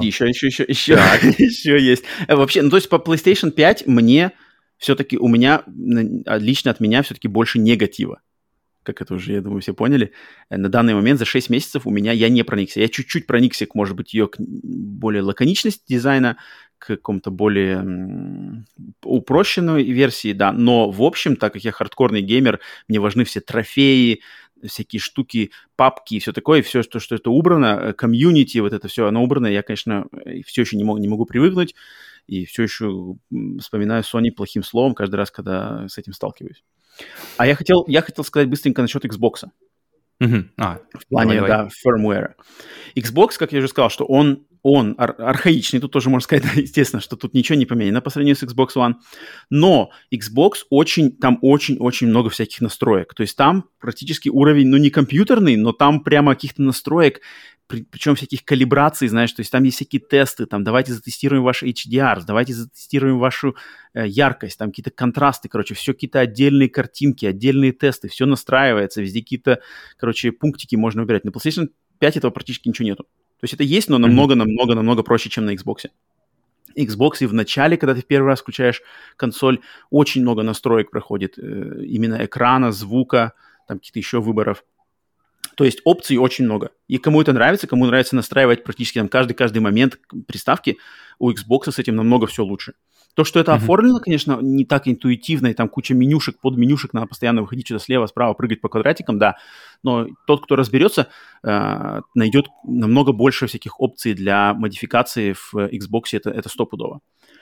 Speaker 1: еще есть. Вообще, ну то есть по PlayStation 5 у меня, лично от меня все-таки больше негатива. Как это уже, я думаю, все поняли. На данный момент за 6 месяцев я не проникся. Я чуть-чуть проникся, может быть, ее к более лаконичности дизайна, к какому-то более упрощенной версии, да. Но, в общем, так как я хардкорный геймер, мне важны все трофеи, всякие штуки, папки и все такое, и все, что это убрано, комьюнити, вот это все, оно убрано, я, конечно, все еще не могу привыкнуть, и все еще вспоминаю Sony плохим словом каждый раз, когда с этим сталкиваюсь. А я хотел сказать быстренько насчет Xbox. В плане, да, firmware. Xbox, как я уже сказал, что он архаичный, тут тоже можно сказать, естественно, что тут ничего не поменяно по сравнению с Xbox One, но Xbox там очень много всяких настроек, то есть там практически уровень, не компьютерный, но там прямо каких-то настроек, причем всяких калибраций, знаешь, то есть там есть всякие тесты, там давайте затестируем ваш HDR, давайте затестируем вашу яркость, там какие-то контрасты, все какие-то отдельные картинки, отдельные тесты, все настраивается, везде какие-то, пунктики можно выбирать. На PlayStation 5 этого практически ничего нету. То есть это есть, но намного проще, чем на Xbox. Xbox и в начале, когда ты в первый раз включаешь консоль, очень много настроек проходит, именно экрана, звука, там каких-то еще выборов. То есть опций очень много. И кому нравится настраивать практически там каждый момент приставки, у Xbox с этим намного все лучше. То, что это оформлено, конечно, не так интуитивно, и там куча менюшек, подменюшек, надо постоянно выходить сюда слева, справа, прыгать по квадратикам, да. Но тот, кто разберется, найдет намного больше всяких опций для модификации в Xbox, это стопудово.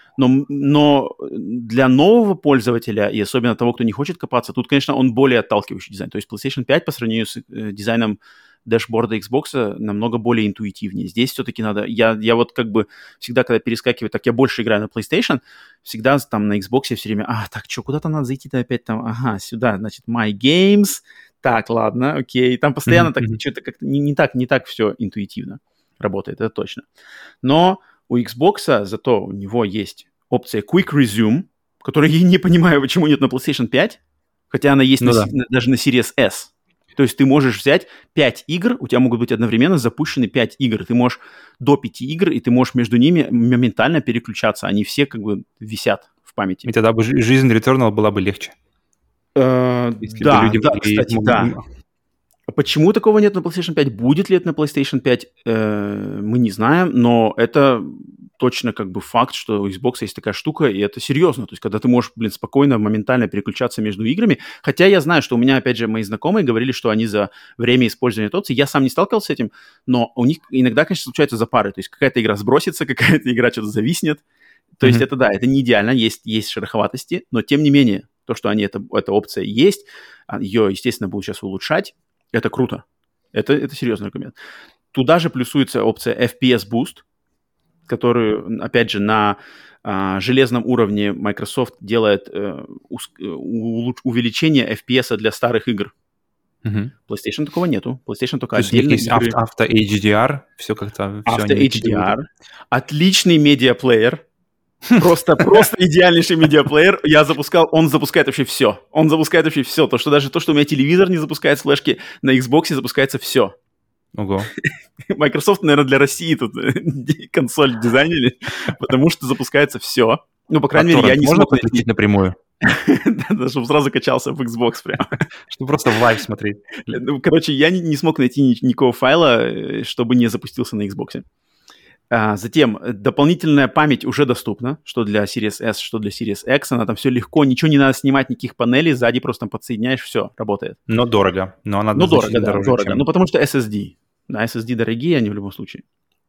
Speaker 1: Но для нового пользователя, и особенно того, кто не хочет копаться, тут, конечно, он более отталкивающий дизайн. То есть PlayStation 5 по сравнению с дизайном дэшборда Xbox намного более интуитивнее. Здесь все-таки надо... Я вот всегда, когда перескакиваю, так я больше играю на PlayStation, всегда там на Xbox все время, куда там надо зайти-то опять там, сюда, значит, My Games, так, ладно, окей. Там постоянно так что-то как-то не так все интуитивно работает, это точно. Но у Xbox зато у него есть опция Quick Resume, которую я не понимаю, почему нет на PlayStation 5, хотя она есть даже на Series S. То есть ты можешь взять 5 игр, у тебя могут быть одновременно запущены 5 игр. Ты можешь до 5 игр, и ты можешь между ними моментально переключаться. Они все висят в памяти.
Speaker 2: И тогда бы жизнь Returnal была бы легче.
Speaker 1: Да, кстати, да. Почему такого нет на PlayStation 5? Будет ли это на PlayStation 5, мы не знаем, но это точно факт, что у Xbox есть такая штука, и это серьезно. То есть, когда ты можешь, спокойно, моментально переключаться между играми. Хотя я знаю, что у меня, опять же, мои знакомые говорили, что они за время использования этой опции, я сам не сталкивался с этим, но у них иногда, конечно, случаются запары. То есть, какая-то игра сбросится, какая-то игра что-то зависнет. То есть, это не идеально, есть шероховатости, но тем не менее, то, что эта опция есть, ее, естественно, будут сейчас улучшать, это круто. Это серьезный аргумент. Туда же плюсуется опция FPS Boost, которую, опять же, на железном уровне Microsoft делает увеличение FPS для старых игр. PlayStation такого нету. PlayStation только отдельно
Speaker 2: есть
Speaker 1: игры.
Speaker 2: Авто-HDR, все как-то...
Speaker 1: Авто-HDR. Отличный медиаплеер. Просто идеальнейший медиаплеер. Он запускает вообще все. То, что даже то, что у меня телевизор не запускает с флешки, на Xbox запускается все.
Speaker 2: Ого.
Speaker 1: Microsoft, наверное, для России тут консоль дизайнили, потому что запускается все. Ну, по крайней мере, я не смог
Speaker 2: подключить напрямую.
Speaker 1: Да, чтобы сразу качался в Xbox прямо.
Speaker 2: Чтобы просто в лайв смотреть.
Speaker 1: Ну, короче, я не смог найти никакого файла, чтобы не запустился на Xbox. Затем дополнительная память уже доступна, что для Series S, что для Series X. Она там все легко, ничего не надо снимать, никаких панелей, сзади просто подсоединяешь, все, работает.
Speaker 2: Но дорого. Но она
Speaker 1: дорого.
Speaker 2: Чем...
Speaker 1: Ну, потому что SSD. Да, SSD дорогие, они в любом случае.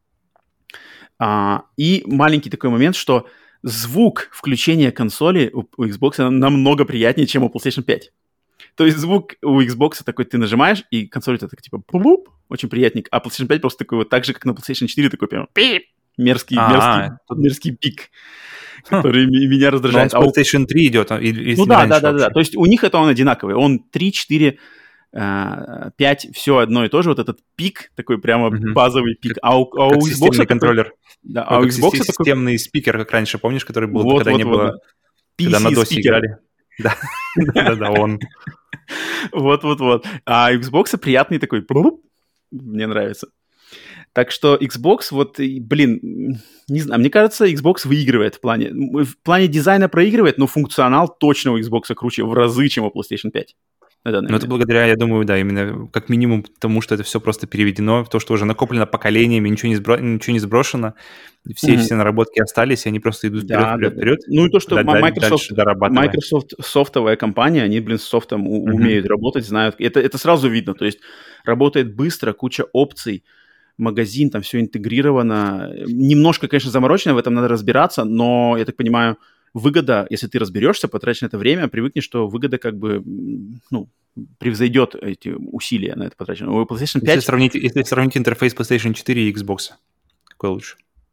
Speaker 1: И маленький такой момент, что звук включения консоли у Xbox намного приятнее, чем у PlayStation 5. То есть звук у Xbox такой, ты нажимаешь, и консоль это так типа пуп, очень приятненько. А PlayStation 5 просто такой вот так же, как на PlayStation 4, такой прям пип, мерзкий пик, который меня раздражает.
Speaker 2: Но он с PlayStation 3 идет.
Speaker 1: Ну да. То есть у них это он одинаковый. Он 3, 4, 5, все одно и то же. Вот этот пик, такой прямо базовый пик. А у Xbox
Speaker 2: контроллер.
Speaker 1: Да, а у Xbox
Speaker 2: системный спикер, как раньше, помнишь, который был, когда не было...
Speaker 1: Когда
Speaker 2: на DOS играли. Да, он.
Speaker 1: Вот. А Xbox приятный такой, мне нравится. Так что Xbox, не знаю, мне кажется, Xbox выигрывает в плане дизайна проигрывает, но функционал точно у Xbox круче в разы, чем у PlayStation 5.
Speaker 2: Но это благодаря, я думаю, да, именно как минимум тому, что это все просто переведено, то, что уже накоплено поколениями, ничего не сброшено, все наработки остались, и они просто идут вперед.
Speaker 1: Ну и то, что Microsoft софтовая компания, они, с софтом умеют работать, знают. Это сразу видно, то есть работает быстро, куча опций, магазин, там все интегрировано. Немножко, конечно, заморочено, в этом надо разбираться, но, я так понимаю, выгода, если ты разберешься, потратишь на это время, привыкнешь, что выгода как бы, превзойдет эти усилия на это потрачено. У PlayStation 5...
Speaker 2: Если сравнить интерфейс PlayStation 4 и Xbox, какой лучше?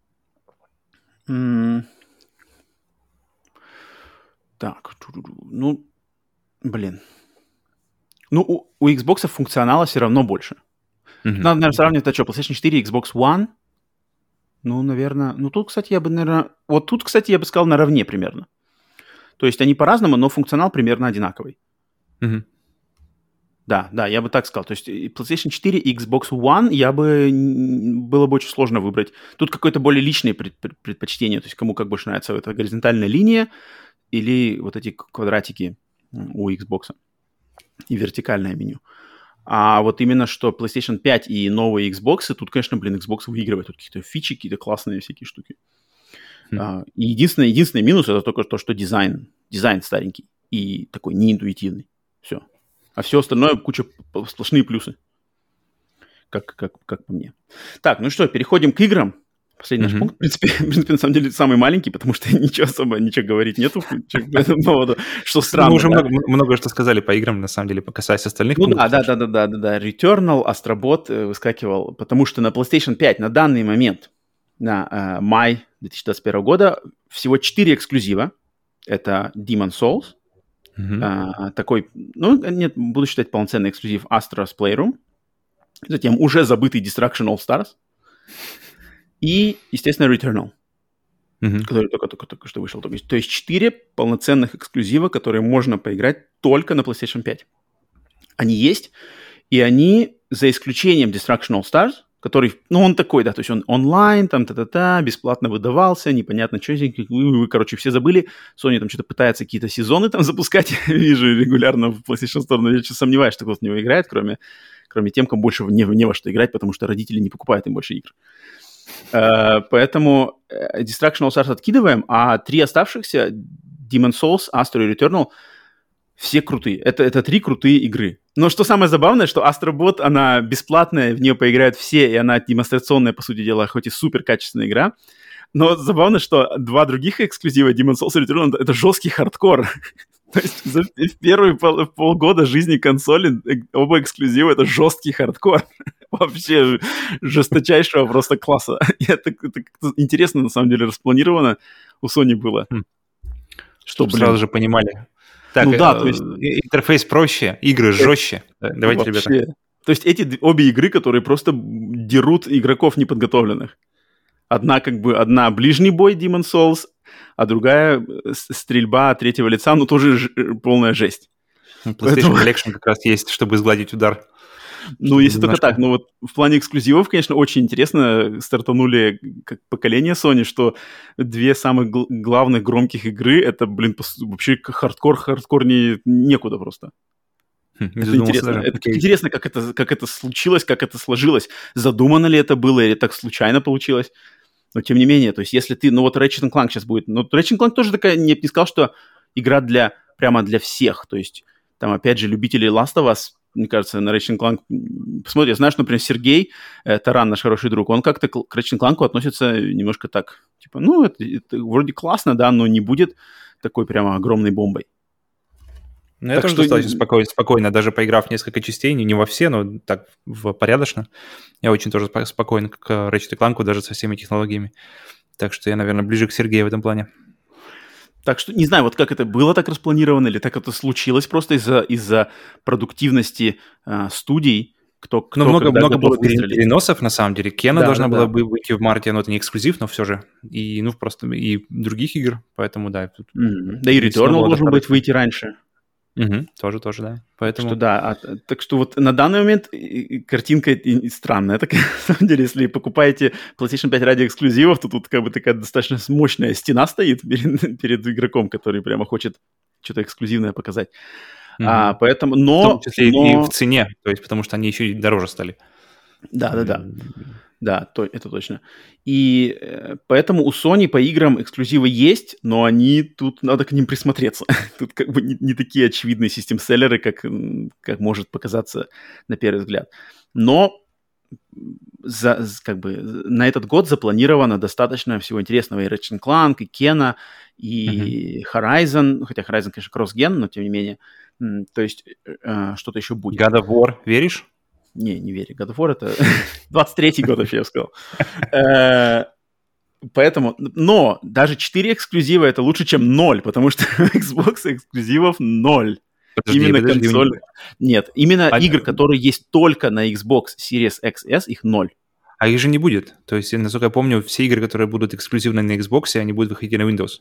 Speaker 1: Так, у Xbox функционала все равно больше. Надо, наверное, сравнивать это что, PlayStation 4 и Xbox One. Наверное... тут, кстати, я бы сказал, наравне примерно. То есть они по-разному, но функционал примерно одинаковый. Да, я бы так сказал. То есть PlayStation 4 и Xbox One было бы очень сложно выбрать. Тут какое-то более личное предпочтение. То есть кому как больше нравится эта горизонтальная линия или вот эти квадратики у Xbox и вертикальное меню. А вот именно что PlayStation 5 и новые Xbox, тут, конечно, Xbox выигрывает. Тут какие-то фичи, какие-то классные всякие штуки. И единственный минус — это только то, что дизайн старенький и такой неинтуитивный. Все. А все остальное куча сплошные плюсы. Как по мне. Так, ну что, переходим к играм. Последний наш пункт, в принципе, на самом деле, самый маленький, потому что ничего говорить нету по этому поводу, что странно.
Speaker 2: Мы уже много что сказали по играм, на самом деле, касаясь остальных пунктов.
Speaker 1: Да. Returnal, Astrobot выскакивал, потому что на PlayStation 5 на данный момент, на май 2021 года, всего 4 эксклюзива. Это Demon's Souls, такой, буду считать полноценный эксклюзив Astro's Playroom, затем уже забытый Destruction All Stars, и, естественно, Returnal, который только что вышел. То есть 4 полноценных эксклюзива, которые можно поиграть только на PlayStation 5. Они есть, и они, за исключением Destruction All Stars, который, он такой, да, то есть он онлайн, там, бесплатно выдавался, непонятно, что здесь, вы, короче, все забыли. Sony там что-то пытается какие-то сезоны там запускать, вижу регулярно в PlayStation Store, но я что-то сомневаюсь, что кто-то в него играет, кроме тем, кому больше не во что играть, потому что родители не покупают им больше игр. Поэтому Destruction All Stars откидываем, а 3 оставшихся, Demon's Souls, Astro и Returnal, все крутые. Это 3 крутые игры. Но что самое забавное, что Astrobot, она бесплатная, в нее поиграют все, и она демонстрационная, по сути дела, хоть и супер качественная игра. Но забавно, что 2 других эксклюзива, Demon's Souls и Returnal, это жесткий хардкор. То есть в первые полгода жизни консоли оба эксклюзива — это жесткий хардкор. Вообще жесточайшего просто класса. И это интересно, на самом деле, распланировано у Sony было.
Speaker 2: Чтобы сразу же понимали. Так,
Speaker 1: ну да, то есть
Speaker 2: интерфейс проще, игры жестче. Давайте, вообще, ребята.
Speaker 1: То есть эти обе игры, которые просто дерут игроков неподготовленных. Одна ближний бой Demon's Souls, а другая стрельба от третьего лица, ну тоже полная жесть.
Speaker 2: PlayStation Collection как раз есть, чтобы сгладить удар.
Speaker 1: Ну, если только так. Но вот в плане эксклюзивов, конечно, очень интересно стартанули как поколение Sony, что две самых главных громких игры — это, вообще хардкор некуда просто. Это интересно. Интересно, как это случилось, как это сложилось. Задумано ли это было или так случайно получилось. Но тем не менее, то есть если ты... Ну вот Ratchet & Clank сейчас будет. Но Ratchet & Clank тоже такая... Я бы не сказал, что игра прямо для всех. То есть там, опять же, любители Last of Us, мне кажется, на Ratchet & Clank... Посмотри, знаешь, например, Сергей Таран, наш хороший друг, он как-то к Ratchet & Clank относится немножко так, типа, ну, это вроде классно, да, но не будет такой прямо огромной бомбой.
Speaker 2: Ну, я тоже достаточно спокойно, даже поиграв в несколько частей, не во все, но так порядочно. Я очень тоже спокоен к Ratchet & Clank, даже со всеми технологиями. Так что я, наверное, ближе к Сергею в этом плане.
Speaker 1: Так что не знаю, вот как это было так распланировано, или так это случилось просто из-за продуктивности студий.
Speaker 2: Много было переносов, на самом деле. Кена должна была бы выйти в марте, но это не эксклюзив, но все же. И, просто и других игр, поэтому, да. Тут
Speaker 1: да и Returnal должен быть выйти раньше.
Speaker 2: Тоже, да. Поэтому...
Speaker 1: Что, да, так что вот на данный момент картинка странная. Так, на самом деле, если покупаете PlayStation 5 ради эксклюзивов, то тут как бы такая достаточно мощная стена стоит перед игроком, который прямо хочет что-то эксклюзивное показать. Поэтому,
Speaker 2: в том числе и в цене, то есть потому что они еще и дороже стали.
Speaker 1: Да, это точно. И поэтому у Sony по играм эксклюзивы есть, но тут надо к ним присмотреться. Тут как бы не такие очевидные систем-селлеры, как может показаться на первый взгляд. Но как бы на этот год запланировано достаточно всего интересного. И Ratchet & Clank, и Kena, и Horizon. Хотя Horizon, конечно, кросс-ген, но тем не менее. То есть что-то еще будет.
Speaker 2: God of War, веришь?
Speaker 1: Не верю. God of War — это 23-й год вообще, я бы сказал. Поэтому, но даже 4 эксклюзива — это лучше, чем 0, потому что Xbox эксклюзивов 0. Именно консоль. Нет, именно игр, которые есть только на Xbox Series XS, их 0.
Speaker 2: А их же не будет. То есть, насколько я помню, все игры, которые будут эксклюзивны на Xbox, они будут выходить на Windows.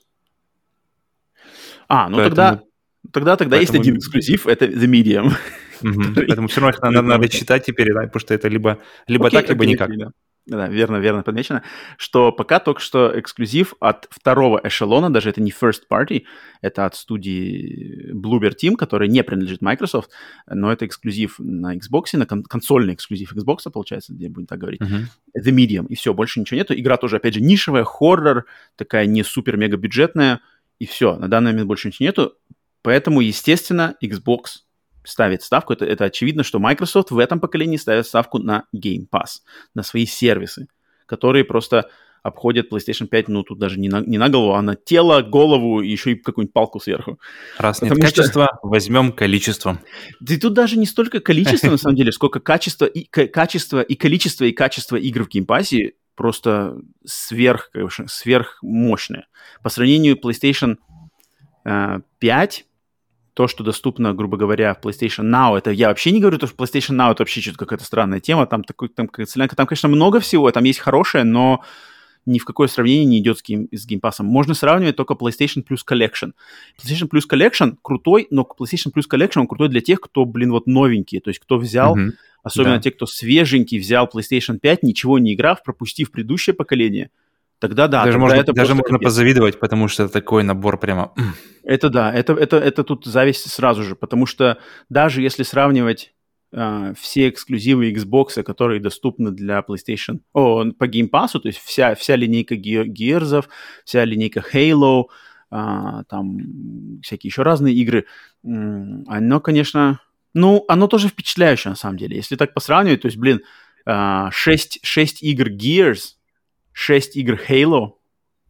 Speaker 1: Тогда есть один эксклюзив, это The Medium.
Speaker 2: Поэтому все равно их надо читать теперь, да, потому что это либо так, либо никак.
Speaker 1: Да, верно подмечено, что пока только что эксклюзив от второго эшелона, даже это не first party, это от студии Bloober Team, которая не принадлежит Microsoft, но это эксклюзив на Xbox, консольный эксклюзив Xbox, получается, где будем так говорить, The Medium, и все, больше ничего нету. Игра тоже, опять же, нишевая, хоррор, такая не супер-мега-бюджетная, и все, на данный момент больше ничего нету, поэтому, естественно, Xbox ставит ставку, это очевидно, что Microsoft в этом поколении ставит ставку на Game Pass, на свои сервисы, которые просто обходят PlayStation 5, ну, тут даже не на голову, а на тело, голову и еще и какую-нибудь палку сверху.
Speaker 2: Раз нет качества, возьмем количеством.
Speaker 1: Да и тут даже не столько количество, на самом деле, сколько качество и количество игр в Game Pass просто сверхмощное. По сравнению PlayStation 5, то, что доступно, грубо говоря, в PlayStation Now, это я вообще не говорю, что PlayStation Now это вообще что-то какая-то странная тема, там, конечно, много всего, там есть хорошее, но ни в какое сравнение не идет с Game Pass. Можно сравнивать только PlayStation Plus Collection. PlayStation Plus Collection крутой, но PlayStation Plus Collection он крутой для тех, кто, вот новенький, то есть кто взял, особенно те, кто свеженький, взял PlayStation 5, ничего не играв, пропустив предыдущее поколение. Тогда да.
Speaker 2: Даже можно позавидовать, потому что это такой набор прямо...
Speaker 1: Это да, это тут зависть сразу же, потому что даже если сравнивать все эксклюзивы Xbox, которые доступны для PlayStation, по Game Pass, то есть вся линейка Gears'ов, вся линейка Halo, там всякие еще разные игры, оно, конечно... Ну, оно тоже впечатляющее, на самом деле. Если так посравнивать, то есть, 6 игр Gears, 6 игр Halo.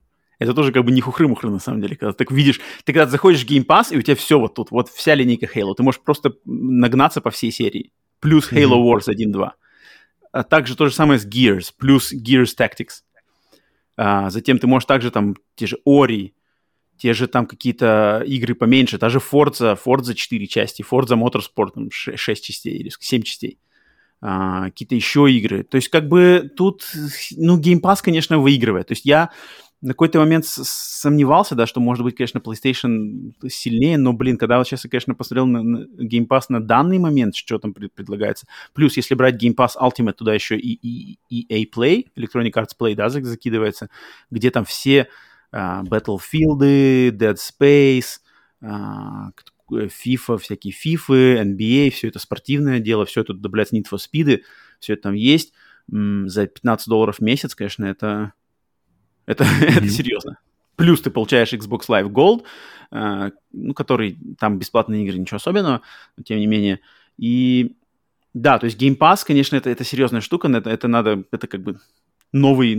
Speaker 1: Это тоже как бы не хухры-мухры на самом деле. Когда ты видишь, ты когда заходишь в Game Pass, и у тебя все вот тут, вот вся линейка Halo. Ты можешь просто нагнаться по всей серии. Плюс Halo Wars 1.2. А также то же самое с Gears, плюс Gears Tactics. Затем ты можешь также там те же Ori, те же там какие-то игры поменьше, та же Forza 4 части, Forza Motorsport 6 частей или 7 частей. Какие-то еще игры. То есть как бы тут, ну, Game Pass, конечно, выигрывает. То есть я на какой-то момент сомневался, да, что, может быть, конечно, PlayStation сильнее, но, блин, когда вот сейчас я, конечно, посмотрел на Game Pass на данный момент, что там предлагается. Плюс, если брать Game Pass Ultimate, туда еще и EA Play, Electronic Arts Play, да, закидывается, где там все Battlefield, Dead Space, FIFA, всякие FIFA, NBA, все это спортивное дело, все это добавляется Need for Speed, все это там есть. За $15 в месяц, конечно, это серьезно. Плюс ты получаешь Xbox Live Gold, ну, который там бесплатные игры, ничего особенного, но тем не менее. И да, то есть Game Pass, конечно, это серьезная штука, это как бы новый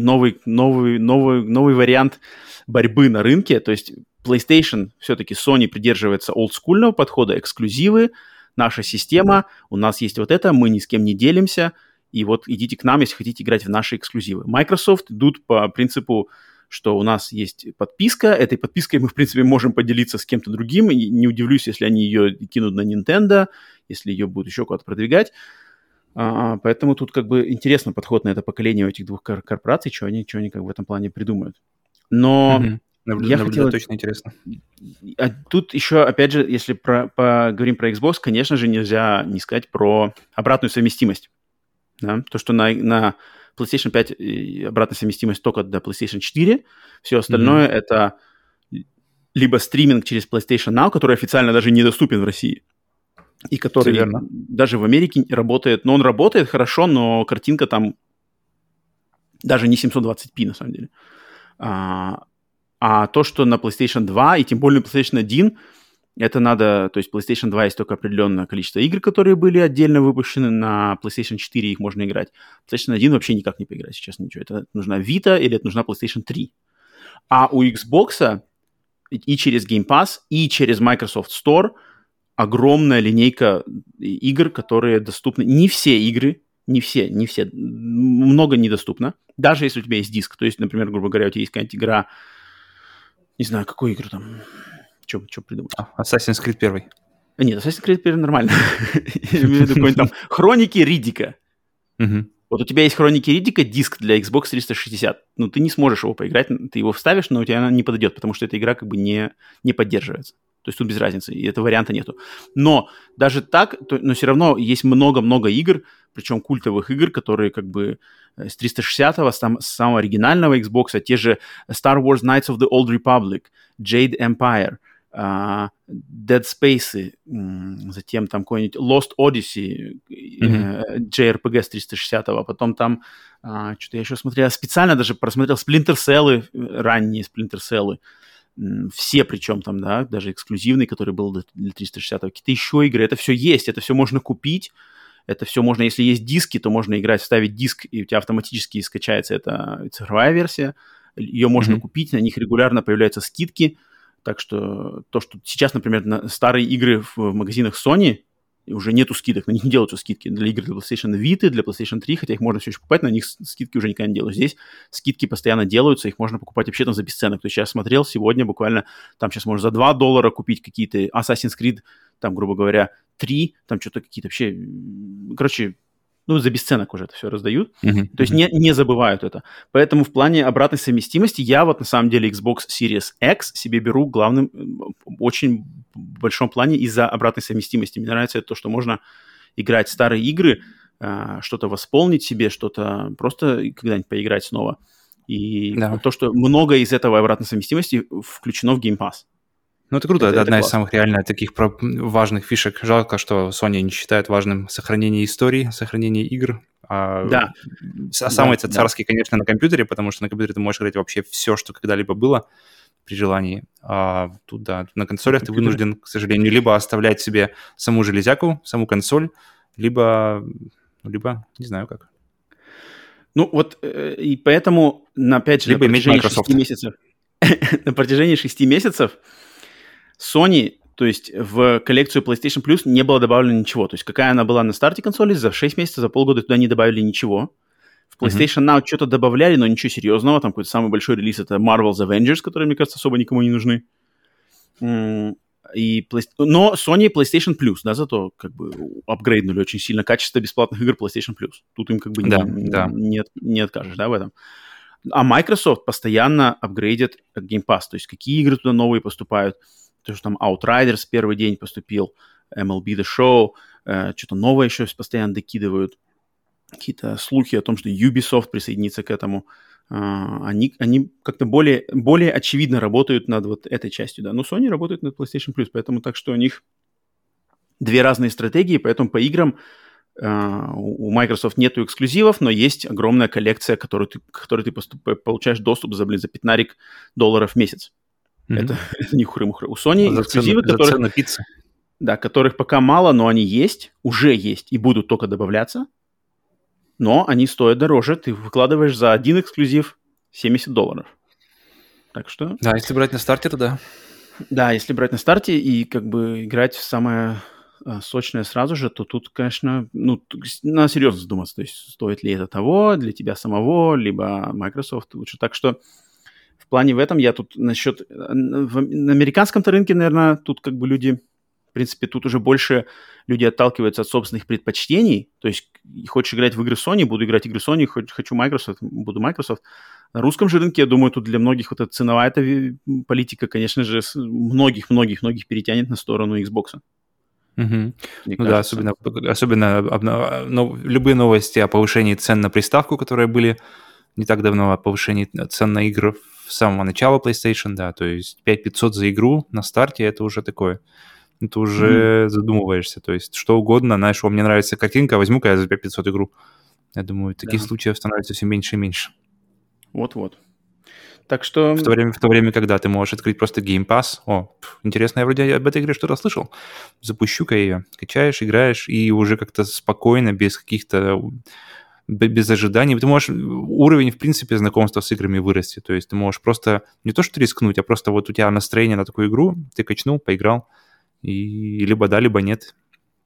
Speaker 1: вариант борьбы на рынке. То есть PlayStation, все-таки Sony придерживается олдскульного подхода, эксклюзивы, наша система, у нас есть вот это, мы ни с кем не делимся, и вот идите к нам, если хотите играть в наши эксклюзивы. Microsoft идут по принципу, что у нас есть подписка, этой подпиской мы, в принципе, можем поделиться с кем-то другим, и не удивлюсь, если они ее кинут на Nintendo, если ее будут еще куда-то продвигать. Поэтому тут как бы интересный подход на это поколение у этих двух корпораций, что они как бы в этом плане придумают. Но я хотел...
Speaker 2: точно интересно.
Speaker 1: Тут еще, опять же, если поговорим про Xbox, конечно же, нельзя не сказать про обратную совместимость. Да? То, что на PlayStation 5 обратная совместимость только до PlayStation 4, все остальное это либо стриминг через PlayStation Now, который официально даже недоступен в России, и который даже в Америке работает. Но он работает хорошо, но картинка там даже не 720p на самом деле. А то, что на PlayStation 2 и тем более на PlayStation 1, это надо... То есть PlayStation 2 есть только определенное количество игр, которые были отдельно выпущены. На PlayStation 4 их можно играть. PlayStation 1 вообще никак не поиграть сейчас ничего. Это нужна Vita или это нужна PlayStation 3. А у Xbox и через Game Pass, и через Microsoft Store огромная линейка игр, которые доступны. Не все игры, не все, много недоступно. Даже если у тебя есть диск. То есть, например, грубо говоря, у тебя есть какая-нибудь игра, не знаю, какую игру там, что придумать?
Speaker 2: Assassin's Creed 1.
Speaker 1: Нет, Assassin's Creed 1 нормально. Я имею в виду какой-нибудь там Хроники Риддика. Вот у тебя есть Хроники Риддика, диск для Xbox 360. Ну, ты не сможешь его поиграть, ты его вставишь, но у тебя она не подойдет, потому что эта игра как бы не поддерживается. То есть тут без разницы, и этого варианта нету. Но даже так, но все равно есть много-много игр, причем культовых игр, которые как бы с 360-го, с самого оригинального Xbox, те же Star Wars Knights of the Old Republic, Jade Empire, Dead Space, затем там какой-нибудь Lost Odyssey, JRPG с 360-го, потом там, что-то я еще смотрел, специально даже просмотрел Splinter Cell, ранние Splinter Cell, все причем там, да, даже эксклюзивный, который был для 360-го, какие-то еще игры, это все есть, это все можно купить, это все можно, если есть диски, то можно играть, вставить диск, и у тебя автоматически скачается эта цифровая версия, ее можно купить, на них регулярно появляются скидки, так что то, что сейчас, например, на старые игры в магазинах Sony, уже нету скидок, на них не делаются скидки для игр для PlayStation Vita, для PlayStation 3, хотя их можно все еще покупать, на них скидки уже никогда не делают. Здесь скидки постоянно делаются, их можно покупать вообще там за бесценок. То есть я смотрел сегодня буквально, там сейчас можно за $2 купить какие-то Assassin's Creed, там, грубо говоря, 3, там что-то какие-то вообще, короче, ну, за бесценок уже это все раздают. То есть не забывают это. Поэтому в плане обратной совместимости я вот на самом деле Xbox Series X себе беру главным, очень большом плане из-за обратной совместимости. Мне нравится это то, что можно играть в старые игры, что-то восполнить себе, что-то просто когда-нибудь поиграть снова. И то, что много из этого обратной совместимости включено в Game Pass.
Speaker 2: Ну, это круто. Это одна из самых реально таких важных фишек. Жалко, что Sony не считает важным сохранение истории, сохранение игр. Самый царский, конечно, на компьютере, потому что на компьютере ты можешь играть вообще все, что когда-либо было при желании. Тут, да, на консолях ты вынужден, к сожалению, либо оставлять себе саму железяку, саму консоль, либо не знаю как.
Speaker 1: Ну, вот, и поэтому, опять же,
Speaker 2: либо иметь Microsoft.
Speaker 1: 6 месяцев... на протяжении 6 месяцев Sony, то есть в коллекцию PlayStation Plus не было добавлено ничего. То есть какая она была на старте консоли, за 6 месяцев, за полгода туда не добавили ничего. В PlayStation Now что-то добавляли, но ничего серьезного. Там какой-то самый большой релиз — это Marvel's Avengers, которые, мне кажется, особо никому не нужны. Но Sony PlayStation Plus, да, зато как бы апгрейднули очень сильно качество бесплатных игр PlayStation Plus. Тут им как бы не откажешь, да, в этом. А Microsoft постоянно апгрейдит Game Pass. То есть какие игры туда новые поступают. То, что там Outriders первый день поступил, MLB The Show, что-то новое еще постоянно докидывают. Какие-то слухи о том, что Ubisoft присоединится к этому. Они как-то более очевидно работают над вот этой частью, да. Но Sony работает над PlayStation Plus, поэтому так что у них две разные стратегии, поэтому по играм у Microsoft нету эксклюзивов, но есть огромная коллекция, к которой ты получаешь доступ за $15 в месяц. Это не хуры-мухры. У Sony эксклюзивы, которых пока мало, но они уже есть и будут только добавляться. Но они стоят дороже. Ты выкладываешь за один эксклюзив $70. Так что...
Speaker 2: Да, если брать на старте, то да.
Speaker 1: Да, если брать на старте и как бы играть в самое сочное сразу же, то тут, конечно, надо серьезно задуматься. То есть стоит ли это того для тебя самого, либо Microsoft лучше. Так что в плане в этом я тут насчет... На американском-то рынке, наверное, тут как бы люди... В принципе, тут уже больше люди отталкиваются от собственных предпочтений. То есть, хочешь играть в игры Sony, буду играть в игры Sony, хочу Microsoft, буду Microsoft. На русском же рынке, я думаю, тут для многих вот эта ценовая политика, конечно же, многих перетянет на сторону Xbox.
Speaker 2: Да, особенно любые новости о повышении цен на приставку, которые были не так давно, о повышении цен на игры с самого начала PlayStation, да, то есть 5500 за игру на старте, это уже такое... Ты уже задумываешься, то есть что угодно, знаешь, мне нравится картинка, возьму-ка я за 5500 игру. Я думаю, таких случаев становится все меньше и меньше.
Speaker 1: Вот-вот. Так что...
Speaker 2: В то время, когда ты можешь открыть просто Game Pass, интересно, я вроде об этой игре что-то слышал, запущу-ка ее, качаешь, играешь, и уже как-то спокойно, без каких-то... без ожиданий. Ты можешь уровень, в принципе, знакомства с играми вырасти, то есть ты можешь просто не то что рискнуть, а просто вот у тебя настроение на такую игру, ты качнул, поиграл, и либо да, либо нет.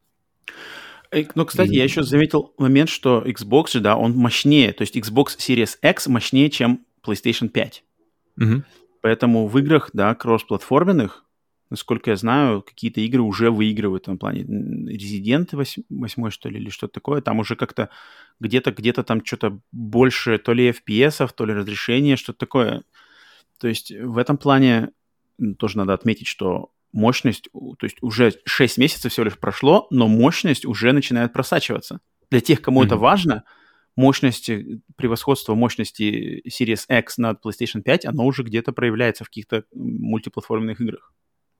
Speaker 1: Ну, кстати, я еще заметил момент, что Xbox же, да, он мощнее. То есть Xbox Series X мощнее, чем PlayStation 5. Поэтому в играх, да, кроссплатформенных, насколько я знаю, какие-то игры уже выигрывают в этом плане. Resident 8, что ли, или что-то такое. Там уже как-то где-то там что-то больше, то ли FPS-ов, то ли разрешение, что-то такое. То есть в этом плане тоже надо отметить, что мощность, то есть уже 6 месяцев всего лишь прошло, но мощность уже начинает просачиваться. Для тех, кому это важно, превосходство мощности Series X над PlayStation 5, оно уже где-то проявляется в каких-то мультиплатформенных играх.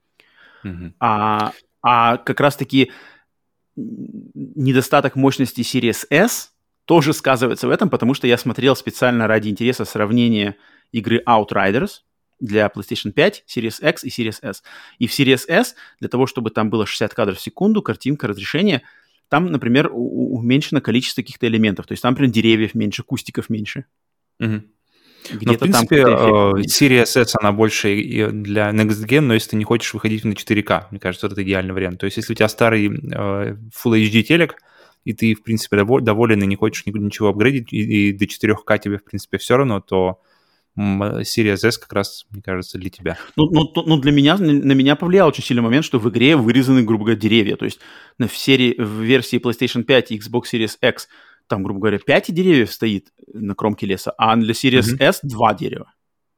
Speaker 1: А как раз-таки недостаток мощности Series S тоже сказывается в этом, потому что я смотрел специально ради интереса сравнение игры Outriders для PlayStation 5, Series X и Series S. И в Series S, для того, чтобы там было 60 кадров в секунду, картинка, разрешение, там, например, уменьшено количество каких-то элементов. То есть там, например, деревьев меньше, кустиков меньше.
Speaker 2: Но, в принципе, Series S, она больше для Next Gen, но если ты не хочешь выходить на 4К, мне кажется, это идеальный вариант. То есть если у тебя старый Full HD телек, и ты, в принципе, доволен и не хочешь ничего апгрейдить, и до 4К тебе, в принципе, все равно, то Series S как раз, мне кажется, для тебя.
Speaker 1: Ну для меня, на меня повлиял очень сильный момент, что в игре вырезаны, грубо говоря, деревья. То есть в версии PlayStation 5 и Xbox Series X там, грубо говоря, 5 деревьев стоит на кромке леса, а для Series S 2 дерева.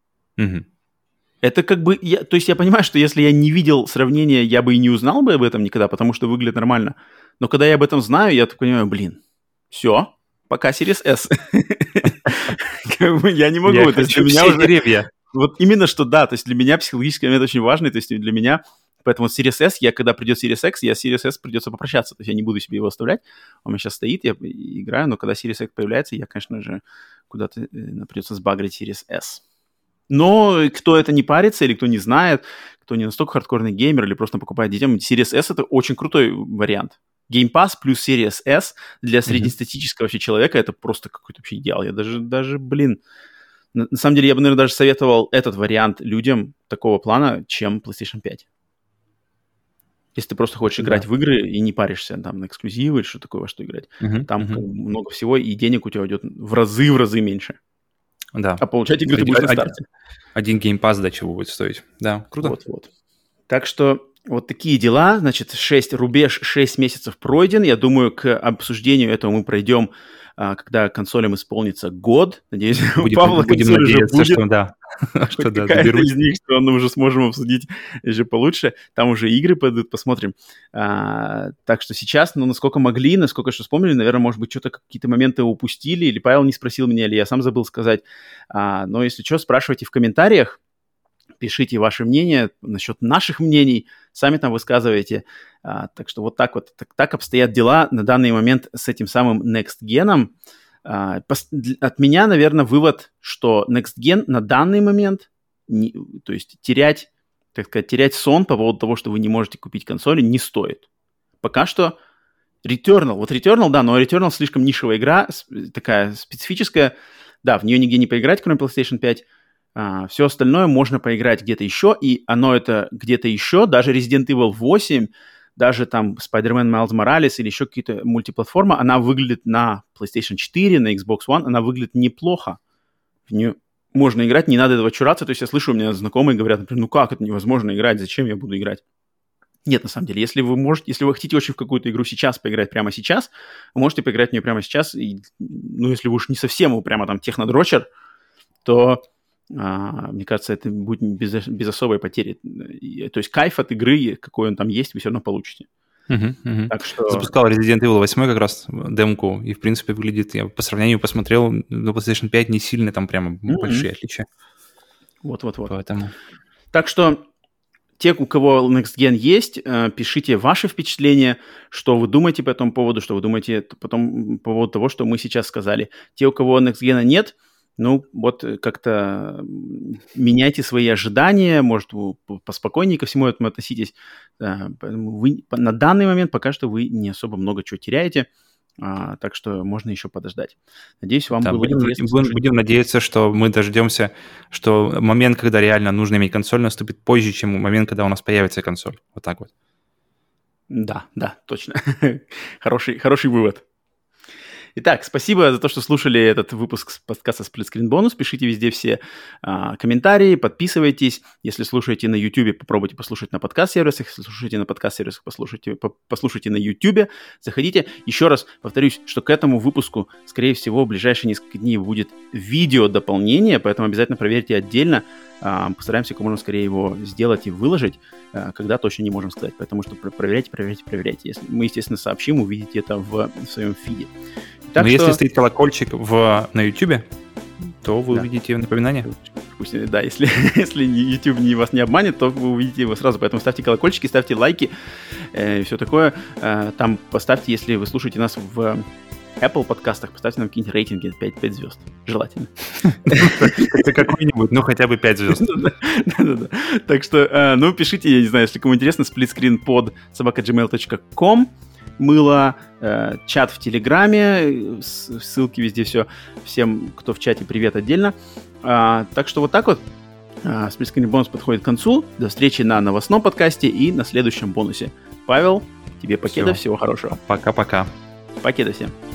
Speaker 1: Это как бы... То есть я понимаю, что если я не видел сравнения, я бы и не узнал бы об этом никогда, потому что выглядит нормально. Но когда я об этом знаю, я так понимаю, все, пока Series S. Я не могу.
Speaker 2: Я хочу все деревья.
Speaker 1: Вот именно что да, то есть для меня психологический момент очень важный, то есть для меня, поэтому Series S, когда придет Series X, Series S придется попрощаться, то есть я не буду себе его оставлять, он у меня сейчас стоит, я играю, но когда Series X появляется, я, конечно же, куда-то придется сбагрить Series S. Но кто это не парится или кто не знает, кто не настолько хардкорный геймер или просто покупает детям, Series S — это очень крутой вариант. Game Pass плюс Series S для среднестатистического вообще человека — это просто какой-то вообще идеал. Я даже, На самом деле, я бы, наверное, даже советовал этот вариант людям такого плана, чем PlayStation 5. Если ты просто хочешь играть в игры и не паришься там на эксклюзивы или что такое, во что играть. Там много всего, и денег у тебя уйдет в разы меньше.
Speaker 2: Да.
Speaker 1: А получать игры ты будешь на старте.
Speaker 2: Один Game Pass, да, чего будет стоить. Да, круто.
Speaker 1: Вот. Так что вот такие дела. Значит, рубеж 6 месяцев пройден. Я думаю, к обсуждению этого мы пройдем, когда консолям исполнится год. Надеюсь, у Павла консоль уже будет.
Speaker 2: Что да.
Speaker 1: Что какая-то из них, что мы уже сможем обсудить еще получше. Там уже игры пойдут, посмотрим. Так что сейчас, насколько могли, насколько что вспомнили, наверное, может быть, что-то какие-то моменты упустили, или Павел не спросил меня, или я сам забыл сказать. Но если что, спрашивайте в комментариях. Пишите ваше мнение насчет наших мнений, сами там высказывайте. Так что вот так обстоят дела на данный момент с этим самым Next Gen. От меня, наверное, вывод, что Next Gen на данный момент, то есть терять сон по поводу того, что вы не можете купить консоли, не стоит. Пока что Returnal. Вот Returnal, да, но Returnal слишком нишевая игра, такая специфическая. Да, в нее нигде не поиграть, кроме PlayStation 5. Все остальное можно поиграть где-то еще, и оно это где-то еще, даже Resident Evil 8, даже там Spider-Man Miles Morales или еще какие-то мультиплатформы, она выглядит на PlayStation 4, на Xbox One, она выглядит неплохо. В нее можно играть, не надо этого чураться. То есть я слышу, у меня знакомые говорят, например, ну как это невозможно играть, зачем я буду играть? Нет, на самом деле, если вы хотите очень в какую-то игру сейчас поиграть прямо сейчас, вы можете поиграть в нее прямо сейчас, и, если вы уж не совсем прямо там технодрочер, то... мне кажется, это будет без особой потери. То есть кайф от игры, какой он там есть, вы все равно получите.
Speaker 2: Так что... Запускал Resident Evil 8 как раз демку, и, в принципе, выглядит, я по сравнению посмотрел, на PlayStation 5 не сильно там прямо большие отличия.
Speaker 1: Вот.
Speaker 2: Поэтому...
Speaker 1: Так что те, у кого Next Gen есть, пишите ваши впечатления, что вы думаете по этому поводу, что вы думаете потом по поводу того, что мы сейчас сказали. Те, у кого Next Gen нет, вот как-то меняйте свои ожидания, может, вы поспокойнее ко всему этому относитесь. Вы на данный момент пока что вы не особо много чего теряете, так что можно еще подождать. Надеюсь, вам было интересно.
Speaker 2: Будем надеяться, что мы дождемся, что момент, когда реально нужно иметь консоль, наступит позже, чем момент, когда у нас появится консоль. Вот так вот. Да,
Speaker 1: точно. Хороший вывод. Итак, спасибо за то, что слушали этот выпуск подкаста Split Screen Bonus. Пишите везде все комментарии, подписывайтесь. Если слушаете на YouTube, попробуйте послушать на подкаст-сервисах. Если слушаете на подкаст-сервисах, послушайте на YouTube. Заходите. Еще раз повторюсь, что к этому выпуску, скорее всего, в ближайшие несколько дней будет видео-дополнение, поэтому обязательно проверьте отдельно. Постараемся как можно скорее его сделать и выложить, когда точно не можем сказать. Потому что проверяйте. Мы, естественно, сообщим, увидите это в своем фиде.
Speaker 2: Но если стоит колокольчик на YouTube, то вы увидите напоминание.
Speaker 1: Да, если YouTube вас не обманет, то вы увидите его сразу. Поэтому ставьте колокольчики, ставьте лайки и все такое. Там поставьте, если вы слушаете нас в Apple подкастах, поставьте нам какие-нибудь рейтинги 5 звезд. Желательно.
Speaker 2: Какой-нибудь, хотя бы 5 звезд.
Speaker 1: Да. Так что, пишите, я не знаю, если кому интересно, splitscreenpod@gmail.com. Мыло, чат в Телеграме, ссылки везде все. Всем, кто в чате, привет отдельно. Так что вот так вот. Split Screen Bonus подходит к концу. До встречи на новостном подкасте и на следующем бонусе. Павел, тебе покеда, всего хорошего.
Speaker 2: Пока-пока.
Speaker 1: Покеда всем.